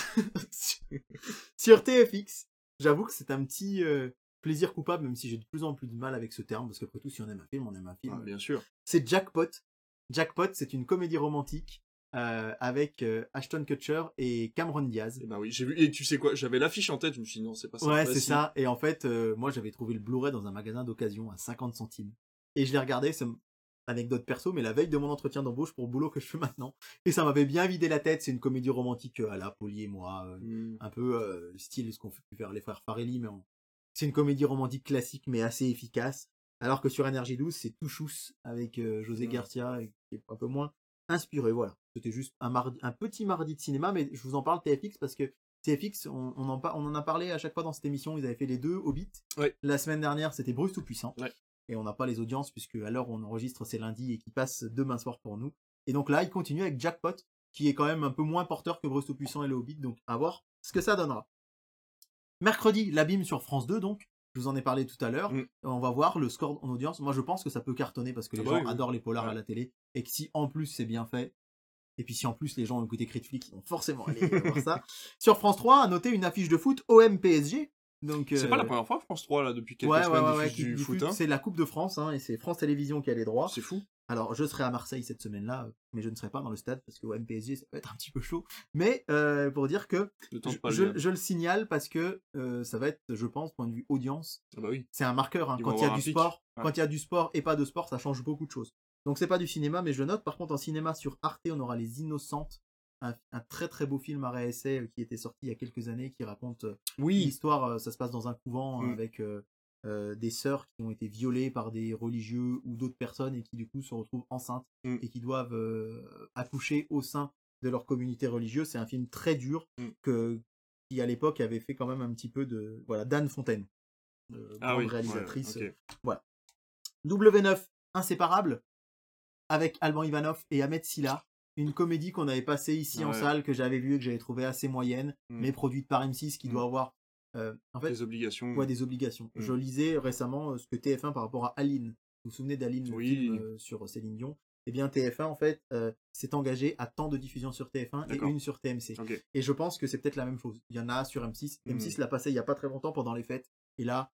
Sur T F X, j'avoue que c'est un petit euh, plaisir coupable, même si j'ai de plus en plus de mal avec ce terme, parce qu'après tout, si on aime un film, on aime un film. Ah, bien sûr. C'est Jackpot. Jackpot, c'est une comédie romantique euh, avec euh, Ashton Kutcher et Cameron Diaz. Eh ben oui, j'ai vu. Et tu sais quoi, j'avais l'affiche en tête, je me suis dit non, c'est pas ça. Ouais, Bah, c'est si. ça. Et en fait, euh, moi, j'avais trouvé le Blu-ray dans un magasin d'occasion à cinquante centimes. Et je l'ai regardé, c'est une anecdote perso, mais la veille de mon entretien d'embauche pour le boulot que je fais maintenant. Et ça m'avait bien vidé la tête. C'est une comédie romantique euh, à la Poli et moi, euh, Mm. un peu euh, style ce qu'ont pu faire les frères Farelli, mais en... c'est une comédie romantique classique, mais assez efficace. Alors que sur Énergie douze, c'est tout chousse avec euh, José Mm. Garcia, et qui est un peu moins inspiré. Voilà. C'était juste un, mardi, un petit mardi de cinéma, mais je vous en parle T F X parce que T F X, on, on, en, par- on en a parlé à chaque fois dans cette émission. Ils avaient fait les deux Hobbit. Ouais. La semaine dernière, c'était Bruce Tout-Puissant. Ouais. Et on n'a pas les audiences puisque à l'heure où on enregistre, c'est lundi et qui passe demain soir pour nous. Et donc là, il continue avec Jackpot, qui est quand même un peu moins porteur que Bruce Tout-Puissant et le Hobbit. Donc à voir ce que ça donnera. Mercredi, l'Abîme sur France deux, donc. Je vous en ai parlé tout à l'heure. Mm. On va voir le score en audience. Moi, je pense que ça peut cartonner parce que les Ah bah gens oui, oui. adorent les polars Ouais. à la télé. Et que si en plus c'est bien fait, et puis si en plus les gens ont écouté Critique, ils vont forcément aller voir ça. Sur France trois, à noter une affiche de foot O M P S G. Donc, C'est euh, pas la première fois France trois là depuis quelques ouais, ouais, semaines ouais, diffuse ouais, qui du diffuse, foot. Hein. c'est la Coupe de France, hein, et c'est France Télévisions qui a les droits. C'est fou. Alors, je serai à Marseille cette semaine-là, mais je ne serai pas dans le stade parce que au M P S G, ça peut être un petit peu chaud. Mais euh, pour dire que Le temps je, de pas le je, dire. je le signale parce que euh, ça va être, je pense, point de vue audience, Ah bah oui. c'est un marqueur. Hein. Ils Quand vont il y a avoir du un pic. sport, Ouais. quand il y a du sport et pas de sport, ça change beaucoup de choses. Donc c'est pas du cinéma, mais je le note. Par contre, en cinéma sur Arte, on aura Les Innocentes, un, un très très beau film à réessai euh, qui était sorti il y a quelques années, qui raconte euh, Oui. l'histoire. euh, ça se passe dans un couvent Mm. avec euh, euh, des sœurs qui ont été violées par des religieux ou d'autres personnes et qui du coup se retrouvent enceintes Mm. et qui doivent euh, accoucher au sein de leur communauté religieuse. C'est un film très dur Mm. que qui à l'époque avait fait quand même un petit peu de voilà d'Anne Fontaine, euh, Ah grande oui. réalisatrice. Ouais, ok. Voilà. W neuf, Inséparable, avec Alban Ivanov et Ahmed Silla. Une comédie qu'on avait passée ici ouais. en salle, que j'avais vue et que j'avais trouvée assez moyenne, mmh. mais produite par M six qui mmh. doit avoir euh, en fait, des obligations. Ouais, des obligations. Mmh. Je lisais récemment ce que T F un par rapport à Aline. Vous vous souvenez d'Aline, le oui. film euh, sur Céline Dion? Eh bien, T F un, en fait, euh, s'est engagé à tant de diffusions sur T F un et une sur T M C. Okay. Et je pense que c'est peut-être la même chose. Il y en a sur M six. Mmh. M six l'a passé il y a pas très longtemps pendant les fêtes. Et là,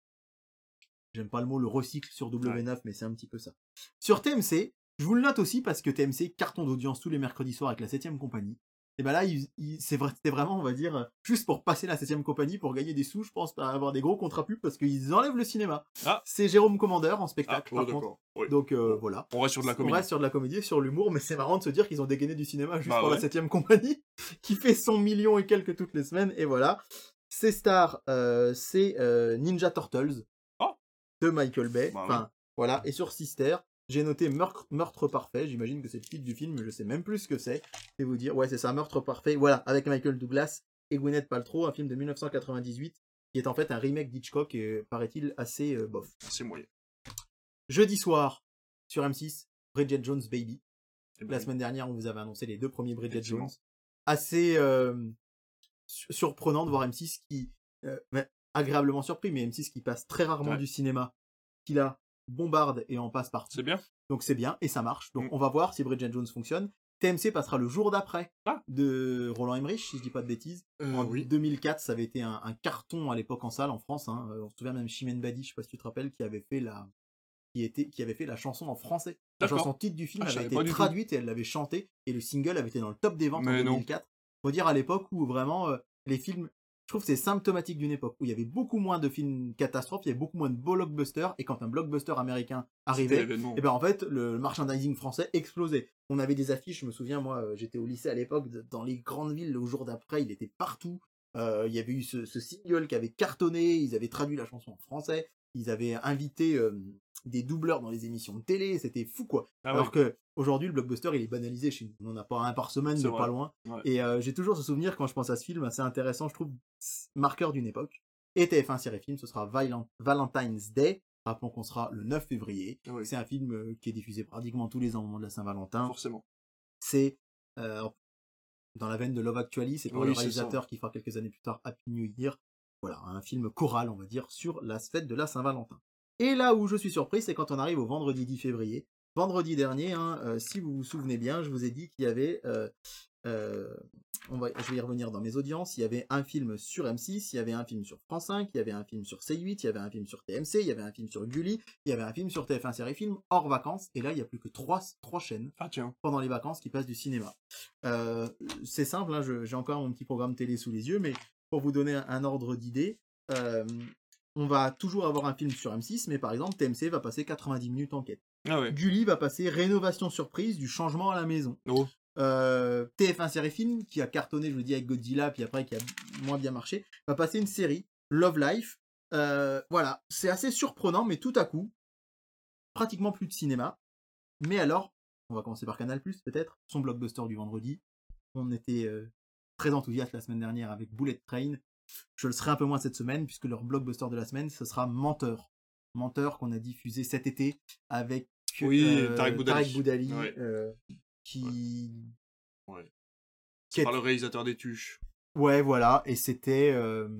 j'aime pas le mot, le recycle sur W neuf, ouais. mais c'est un petit peu ça. Sur T M C, je vous le note aussi parce que T M C carton d'audience tous les mercredis soirs avec la septième compagnie. Et ben là, il, il, c'est vrai, c'était vraiment, on va dire, juste pour passer la septième compagnie, pour gagner des sous, je pense, pour avoir des gros contrats pubs, parce qu'ils enlèvent le cinéma. Ah. C'est Jérôme Commandeur en spectacle, ah, oh, par contre. Oui. Donc euh, bon. voilà. On reste sur de la comédie. On reste sur de la comédie et sur l'humour, mais c'est marrant de se dire qu'ils ont dégainé du cinéma juste bah, pour ouais. la septième compagnie, qui fait son million et quelques toutes les semaines, et voilà. Ces stars, euh, c'est euh, Ninja Turtles, oh. de Michael Bay. Bah, enfin, ouais. voilà. Et sur Sister, j'ai noté Meurtre, Meurtre Parfait, j'imagine que c'est le titre du film, mais je sais même plus ce que c'est. Je vais vous dire, ouais, c'est ça, Meurtre Parfait, voilà, avec Michael Douglas et Gwyneth Paltrow, un film de dix-neuf cent quatre-vingt-dix-huit, qui est en fait un remake d'Hitchcock, et paraît-il assez euh, bof. C'est moyen. Jeudi soir, sur M six, Bridget Jones Baby. Ben La oui. semaine dernière, on vous avait annoncé les deux premiers Bridget Jones. Assez euh, surprenant de voir M six qui, euh, agréablement surpris, mais M six qui passe très rarement ouais. du cinéma, qui là, bombarde et en passe partout. C'est bien. Donc c'est bien et ça marche. Donc mm. on va voir si Bridget Jones fonctionne. T M C passera le jour d'après ah. de Roland Emmerich, si je dis pas de bêtises. Euh, en oui. deux mille quatre, ça avait été un, un carton à l'époque en salle en France. Hein. On se souvient même Chimène Badi, je sais pas si tu te rappelles, qui avait fait la, qui était, qui avait fait la chanson en français. La chanson titre du film ah, avait été traduite et elle l'avait chantée et le single avait été dans le top des ventes Mais en deux mille quatre. Non. Faut dire à l'époque où vraiment euh, les films. Je trouve que c'est symptomatique d'une époque où il y avait beaucoup moins de films catastrophes, il y avait beaucoup moins de blockbusters, et quand un blockbuster américain arrivait, et ben en fait, le merchandising français explosait. On avait des affiches, je me souviens, moi, j'étais au lycée à l'époque, dans les grandes villes, le jour d'après, il était partout. Euh, il y avait eu ce, ce single qui avait cartonné, ils avaient traduit la chanson en français, ils avaient invité euh, des doubleurs dans les émissions de télé, c'était fou quoi. Ah Alors oui. que aujourd'hui le blockbuster il est banalisé chez nous, on n'en a pas un par semaine, de pas loin. Ouais. Et euh, j'ai toujours ce souvenir quand je pense à ce film, assez intéressant, je trouve, marqueur d'une époque. Et T F un série film, ce sera Violent, Valentine's Day. Rappelons qu'on sera le neuf février. Oui. C'est un film euh, qui est diffusé pratiquement tous les ans au moment de la Saint-Valentin. Forcément. C'est euh, dans la veine de Love Actually, c'est pour oui, le réalisateur qui fera quelques années plus tard Happy New Year. Voilà, un film choral, on va dire, sur la fête de la Saint-Valentin. Et là où je suis surpris, c'est quand on arrive au vendredi dix février. Vendredi dernier, hein, euh, si vous vous souvenez bien, je vous ai dit qu'il y avait, euh, euh, on va, je vais y revenir dans mes audiences, il y avait un film sur M six, il y avait un film sur France cinq, il y avait un film sur C huit, il y avait un film sur T M C, il y avait un film sur Gulli, il y avait un film sur T F un série film, hors vacances, et là il n'y a plus que trois, trois chaînes ah, tiens. pendant les vacances qui passent du cinéma. Euh, c'est simple, hein, je, j'ai encore mon petit programme télé sous les yeux, mais pour vous donner un, un ordre d'idée, euh, on va toujours avoir un film sur M six, mais par exemple, T M C va passer quatre-vingt-dix minutes enquête. Ah ouais. Gulli va passer rénovation surprise du changement à la maison. Oh. Euh, T F un série film, qui a cartonné, je vous dis, avec Godzilla, puis après qui a moins bien marché, va passer une série, Love Life. Euh, voilà, c'est assez surprenant, mais tout à coup, pratiquement plus de cinéma. Mais alors, on va commencer par Canal+, peut-être, son blockbuster du vendredi. On était euh, très enthousiastes la semaine dernière avec Bullet Train. Je le serai un peu moins cette semaine, puisque leur blockbuster de la semaine, ce sera Menteur. Menteur qu'on a diffusé cet été avec oui, euh, Tarek Boudali, Tarek Boudali ouais. euh, qui... Ouais. ouais. C'est par le réalisateur des Tuches. Ouais, voilà, et c'était euh,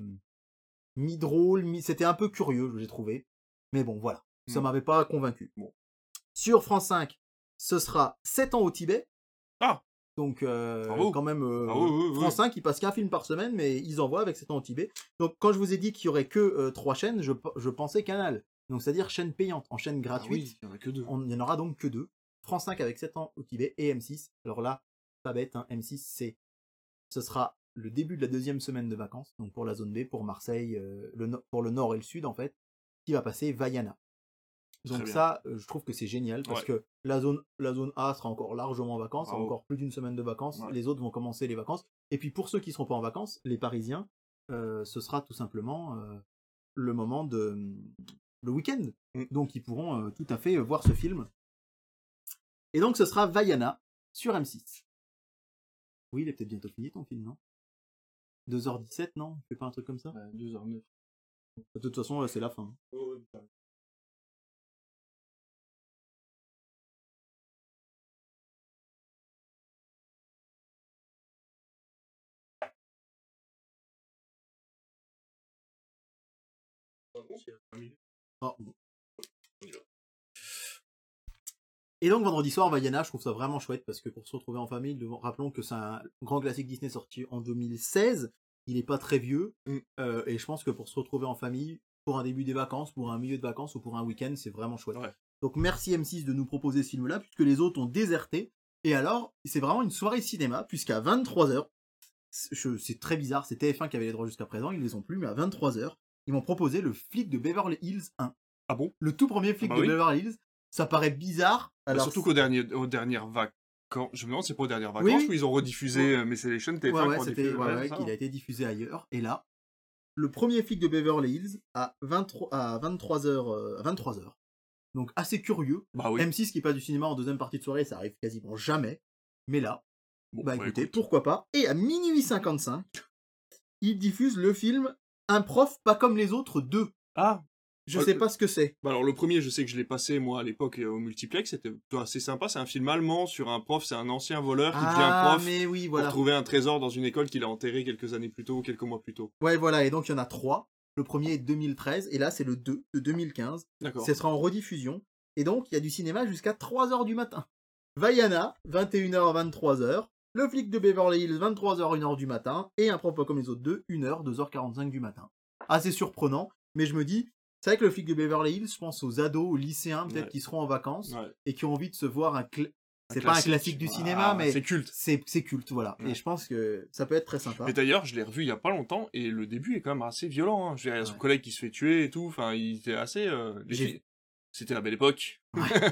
mi-drôle, mi... c'était un peu curieux, j'ai trouvé. Mais bon, voilà, mm. ça m'avait pas convaincu. Bon. Sur France cinq, ce sera sept ans au Tibet. Ah. Donc, euh, Bravo. quand même, euh, ah, oui, oui, France oui. cinq, ils passent qu'un film par semaine, mais ils envoient avec sept ans au Tibet. Donc, quand je vous ai dit qu'il y aurait que euh, trois chaînes, je, je pensais Canal. Donc, c'est-à-dire chaîne payante. En chaîne gratuite, ah oui, il y en a que deux. On, il n'y en aura donc que deux. France cinq avec sept ans au Tibet et M six. Alors là, pas bête, hein, M six, c'est, ce sera le début de la deuxième semaine de vacances, donc pour la zone B, pour Marseille, euh, le no- pour le nord et le sud, en fait, qui va passer Vaiana. Donc ça, euh, je trouve que c'est génial, parce ouais. que la zone, la zone A sera encore largement en vacances, Bravo. encore plus d'une semaine de vacances, ouais. les autres vont commencer les vacances, et puis pour ceux qui ne seront pas en vacances, les Parisiens, euh, ce sera tout simplement euh, le moment de... le week-end, mm. donc ils pourront euh, tout à fait euh, voir ce film. Et donc ce sera Vaiana, sur M six. Oui, il est peut-être bientôt fini ton film, non? deux heures dix-sept, non? On fait pas un truc comme ça? Ouais, deux heures neuf. De toute façon, là, c'est la fin. Oh, ouais, Oh, bon. Et donc vendredi soir, Vaiana, je trouve ça vraiment chouette parce que pour se retrouver en famille, devant- rappelons que c'est un grand classique Disney sorti en deux mille seize, il n'est pas très vieux, Mm. euh, et je pense que pour se retrouver en famille, pour un début des vacances, pour un milieu de vacances ou pour un week-end, c'est vraiment chouette. Ouais. Donc merci M six de nous proposer ce film-là, puisque les autres ont déserté, et alors, c'est vraiment une soirée cinéma, puisqu'à vingt-trois heures, c'est très bizarre, c'est T F un qui avait les droits jusqu'à présent, ils les ont plus, mais à vingt-trois heures, ils m'ont proposé le flic de Beverly Hills un. Ah bon? Le tout premier flic Ah bah de oui. Beverly Hills, ça paraît bizarre. Bah, Alors, surtout qu'aux derniers, aux dernières vacances, je me demande c'est pas aux dernières vacances Oui, oui. où ils ont rediffusé euh, mais c'est les chaînes T F un ouais, ouais, qui ont c'était diffusé. ouais, ouais, ouais, c'est ça, qu'il hein. a été diffusé ailleurs. Et là, le premier flic de Beverly Hills à, vingt-trois, à vingt-trois heures, euh, vingt-trois heures. Donc assez curieux. Bah oui. M six qui passe du cinéma en deuxième partie de soirée, ça arrive quasiment jamais. Mais là, Bon, bah bah, écoutez, écoute. pourquoi pas. Et à minuit cinquante-cinq, il diffuse le film Un prof pas comme les autres deux. Ah. Je Euh, sais pas ce que c'est. Bah alors le premier, je sais que je l'ai passé moi à l'époque euh, au multiplex, c'était assez sympa. C'est un film allemand sur un prof, c'est un ancien voleur qui devient Ah, prof mais oui, pour voilà. trouver un trésor dans une école qu'il a enterré quelques années plus tôt ou quelques mois plus tôt. Ouais, voilà. Et donc, il y en a trois. Le premier est deux mille treize, et là, c'est le deux de deux mille quinze. D'accord. Ce sera en rediffusion. Et donc, il y a du cinéma jusqu'à trois heures du matin. Vaiana, vingt et une heures, vingt-trois heures. Le flic de Beverly Hills, vingt-trois heures, une heure du matin. Et un prof pas comme les autres deux, une heure, deux heures quarante-cinq du matin. Assez surprenant, mais je me dis, c'est vrai que le flic de Beverly Hills, je pense aux ados, aux lycéens, peut-être Ouais. qui seront en vacances, Ouais. et qui ont envie de se voir un... cl- Un C'est pas un classique du Ah, cinéma, mais c'est culte. c'est c'est culte, voilà. Ouais. Et je pense que ça peut être très sympa. Mais d'ailleurs, je l'ai revu il y a pas longtemps et le début est quand même assez violent. Hein. Je veux dire, il y a son Ouais. collègue qui se fait tuer et tout. Enfin, il était assez. euh, les J'ai- filles- C'était la belle époque.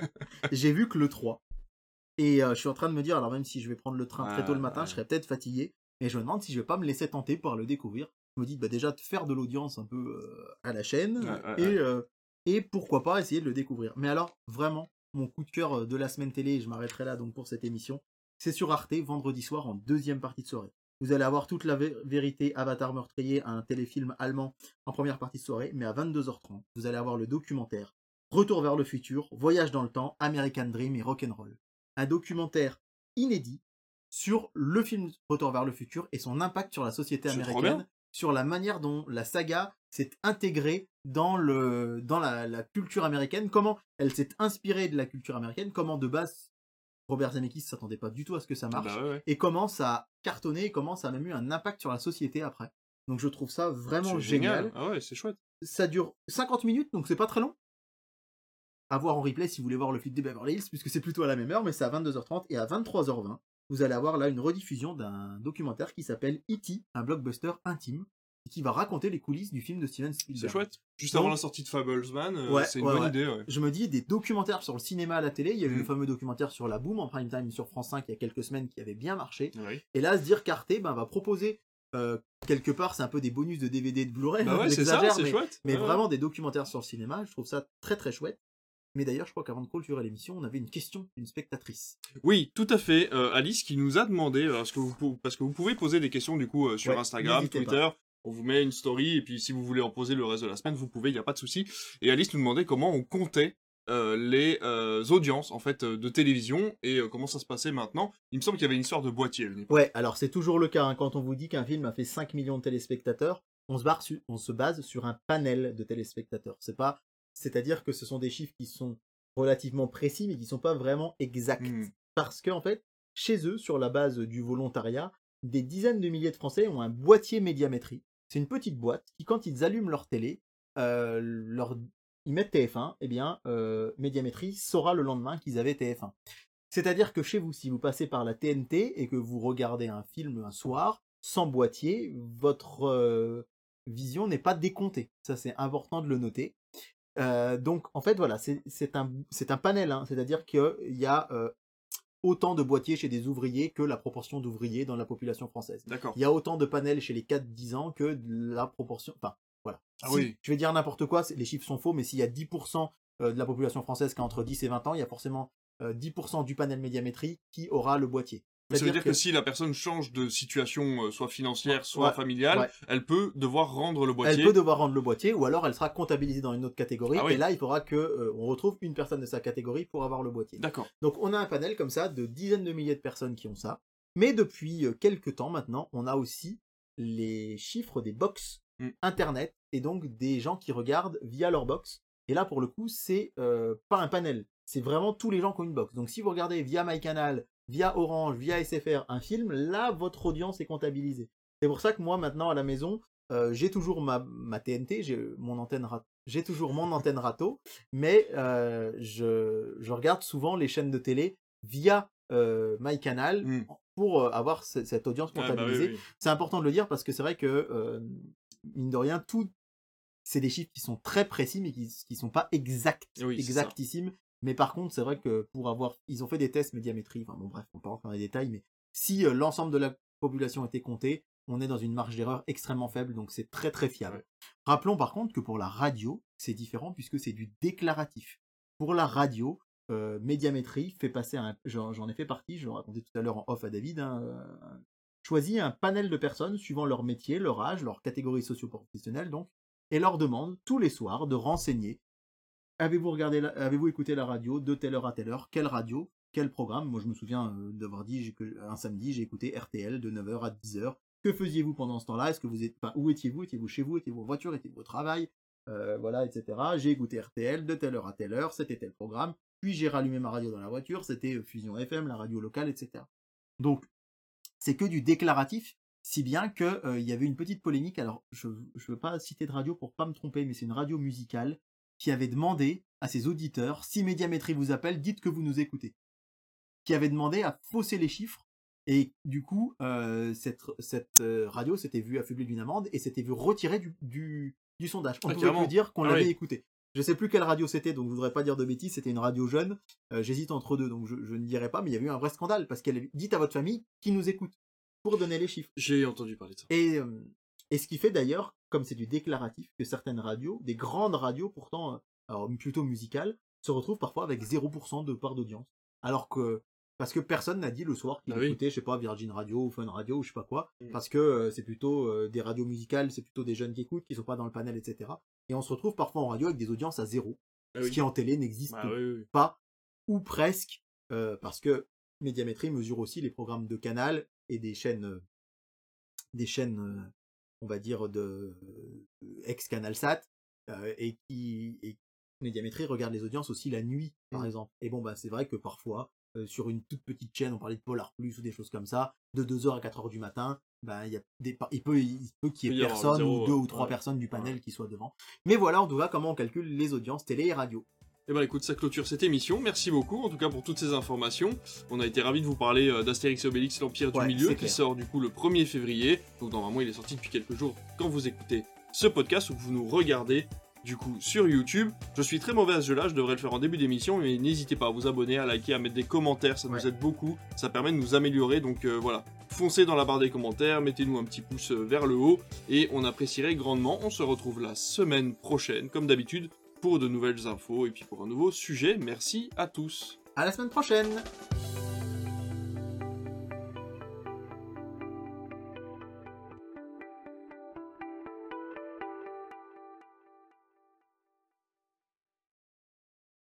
J'ai vu que le trois. Et euh, je suis en train de me dire, alors même si je vais prendre le train très tôt le Ouais, matin, ouais. je serais peut-être fatigué. Mais je me demande si je vais pas me laisser tenter par le découvrir. Je me dis, bah déjà, de faire de l'audience un peu euh, à la chaîne. Ouais, ouais, et, ouais. euh, et pourquoi pas essayer de le découvrir. Mais alors, vraiment, mon coup de cœur de la semaine télé, et je m'arrêterai là donc pour cette émission, c'est sur Arte, vendredi soir, en deuxième partie de soirée. Vous allez avoir toute la vé- vérité Avatar meurtrier, un téléfilm allemand en première partie de soirée, mais à vingt-deux heures trente, vous allez avoir le documentaire Retour vers le futur, Voyage dans le temps, American Dream et Rock'n'Roll. Un documentaire inédit sur le film Retour vers le futur et son impact sur la société C'est trop américaine, bien. sur la manière dont la saga s'est intégrée dans, le, dans la, la culture américaine, comment elle s'est inspirée de la culture américaine, comment de base Robert Zemeckis ne s'attendait pas du tout à ce que ça marche, Bah ouais, ouais. et comment ça a cartonné, et comment ça a même eu un impact sur la société après. Donc je trouve ça vraiment C'est génial. génial. Ah ouais, c'est chouette. Ça dure cinquante minutes, donc c'est pas très long. À voir en replay si vous voulez voir le flic de Beverly Hills, puisque c'est plutôt à la même heure, mais c'est à vingt-deux heures trente, et à vingt-trois heures vingt, vous allez avoir là une rediffusion d'un documentaire qui s'appelle E T, un blockbuster intime, et qui va raconter les coulisses du film de Steven Spielberg. C'est chouette. Juste Donc- avant la sortie de Fablesman, euh, Ouais, c'est une ouais, bonne ouais. idée. Ouais. Je me dis, des documentaires sur le cinéma à la télé, il y a eu Mm. le fameux documentaire sur la Boom en prime time sur France cinq il y a quelques semaines qui avait bien marché, Oui. et là, se dire qu'Arte ben, va proposer, euh, quelque part, c'est un peu des bonus de D V D de Blu-ray, Bah hein, ouais, c'est ça, j'exagère, c'est mais, chouette. mais Ouais, ouais. vraiment des documentaires sur le cinéma, je trouve ça très très chouette. Mais d'ailleurs, je crois qu'avant de clôturer l'émission, on avait une question d'une spectatrice. Oui, tout à fait. Euh, Alice qui nous a demandé, euh, parce que vous, pou- parce que vous pouvez poser des questions du coup euh, sur Ouais, Instagram, n'hésitez Twitter. On vous met une story et puis si vous voulez en poser le reste de la semaine, vous pouvez, il n'y a pas de souci. Et Alice nous demandait comment on comptait euh, les euh, audiences en fait euh, de télévision et euh, comment ça se passait maintenant. Il me semble qu'il y avait une histoire de boîtier à une époque. Ouais, alors c'est toujours le cas, hein, quand on vous dit qu'un film a fait cinq millions de téléspectateurs, on se, barre su- on se base sur un panel de téléspectateurs. C'est pas, c'est-à-dire que ce sont des chiffres qui sont relativement précis, mais qui sont pas vraiment exacts. Hmm. Parce qu'en fait, chez eux, sur la base du volontariat, des dizaines de milliers de Français ont un boîtier médiamétrie. C'est une petite boîte qui, quand ils allument leur télé, euh, leur... ils mettent T F un, eh bien, euh, médiamétrie saura le lendemain qu'ils avaient T F un. C'est-à-dire que chez vous, si vous passez par la T N T et que vous regardez un film un soir, sans boîtier, votre euh, vision n'est pas décomptée. Ça, c'est important de le noter. Euh, donc, en fait, voilà, c'est c'est un, c'est un panel, hein, c'est-à-dire qu'il y a euh, autant de boîtiers chez des ouvriers que la proportion d'ouvriers dans la population française. D'accord. Il y a autant de panels chez les quatre dix ans que de la proportion... Enfin, voilà. Ah Si- oui. Je vais dire n'importe quoi, c'est- les chiffres sont faux, mais s'il y a dix pour cent de la population française qui a entre dix et vingt ans, il y a forcément euh, dix pour cent du panel médiamétrie qui aura le boîtier. Mais ça veut C'est-à-dire dire que... si la personne change de situation, euh, soit financière, soit Ouais, familiale, ouais. elle peut devoir rendre le boîtier. Elle peut devoir rendre le boîtier, ou alors elle sera comptabilisée dans une autre catégorie, Ah oui. et là, il faudra que euh, on retrouve une personne de sa catégorie pour avoir le boîtier. D'accord. Donc on a un panel comme ça de dizaines de milliers de personnes qui ont ça, mais depuis euh, quelques temps maintenant, on a aussi les chiffres des box mmh. Internet, et donc des gens qui regardent via leur box. Et là, pour le coup, c'est euh, pas un panel, c'est vraiment tous les gens qui ont une box. Donc si vous regardez via MyCanal, via Orange, via S F R un film, là, votre audience est comptabilisée. C'est pour ça que moi, maintenant, à la maison, euh, j'ai toujours ma, ma T N T, j'ai mon antenne ra- j'ai toujours mon antenne râteau, mais euh, je, je regarde souvent les chaînes de télé via euh, MyCanal mmh. pour euh, avoir c- cette audience comptabilisée. Ah, bah oui, oui. C'est important de le dire parce que c'est vrai que, euh, mine de rien, tout, c'est des chiffres qui sont très précis, mais qui ne sont pas exacts, oui, exactissimes. Mais par contre, c'est vrai que pour avoir... Ils ont fait des tests médiamétrie, enfin bon bref, on peut rentrer dans les détails, mais si euh, l'ensemble de la population était comptée, on est dans une marge d'erreur extrêmement faible, donc c'est très très fiable. Ouais. Rappelons par contre que pour la radio, c'est différent puisque c'est du déclaratif. Pour la radio, euh, médiamétrie fait passer un... J'en ai fait partie, je le racontais tout à l'heure en off à David, hein, euh, choisit un panel de personnes suivant leur métier, leur âge, leur catégorie socio-professionnelle donc, et leur demande tous les soirs de renseigner. Avez-vous regardé, la... avez-vous écouté la radio de telle heure à telle heure? Quelle radio? Quel programme? Moi je me souviens euh, d'avoir dit qu'un samedi j'ai écouté R T L de neuf heures à dix heures. Que faisiez-vous pendant ce temps-là? Est-ce que vous êtes, enfin, où étiez-vous? Étiez-vous chez vous? Étiez-vous en voiture? Étiez-vous au travail? euh, Voilà, et cetera. J'ai écouté R T L de telle heure à telle heure, c'était tel programme. Puis j'ai rallumé ma radio dans la voiture, c'était Fusion F M, la radio locale, et cetera. Donc c'est que du déclaratif, si bien qu'il euh, y avait une petite polémique. Alors je ne veux pas citer de radio pour pas me tromper, mais c'est une radio musicale qui avait demandé à ses auditeurs, si Médiamétrie vous appelle, dites que vous nous écoutez. Qui avait demandé à fausser les chiffres. Et du coup, euh, cette, cette euh, radio s'était vue affublée d'une amende et s'était vue retirée du, du, du sondage. On ah, pouvait plus dire qu'on ah, l'avait oui. écouté. Je sais plus quelle radio c'était, donc je voudrais pas dire de bêtises, c'était une radio jeune. Euh, J'hésite entre deux, donc je, je ne dirai pas, mais il y a eu un vrai scandale, parce qu'elle avait dit à votre famille qui nous écoute, pour donner les chiffres. J'ai entendu parler de ça. Et, euh, et ce qui fait d'ailleurs, comme c'est du déclaratif, que certaines radios, des grandes radios pourtant, euh, alors plutôt musicales, se retrouvent parfois avec zéro pour cent de part d'audience. Alors que... Parce que personne n'a dit le soir qu'il ah écoutait, oui. je sais pas, Virgin Radio ou Fun Radio ou je sais pas quoi. Mmh. Parce que euh, c'est plutôt euh, des radios musicales, c'est plutôt des jeunes qui écoutent, qui sont pas dans le panel, et cetera. Et on se retrouve parfois en radio avec des audiences à zéro. Ah ce oui. qui en télé n'existe ah oui, oui. pas, ou presque, euh, parce que Médiamétrie mesure aussi les programmes de Canal et des chaînes, euh, des chaînes, euh, on va dire, de euh, ex-Canalsat, euh, et qui... Et Médiamétrie regarde les audiences aussi la nuit, par mmh. exemple. Et bon, bah c'est vrai que parfois... Euh, sur une toute petite chaîne, on parlait de Polar Plus ou des choses comme ça, de deux heures à quatre heures du matin, ben, y a des, il peut, il peut qu'il y ait personne zéro, ou deux ouais. ou trois ouais. personnes du panel ouais. qui soient devant. Mais voilà, en tout cas, comment on calcule les audiences télé et radio. Eh ben écoute, ça clôture cette émission. Merci beaucoup, en tout cas, pour toutes ces informations. On a été ravis de vous parler euh, d'Astérix et Obélix, l'Empire ouais, du Milieu, qui clair. sort du coup le premier février. Donc normalement, il est sorti depuis quelques jours quand vous écoutez ce podcast ou que vous nous regardez. Du coup, sur YouTube, je suis très mauvais à ce jeu-là, je devrais le faire en début d'émission, mais n'hésitez pas à vous abonner, à liker, à mettre des commentaires, ça ouais. nous aide beaucoup, ça permet de nous améliorer, donc euh, voilà, foncez dans la barre des commentaires, mettez-nous un petit pouce vers le haut, et on apprécierait grandement. On se retrouve la semaine prochaine, comme d'habitude, pour de nouvelles infos, et puis pour un nouveau sujet. Merci à tous. À la semaine prochaine.